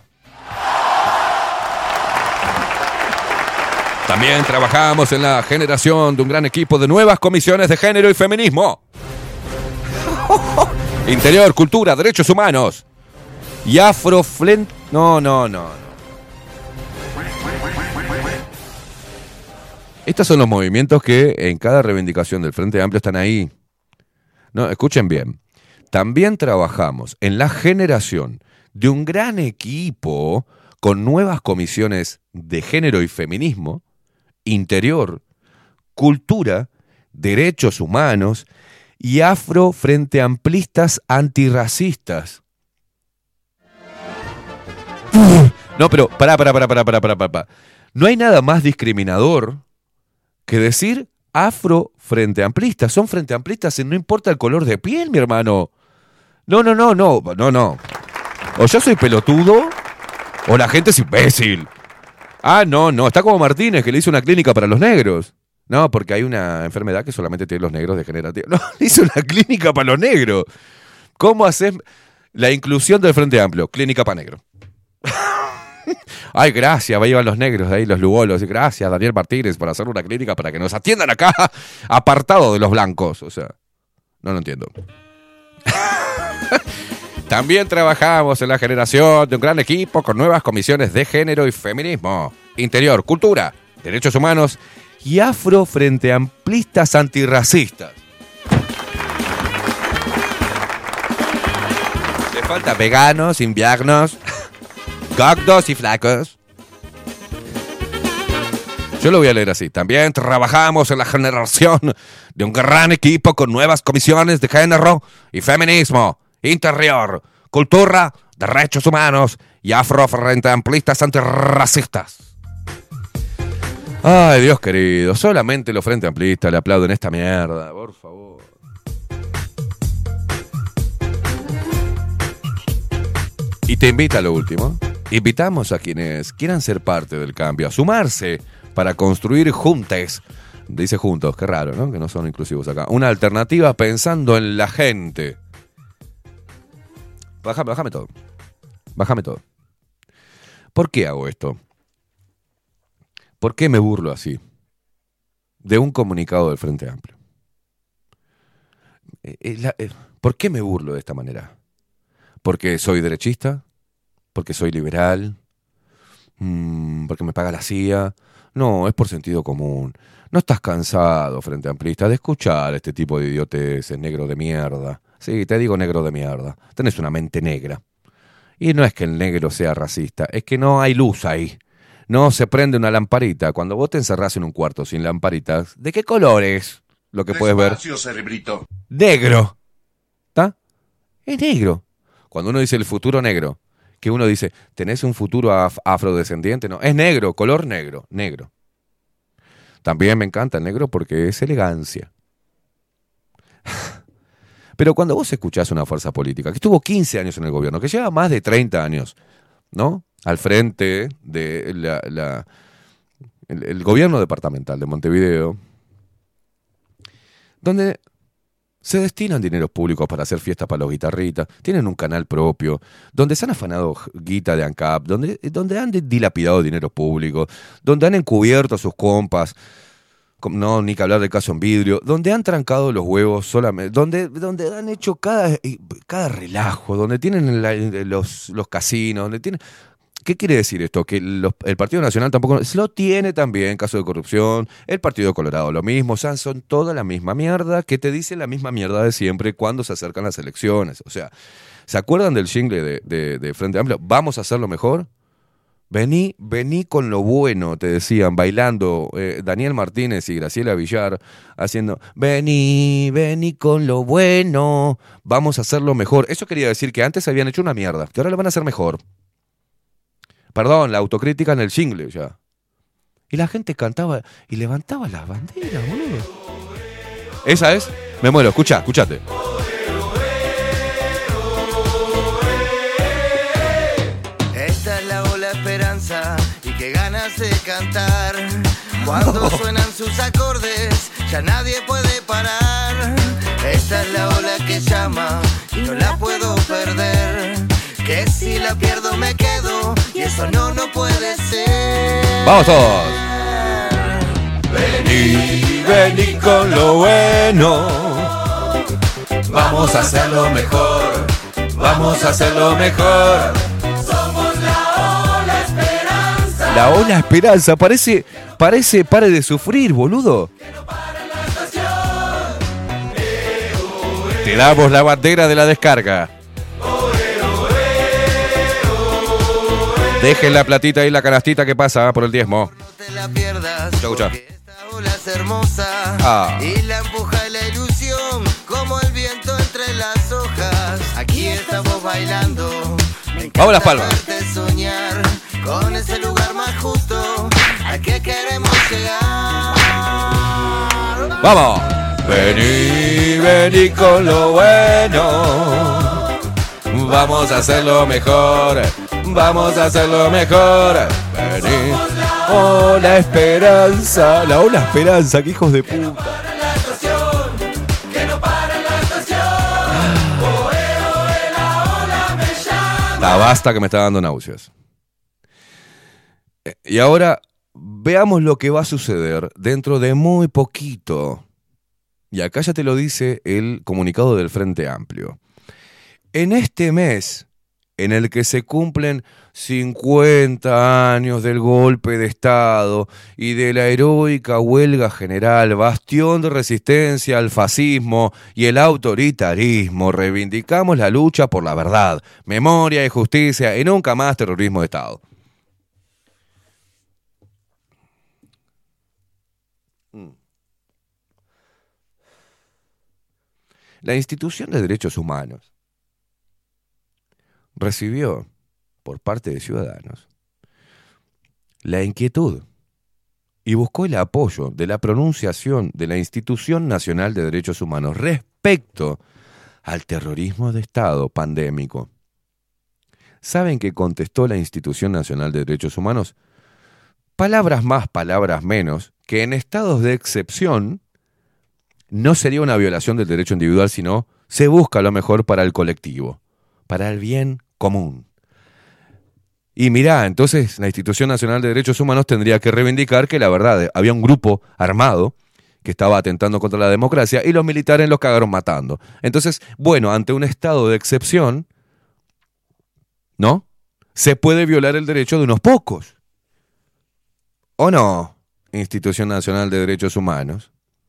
También trabajamos en la generación de un gran equipo de nuevas comisiones de género y feminismo. Interior, cultura, derechos humanos y afroflent... No, no, no, no. Estos son los movimientos que en cada reivindicación del Frente Amplio están ahí. No, escuchen bien. También trabajamos en la generación de un gran equipo con nuevas comisiones de género y feminismo, interior, cultura, derechos humanos y afro frente amplistas antirracistas. No, pero pará, pará, pará, pará, pará, pará, pará. No hay nada más discriminador que decir afro frente amplistas. Son frente amplistas y no importa el color de piel, mi hermano. No, no, no, no, no, no. O yo soy pelotudo o la gente es imbécil. Ah, no, no, está como Martínez, que le hizo una clínica para los negros. No, porque hay una enfermedad que solamente tienen los negros degenerativos. No, le hizo una clínica para los negros. ¿Cómo haces la inclusión del Frente Amplio? Clínica para negros. Ay, gracias, ahí van los negros, ahí los lugolos. Gracias, Daniel Martínez, por hacer una clínica para que nos atiendan acá, apartado de los blancos. O sea, no lo entiendo. También trabajamos en la generación de un gran equipo con nuevas comisiones de género y feminismo, interior, cultura, derechos humanos y afro frente amplistas antirracistas. Le falta veganos, inviernos, gordos y flacos. Yo lo voy a leer así. También trabajamos en la generación de un gran equipo con nuevas comisiones de género y feminismo, interior, cultura, derechos humanos y afro frente amplistas antirracistas. Ay, Dios querido, solamente los frente amplistas le aplauden esta mierda, por favor. Y te invita a lo último. Invitamos a quienes quieran ser parte del cambio, a sumarse para construir juntes. Dice juntos, qué raro, ¿no? Que no son inclusivos acá. Una alternativa pensando en la gente. Bájame, bájame todo. Bájame todo. ¿Por qué hago esto? ¿Por qué me burlo así de un comunicado del Frente Amplio? ¿Por qué me burlo de esta manera? ¿Porque soy derechista? ¿Porque soy liberal? ¿Porque me paga la C I A? No, es por sentido común. ¿No estás cansado, Frente Amplista, de escuchar este tipo de idioteces, negro de mierda? Sí, te digo negro de mierda. Tenés una mente negra. Y no es que el negro sea racista, es que no hay luz ahí. No se prende una lamparita. Cuando vos te encerrás en un cuarto sin lamparitas, ¿de qué color es lo que puedes ver? Despacio, cerebrito. Negro. ¿Está? Es negro. Cuando uno dice el futuro negro, que uno dice, ¿tenés un futuro af- afrodescendiente? No, es negro, color negro, negro. También me encanta el negro porque es elegancia. Pero cuando vos escuchás una fuerza política que estuvo quince años en el gobierno, que lleva más de treinta años, ¿no? Al frente de la, la, el, el gobierno departamental de Montevideo, donde se destinan dineros públicos para hacer fiestas para los guitarritas, tienen un canal propio, donde se han afanado guita de ANCAP, donde, donde han dilapidado dinero público, donde han encubierto a sus compas, no, ni que hablar del caso en vidrio, donde han trancado los huevos solamente, donde, donde han hecho cada, cada relajo, donde tienen la, los, los casinos, donde tienen... ¿Qué quiere decir esto? Que los, el Partido Nacional tampoco lo tiene también, caso de corrupción, el Partido Colorado lo mismo, o sea, son toda la misma mierda que te dicen la misma mierda de siempre cuando se acercan las elecciones. O sea, ¿se acuerdan del jingle de, de, de Frente Amplio? ¿Vamos a hacerlo mejor? Vení, vení con lo bueno, te decían, bailando eh, Daniel Martínez y Graciela Villar, haciendo, vení, vení con lo bueno, vamos a hacerlo mejor. Eso quería decir que antes habían hecho una mierda, que ahora lo van a hacer mejor. Perdón, la autocrítica en el jingle ya. Y la gente cantaba y levantaba las banderas, boludo. Esa es, me muero, escucha, escuchate. Esta es la ola esperanza y qué ganas de cantar. Cuando suenan sus acordes, ya nadie puede parar. Esta es la ola que llama y no la puedo perder. Que si la pierdo me quedo y eso no, no puede ser. ¡Vamos todos! Vení, vení con lo bueno. Vamos a hacerlo mejor. Vamos a hacerlo mejor. Somos la ola esperanza. La ola esperanza, parece, parece pare de sufrir, boludo. Te damos la bandera de la descarga. Dejen la platita y la canastita que pasa por el diezmo. No te la pierdas, Escucha. porque esta ola es hermosa. Ah. Y la empuja la ilusión como el viento entre las hojas. Aquí estamos bailando. Me encanta Vamos las palmas. verte soñar con ese lugar más justo al que queremos llegar. ¡Vamos! Vení, vení con lo bueno. Vamos a hacerlo mejor. Vamos a hacerlo mejor. Vení. Oh, la esperanza. La ola esperanza, que hijos de puta. La basta que me está dando náuseas. Y ahora veamos lo que va a suceder dentro de muy poquito. Y acá ya te lo dice el comunicado del Frente Amplio. En este mes, en el que se cumplen cincuenta años del golpe de Estado y de la heroica huelga general, bastión de resistencia al fascismo y el autoritarismo, reivindicamos la lucha por la verdad, memoria y justicia y nunca más terrorismo de Estado. La institución de derechos humanos recibió por parte de ciudadanos la inquietud y buscó el apoyo de la pronunciación de la Institución Nacional de Derechos Humanos respecto al terrorismo de Estado pandémico. ¿Saben qué contestó la Institución Nacional de Derechos Humanos? Palabras más, palabras menos, que en estados de excepción no sería una violación del derecho individual, sino se busca lo mejor para el colectivo, para el bien común. Y mirá, entonces la Institución Nacional de Derechos Humanos tendría que reivindicar que la verdad, había un grupo armado que estaba atentando contra la democracia y los militares los cagaron matando. Entonces, bueno, ante un estado de excepción, ¿no? Se puede violar el derecho de unos pocos. ¿O no, Institución Nacional de Derechos Humanos?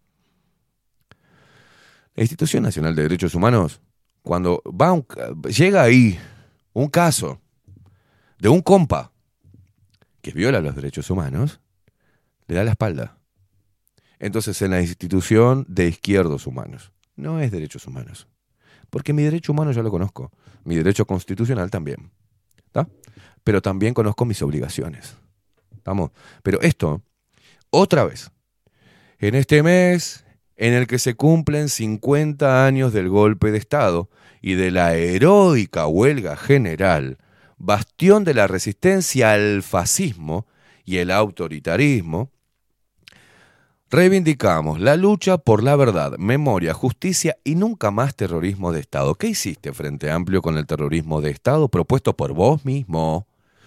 La Institución Nacional de Derechos Humanos, cuando va un, llega ahí un caso de un compa que viola los derechos humanos, le da la espalda. Entonces, en la institución de izquierdos humanos, no es derechos humanos. Porque mi derecho humano ya lo conozco. Mi derecho constitucional también. ¿Está? Pero también conozco mis obligaciones. ¿Estamos? Pero esto, otra vez, en este mes en el que se cumplen cincuenta años del golpe de Estado y de la heroica huelga general, bastión de la resistencia al fascismo y el autoritarismo, reivindicamos la lucha por la verdad, memoria, justicia y nunca más terrorismo de Estado. ¿Qué hiciste, Frente Amplio, con el terrorismo de Estado propuesto por vos mismo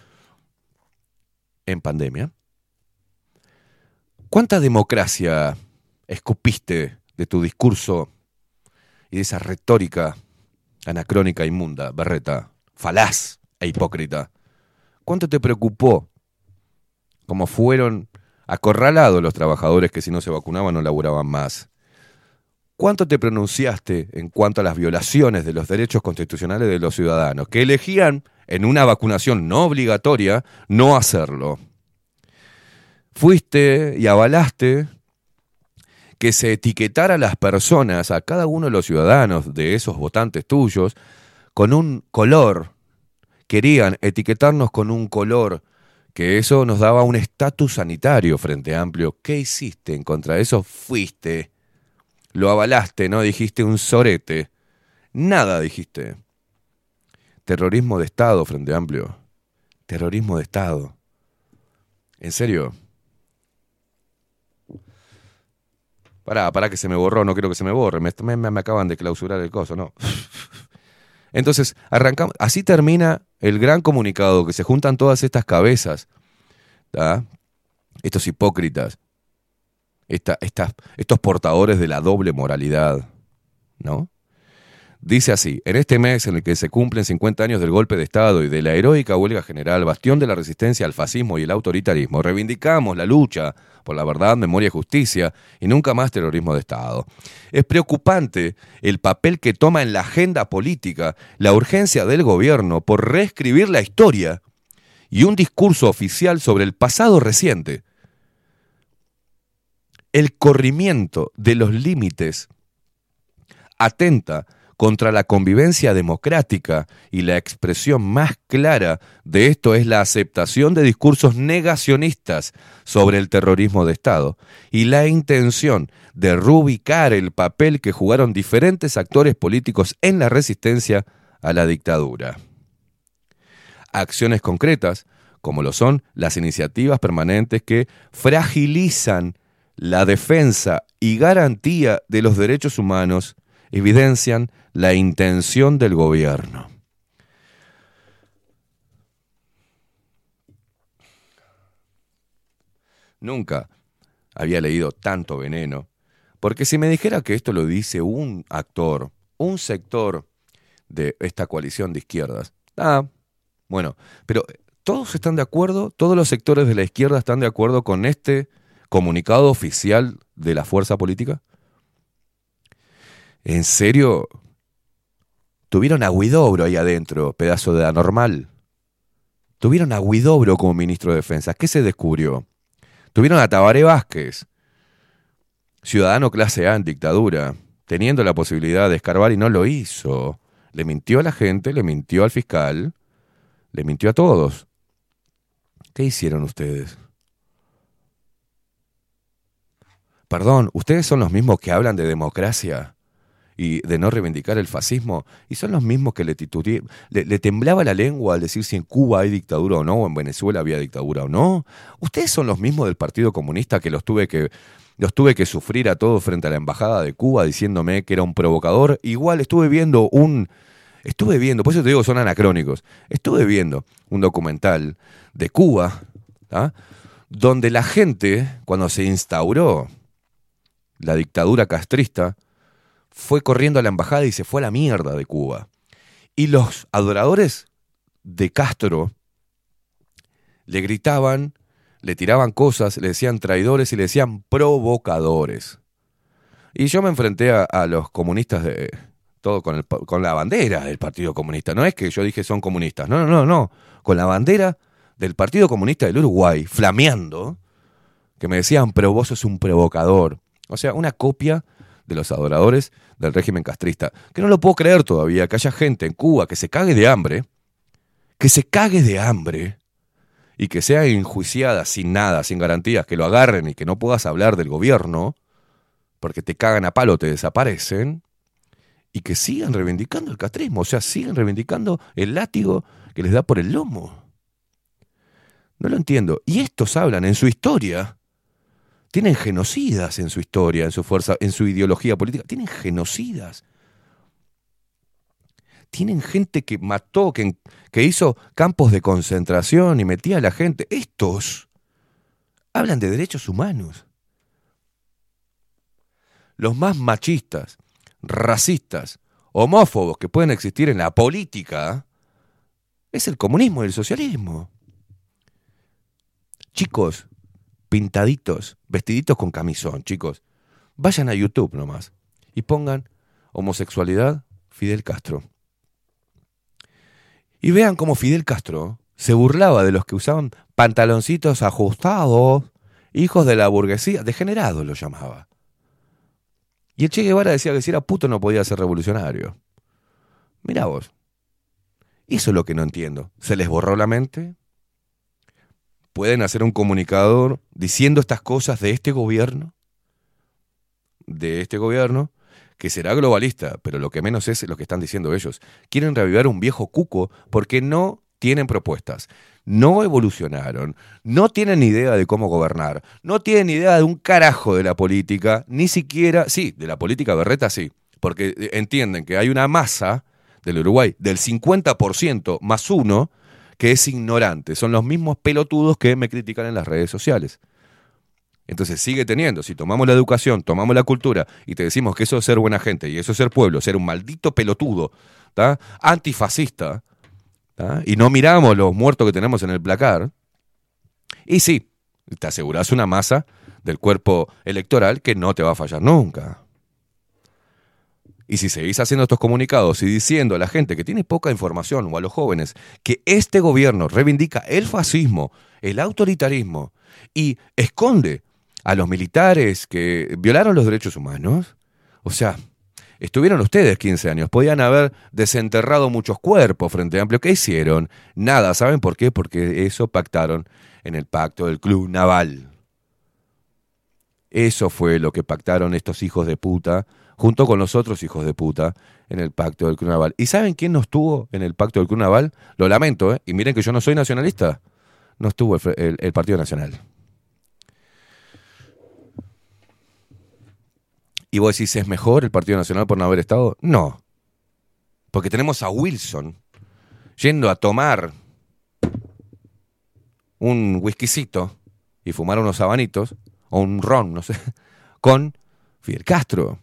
en pandemia? ¿Cuánta democracia escupiste de tu discurso y de esa retórica anacrónica, inmunda, berreta, falaz e hipócrita? ¿Cuánto te preocupó cómo fueron acorralados los trabajadores que si no se vacunaban no laburaban más? ¿Cuánto te pronunciaste en cuanto a las violaciones de los derechos constitucionales de los ciudadanos que elegían en una vacunación no obligatoria no hacerlo? Fuiste y avalaste que se etiquetara a las personas, a cada uno de los ciudadanos de esos votantes tuyos, con un color. Querían etiquetarnos con un color, que eso nos daba un estatus sanitario, Frente Amplio. ¿Qué hiciste en contra de eso? Fuiste, lo avalaste, no dijiste un sorete, nada dijiste. Terrorismo de Estado, Frente Amplio. Terrorismo de Estado. ¿En serio? Pará, pará que se me borró, no quiero que se me borre, me, me, me acaban de clausurar el coso, no. Entonces, arrancamos, así termina el gran comunicado, que se juntan todas estas cabezas, ¿tá? Estos hipócritas, esta, esta, estos portadores de la doble moralidad, ¿no? Dice así: en este mes en el que se cumplen cincuenta años del golpe de Estado y de la heroica huelga general, bastión de la resistencia al fascismo y el autoritarismo, reivindicamos la lucha por la verdad, memoria y justicia y nunca más terrorismo de Estado. Es preocupante el papel que toma en la agenda política la urgencia del gobierno por reescribir la historia y un discurso oficial sobre el pasado reciente. El corrimiento de los límites atenta contra la convivencia democrática y la expresión más clara de esto es la aceptación de discursos negacionistas sobre el terrorismo de Estado y la intención de reubicar el papel que jugaron diferentes actores políticos en la resistencia a la dictadura. Acciones concretas, como lo son las iniciativas permanentes que fragilizan la defensa y garantía de los derechos humanos, evidencian la intención del gobierno. Nunca había leído tanto veneno, porque si me dijera que esto lo dice un actor, un sector de esta coalición de izquierdas, ah, bueno, pero todos están de acuerdo, todos los sectores de la izquierda están de acuerdo con este comunicado oficial de la fuerza política. ¿En serio? Tuvieron a Huidobro ahí adentro, pedazo de anormal. Tuvieron a Huidobro como ministro de Defensa. ¿Qué se descubrió? Tuvieron a Tabaré Vázquez, ciudadano clase A en dictadura, teniendo la posibilidad de escarbar y no lo hizo. Le mintió a la gente, le mintió al fiscal, le mintió a todos. ¿Qué hicieron ustedes? Perdón, ¿ustedes son los mismos que hablan de democracia y de no reivindicar el fascismo? Y son los mismos que le, titulé, le, le temblaba la lengua al decir si en Cuba hay dictadura o no, o en Venezuela había dictadura o no. ¿Ustedes son los mismos del Partido Comunista que los tuve que, los tuve que sufrir a todos frente a la Embajada de Cuba diciéndome que era un provocador? Igual estuve viendo un... Estuve viendo, por eso te digo son anacrónicos, estuve viendo un documental de Cuba, ¿tá? Donde la gente, cuando se instauró la dictadura castrista, fue corriendo a la embajada y se fue a la mierda de Cuba. Y los adoradores de Castro le gritaban, le tiraban cosas, le decían traidores y le decían provocadores. Y yo me enfrenté a, a los comunistas de todo con, el, con la bandera del Partido Comunista. No es que yo dije son comunistas, no, no, no, no. Con la bandera del Partido Comunista del Uruguay, flameando, que me decían, pero vos sos un provocador. O sea, una copia de los adoradores del régimen castrista. Que no lo puedo creer todavía, que haya gente en Cuba que se cague de hambre, que se cague de hambre y que sea enjuiciada sin nada, sin garantías, que lo agarren y que no puedas hablar del gobierno, porque te cagan a palo, te desaparecen, y que sigan reivindicando el castrismo, o sea, siguen reivindicando el látigo que les da por el lomo. No lo entiendo. Y estos hablan en su historia, tienen genocidas en su historia, en su fuerza, en su ideología política, tienen genocidas. Tienen gente que mató, que, que hizo campos de concentración y metía a la gente. Estos hablan de derechos humanos. Los más machistas, racistas, homófobos que pueden existir en la política es el comunismo y el socialismo. Chicos, pintaditos, vestiditos con camisón, chicos, vayan a YouTube nomás y pongan homosexualidad Fidel Castro. Y vean cómo Fidel Castro se burlaba de los que usaban pantaloncitos ajustados, hijos de la burguesía, degenerados los llamaba. Y el Che Guevara decía que si era puto no podía ser revolucionario. Mirá vos. Eso es lo que no entiendo. ¿Se les borró la mente? ¿Pueden hacer un comunicador diciendo estas cosas de este gobierno? De este gobierno, que será globalista, pero lo que menos es lo que están diciendo ellos. Quieren reavivar un viejo cuco porque no tienen propuestas, no evolucionaron, no tienen idea de cómo gobernar, no tienen idea de un carajo de la política, ni siquiera, sí, de la política berreta sí, porque entienden que hay una masa del Uruguay del cincuenta por ciento más uno que es ignorante, son los mismos pelotudos que me critican en las redes sociales. Entonces sigue teniendo, si tomamos la educación, tomamos la cultura y te decimos que eso es ser buena gente y eso es ser pueblo, ser un maldito pelotudo, ¿tá? Antifascista, ¿tá? Y no miramos los muertos que tenemos en el placar, y sí, te aseguras una masa del cuerpo electoral que no te va a fallar nunca. Y si seguís haciendo estos comunicados y diciendo a la gente que tiene poca información o a los jóvenes que este gobierno reivindica el fascismo, el autoritarismo y esconde a los militares que violaron los derechos humanos, o sea, estuvieron ustedes quince años, podían haber desenterrado muchos cuerpos Frente Amplio. ¿Qué hicieron? Nada, ¿saben por qué? Porque eso pactaron en el pacto del Club Naval. Eso fue lo que pactaron estos hijos de puta, junto con los otros hijos de puta, en el pacto del Club Naval. ¿Y saben quién no estuvo en el pacto del Club Naval? Lo lamento, ¿eh? Y miren que yo no soy nacionalista. No estuvo el, el, el Partido Nacional. ¿Y vos decís, es mejor el Partido Nacional por no haber estado? No. Porque tenemos a Wilson yendo a tomar un whiskycito y fumar unos habanitos, o un ron, no sé, con Fidel Castro.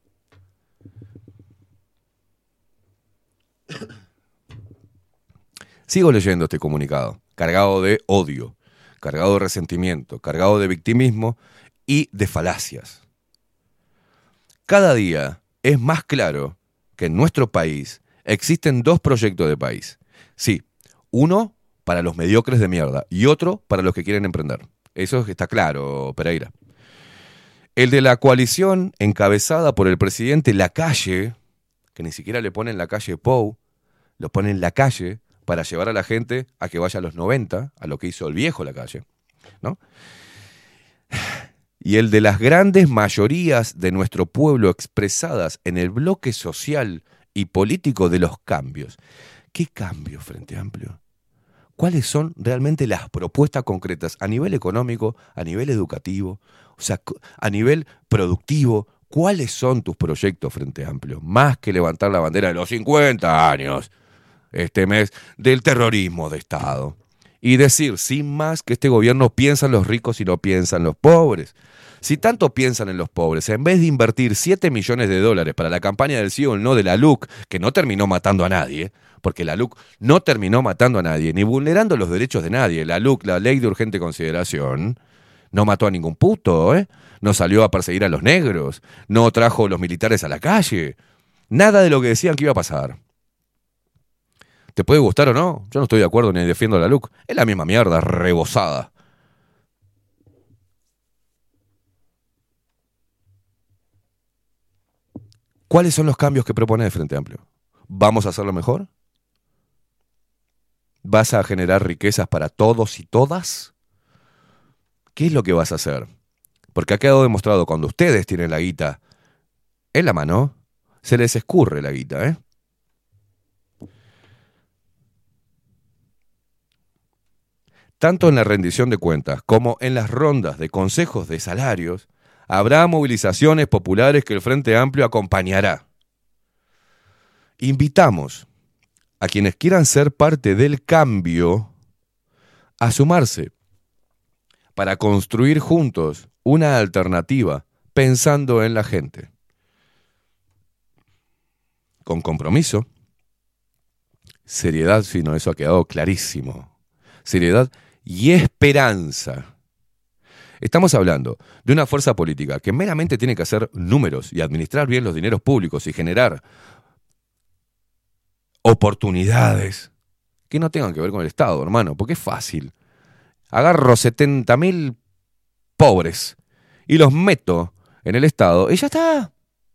Sigo leyendo este comunicado, cargado de odio, cargado de resentimiento, cargado de victimismo y de falacias. Cada día es más claro que en nuestro país existen dos proyectos de país. Sí, uno para los mediocres de mierda y otro para los que quieren emprender. Eso está claro, Pereira. El de la coalición encabezada por el presidente Lacalle, que ni siquiera le ponen Lacalle Pou, lo ponen Lacalle para llevar a la gente a que vaya a los noventa, a lo que hizo el viejo Lacalle, ¿no? Y el de las grandes mayorías de nuestro pueblo expresadas en el bloque social y político de los cambios. ¿Qué cambios, Frente Amplio? ¿Cuáles son realmente las propuestas concretas a nivel económico, a nivel educativo, o sea, a nivel productivo? ¿Cuáles son tus proyectos, Frente Amplio? Más que levantar la bandera de los cincuenta años este mes del terrorismo de Estado. Y decir, sin más, que este gobierno piensa en los ricos y no piensa en los pobres. Si tanto piensan en los pobres, en vez de invertir siete millones de dólares para la campaña del sí o el no de la L U C, que no terminó matando a nadie, porque la L U C no terminó matando a nadie, ni vulnerando los derechos de nadie. La L U C, la Ley de Urgente Consideración, no mató a ningún puto, ¿eh? No salió a perseguir a los negros, no trajo los militares a la calle. Nada de lo que decían que iba a pasar. ¿Te puede gustar o no? Yo no estoy de acuerdo ni defiendo a la L U C. Es la misma mierda, rebosada. ¿Cuáles son los cambios que propone el Frente Amplio? ¿Vamos a hacerlo mejor? ¿Vas a generar riquezas para todos y todas? ¿Qué es lo que vas a hacer? Porque ha quedado demostrado, cuando ustedes tienen la guita en la mano, se les escurre la guita, ¿eh? Tanto en la rendición de cuentas como en las rondas de consejos de salarios, habrá movilizaciones populares que el Frente Amplio acompañará. Invitamos a quienes quieran ser parte del cambio a sumarse para construir juntos una alternativa pensando en la gente. Con compromiso, seriedad, sino eso ha quedado clarísimo. Seriedad y esperanza. Estamos hablando de una fuerza política que meramente tiene que hacer números y administrar bien los dineros públicos y generar oportunidades que no tengan que ver con el Estado, hermano, porque es fácil. Agarro setenta mil pobres y los meto en el Estado y ya está.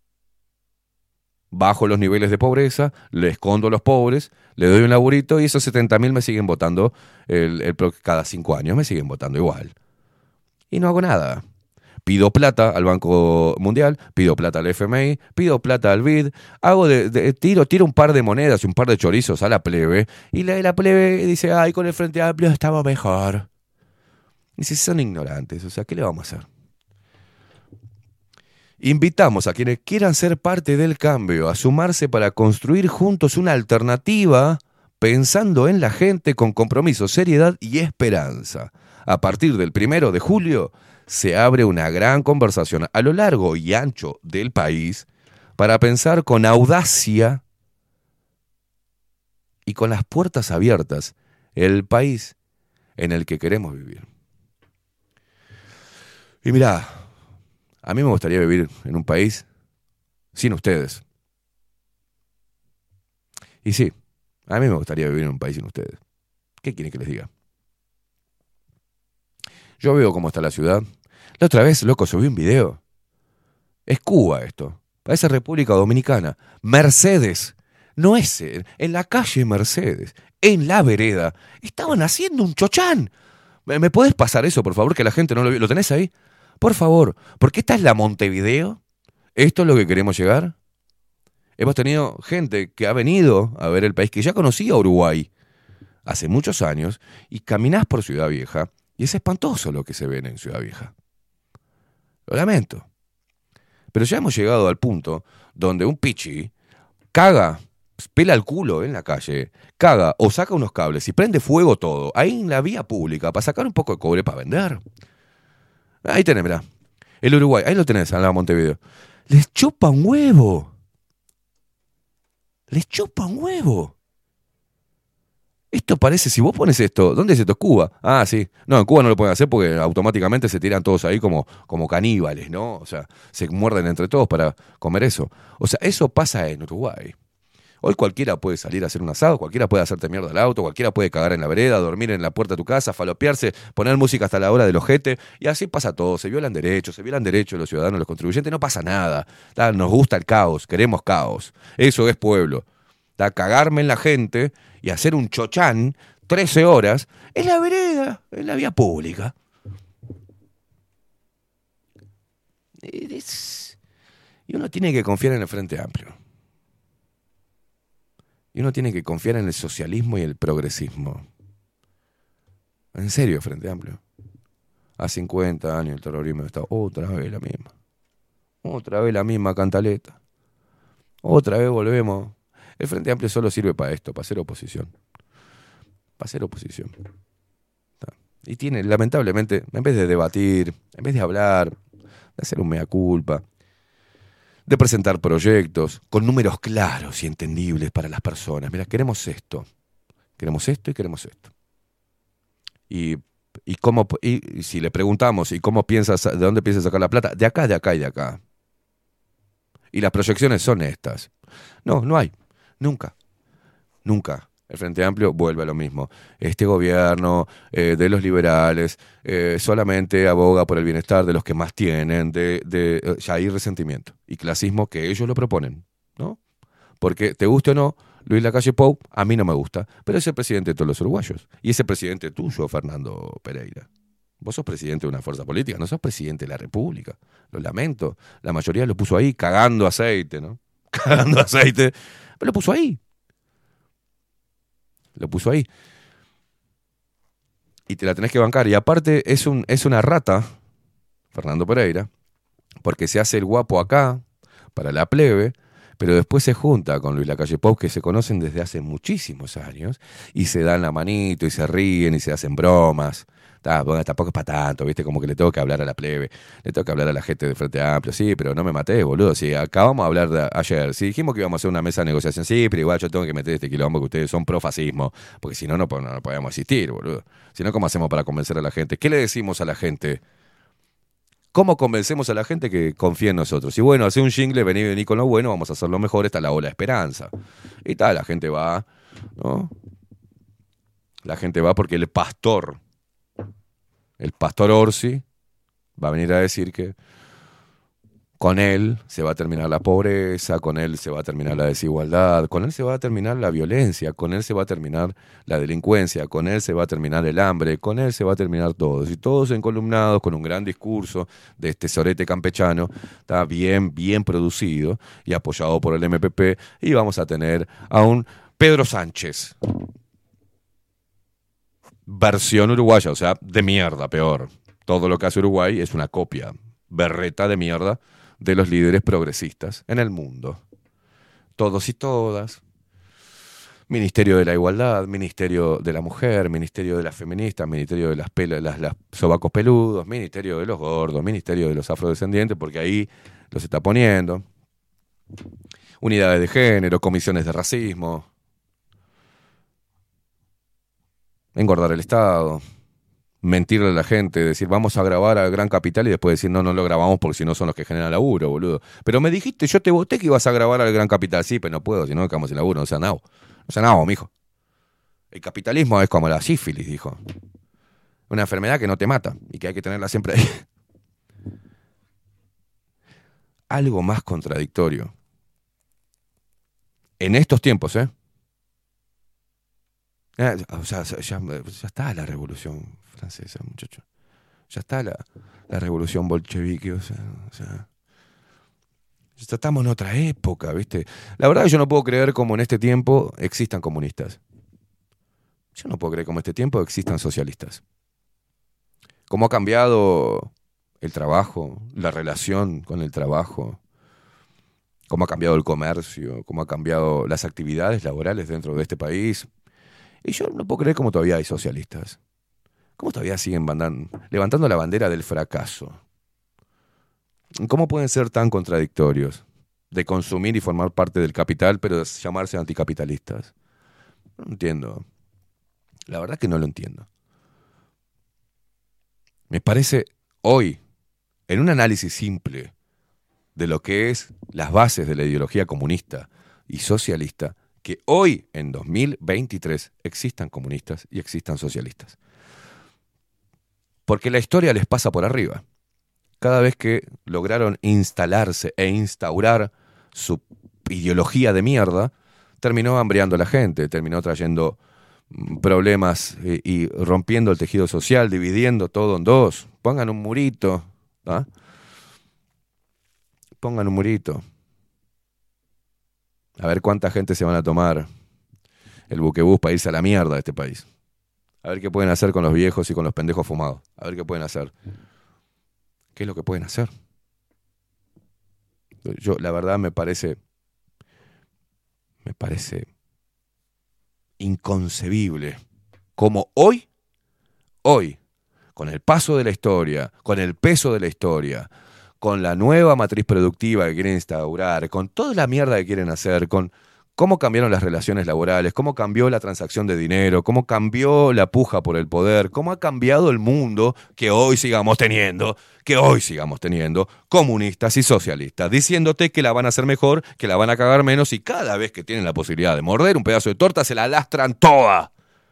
Bajo los niveles de pobreza, le escondo a los pobres, le doy un laburito y esos setenta mil me siguen votando el, el, cada cinco años, me siguen votando igual. Y no hago nada. Pido plata al Banco Mundial, pido plata al F M I, pido plata al B I D, hago de, de, tiro, tiro un par de monedas y un par de chorizos a la plebe, y la, la plebe dice, ay, con el Frente Amplio estamos mejor. Y si son ignorantes, o sea, ¿qué le vamos a hacer? Invitamos a quienes quieran ser parte del cambio a sumarse para construir juntos una alternativa pensando en la gente con compromiso, seriedad y esperanza. A partir del primero de julio se abre una gran conversación a lo largo y ancho del país para pensar con audacia y con las puertas abiertas el país en el que queremos vivir. Y mirá, a mí me gustaría vivir en un país sin ustedes. Y sí, a mí me gustaría vivir en un país sin ustedes. ¿Qué quieren que les diga? Yo veo cómo está la ciudad. La otra vez, loco, subí un video. Es Cuba esto. Parece República Dominicana. Mercedes. No es en, en la calle Mercedes. En la vereda. Estaban haciendo un chochán. ¿Me, me podés pasar eso, por favor? Que la gente no lo vio. ¿Lo tenés ahí? Por favor. Porque esta es la Montevideo. ¿Esto es lo que queremos llegar? Hemos tenido gente que ha venido a ver el país, que ya conocía Uruguay hace muchos años, y caminás por Ciudad Vieja, y es espantoso lo que se ve en Ciudad Vieja. Lo lamento. Pero ya hemos llegado al punto donde un pichi caga, pela el culo en la calle, caga o saca unos cables y prende fuego todo, ahí en la vía pública, para sacar un poco de cobre para vender. Ahí tenés, mirá. El Uruguay, ahí lo tenés, en la Montevideo. Les chupa un huevo. Les chupa un huevo. Esto parece, si vos pones esto, ¿dónde es esto? ¿Es Cuba? Ah, sí. No, en Cuba no lo pueden hacer porque automáticamente se tiran todos ahí como, como caníbales, ¿no? O sea, se muerden entre todos para comer eso. O sea, eso pasa en Uruguay. Hoy cualquiera puede salir a hacer un asado, cualquiera puede hacerte mierda al auto, cualquiera puede cagar en la vereda, dormir en la puerta de tu casa, falopearse, poner música hasta la hora del ojete, y así pasa todo. Se violan derechos, se violan derechos los ciudadanos, los contribuyentes, no pasa nada. Nos gusta el caos, queremos caos. Eso es pueblo. Da, cagarme en la gente y hacer un chochán trece horas en la vereda, en la vía pública. Y uno tiene que confiar en el Frente Amplio. Y uno tiene que confiar en el socialismo y el progresismo. En serio, Frente Amplio. A cincuenta años el terrorismo está otra vez la misma. Otra vez la misma cantaleta. Otra vez volvemos. El Frente Amplio solo sirve para esto, para hacer oposición. Para hacer oposición. Y tiene, lamentablemente, en vez de debatir, en vez de hablar, de hacer un mea culpa, de presentar proyectos con números claros y entendibles para las personas. Mira, queremos esto. Queremos esto y queremos esto. Y, y, cómo, y, y si le preguntamos, ¿y cómo piensas, de dónde piensas sacar la plata? De acá, de acá y de acá. Y las proyecciones son estas. No, no hay. Nunca, nunca. El Frente Amplio vuelve a lo mismo. Este gobierno eh, de los liberales eh, solamente aboga por el bienestar de los que más tienen, de, de, eh, ya hay resentimiento y clasismo que ellos lo proponen, ¿no? Porque te guste o no, Luis Lacalle Pou, a mí no me gusta, pero es el presidente de todos los uruguayos. Y es el presidente tuyo, Fernando Pereira. Vos sos presidente de una fuerza política, no sos presidente de la República. Lo lamento. La mayoría lo puso ahí cagando aceite, ¿no? Cagando aceite. Pero lo puso ahí. Lo puso ahí. Y te la tenés que bancar. Y aparte es, un, es una rata, Fernando Pereira, porque se hace el guapo acá, para la plebe, pero después se junta con Luis Lacalle Pou, que se conocen desde hace muchísimos años, y se dan la manito, y se ríen, y se hacen bromas. Ah, bueno, tampoco es para tanto, ¿viste? Como que le tengo que hablar a la plebe, le tengo que hablar a la gente de Frente Amplio. Sí, pero no me maté, boludo. Sí, acabamos de hablar de ayer. Sí, dijimos que íbamos a hacer una mesa de negociación. Sí, pero igual yo tengo que meter este quilombo que ustedes son pro-fascismo, porque si no, no, no podemos asistir, boludo. Si no, ¿cómo hacemos para convencer a la gente? ¿Qué le decimos a la gente? ¿Cómo convencemos a la gente que confíe en nosotros? Y bueno, hace un jingle, vení, vení con lo bueno, vamos a hacerlo mejor, está la ola de esperanza. Y tal, la gente va, ¿no? La gente va porque el pastor... El pastor Orsi va a venir a decir que con él se va a terminar la pobreza, con él se va a terminar la desigualdad, con él se va a terminar la violencia, con él se va a terminar la delincuencia, con él se va a terminar el hambre, con él se va a terminar todo. Y todos encolumnados con un gran discurso de este sorete campechano, está bien, bien producido y apoyado por el M P P, y vamos a tener a un Pedro Sánchez. Versión uruguaya, o sea, de mierda, peor. Todo lo que hace Uruguay es una copia berreta de mierda de los líderes progresistas en el mundo. Todos y todas. Ministerio de la Igualdad, Ministerio de la Mujer, Ministerio de las Feministas, Ministerio de las, pel- las, las sobacos peludos, Ministerio de los gordos, Ministerio de los afrodescendientes, porque ahí los está poniendo. Unidades de género, comisiones de racismo. Engordar el Estado, mentirle a la gente, decir vamos a grabar al Gran Capital y después decir no, no lo grabamos porque si no son los que generan laburo, boludo. Pero me dijiste, yo te voté que ibas a grabar al Gran Capital. Sí, pero no puedo, si no quedamos sin laburo, no sea nabo. No sea nabo, mijo. El capitalismo es como la sífilis, dijo. Una enfermedad que no te mata y que hay que tenerla siempre ahí. Algo más contradictorio. En estos tiempos, ¿eh? Eh, o sea, ya, ya está la revolución francesa, muchacho. Ya está la, la revolución bolchevique, o sea, o sea, ya estamos en otra época, ¿viste? La verdad que yo no puedo creer cómo en este tiempo existan comunistas. Yo no puedo creer cómo en este tiempo existan socialistas. Cómo ha cambiado el trabajo, la relación con el trabajo, cómo ha cambiado el comercio, cómo ha cambiado las actividades laborales dentro de este país. Y yo no puedo creer cómo todavía hay socialistas. ¿Cómo todavía siguen bandan, levantando la bandera del fracaso? ¿Cómo pueden ser tan contradictorios? De consumir y formar parte del capital, pero de llamarse anticapitalistas. No entiendo. La verdad que no lo entiendo. Me parece hoy, en un análisis simple de lo que es las bases de la ideología comunista y socialista, que hoy, en dos mil veintitrés, existan comunistas y existan socialistas. Porque la historia les pasa por arriba. Cada vez que lograron instalarse e instaurar su ideología de mierda, terminó hambriando a la gente, terminó trayendo problemas y, y rompiendo el tejido social, dividiendo todo en dos. Pongan un murito, ¿ah? Pongan un murito. A ver cuánta gente se van a tomar el buquebús para irse a la mierda de este país. A ver qué pueden hacer con los viejos y con los pendejos fumados. A ver qué pueden hacer. ¿Qué es lo que pueden hacer? Yo, la verdad, me parece... Me parece inconcebible cómo hoy, hoy, con el paso de la historia, con el peso de la historia, con la nueva matriz productiva que quieren instaurar, con toda la mierda que quieren hacer, con cómo cambiaron las relaciones laborales, cómo cambió la transacción de dinero, cómo cambió la puja por el poder, cómo ha cambiado el mundo que hoy sigamos teniendo, que hoy sigamos teniendo comunistas y socialistas, diciéndote que la van a hacer mejor, que la van a cagar menos, y cada vez que tienen la posibilidad de morder un pedazo de torta se la lastran toda.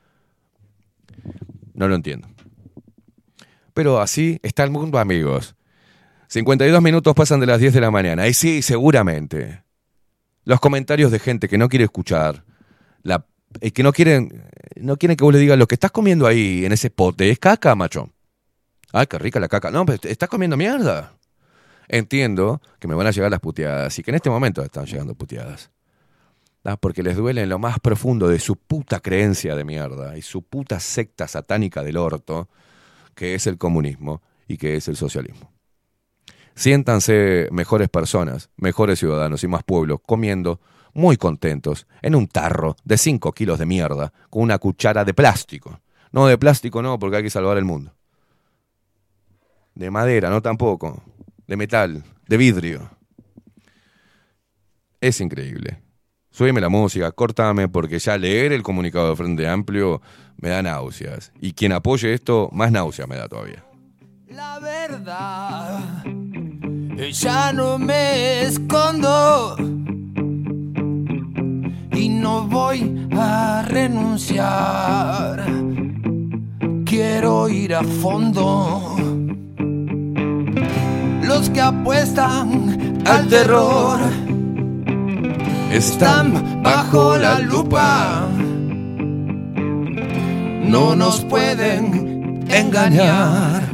No lo entiendo. Pero así está el mundo, amigos. cincuenta y dos minutos pasan de las diez de la mañana. Y sí, seguramente, los comentarios de gente que no quiere escuchar, la, eh, que no quieren, no quieren que vos le digas lo que estás comiendo ahí en ese pote es caca, macho. Ay, qué rica la caca. No, pero ¿estás comiendo mierda? Entiendo que me van a llegar las puteadas y que en este momento están llegando puteadas. ¿Ah? Porque les duele en lo más profundo de su puta creencia de mierda y su puta secta satánica del orto, que es el comunismo y que es el socialismo. Siéntanse mejores personas, mejores ciudadanos y más pueblos comiendo muy contentos en un tarro de cinco kilos de mierda con una cuchara de plástico. No, de plástico no, porque hay que salvar el mundo. De madera, no tampoco. De metal, de vidrio. Es increíble. Súbeme la música, córtame, porque ya leer el comunicado de Frente Amplio me da náuseas. Y quien apoye esto, más náuseas me da todavía. La verdad, ya no me escondo y no voy a renunciar. Quiero ir a fondo. Los que apuestan al terror están bajo la lupa. No nos pueden engañar,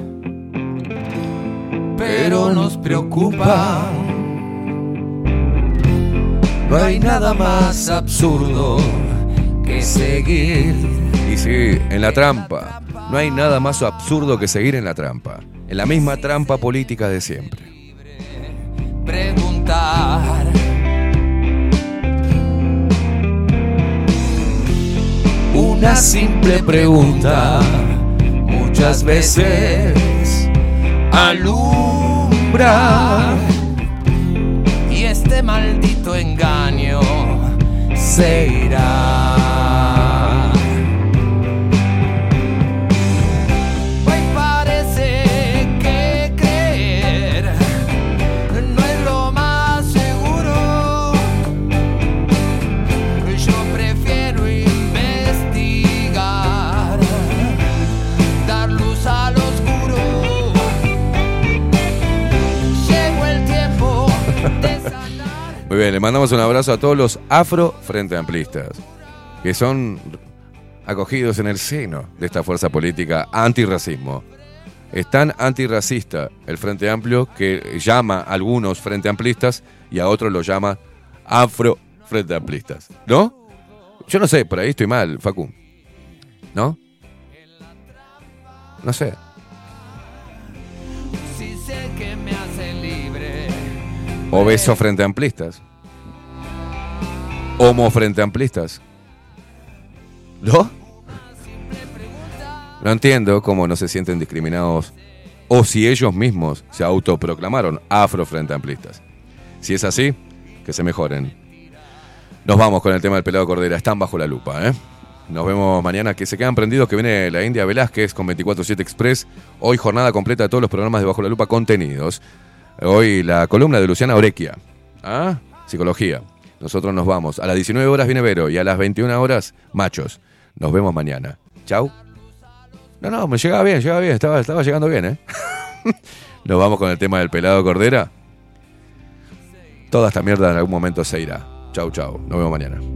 pero nos preocupa. No hay nada más absurdo que seguir. Y sí, en la trampa. No hay nada más absurdo que seguir en la trampa. En la misma trampa política de siempre. Preguntar. Una simple pregunta muchas veces alumbra, y este maldito engaño se irá. Hoy parece que creer no es lo más seguro. Yo prefiero investigar, dar luz al oscuro. Llegó el tiempo de sanar. Muy bien, le mandamos un abrazo a todos los afro frente amplistas, que son acogidos en el seno de esta fuerza política antirracismo. Es tan antirracista el Frente Amplio que llama a algunos frente amplistas y a otros los llama afro frente amplistas. ¿No? Yo no sé, por ahí estoy mal, Facu. ¿No? No sé. Si sé que me hace libre. Obeso frente amplistas. Homo frente amplistas. ¿No? No entiendo cómo no se sienten discriminados o si ellos mismos se autoproclamaron afro frente amplistas. Si es así, que se mejoren. Nos vamos con el tema del pelado Cordera. Están bajo la lupa, ¿eh? Nos vemos mañana. Que se quedan prendidos, que viene la India Velázquez con veinticuatro siete Express. Hoy jornada completa de todos los programas de Bajo la Lupa contenidos. Hoy la columna de Luciana Orequia. ¿Ah? Psicología. Nosotros nos vamos. A las diecinueve horas viene Vero y a las veintiuna horas Machos. Nos vemos mañana. Chau. No, no, me llegaba bien, llegaba bien. Estaba, estaba llegando bien, ¿eh? Nos vamos con el tema del pelado Cordera. Toda esta mierda en algún momento se irá. Chau, chau. Nos vemos mañana.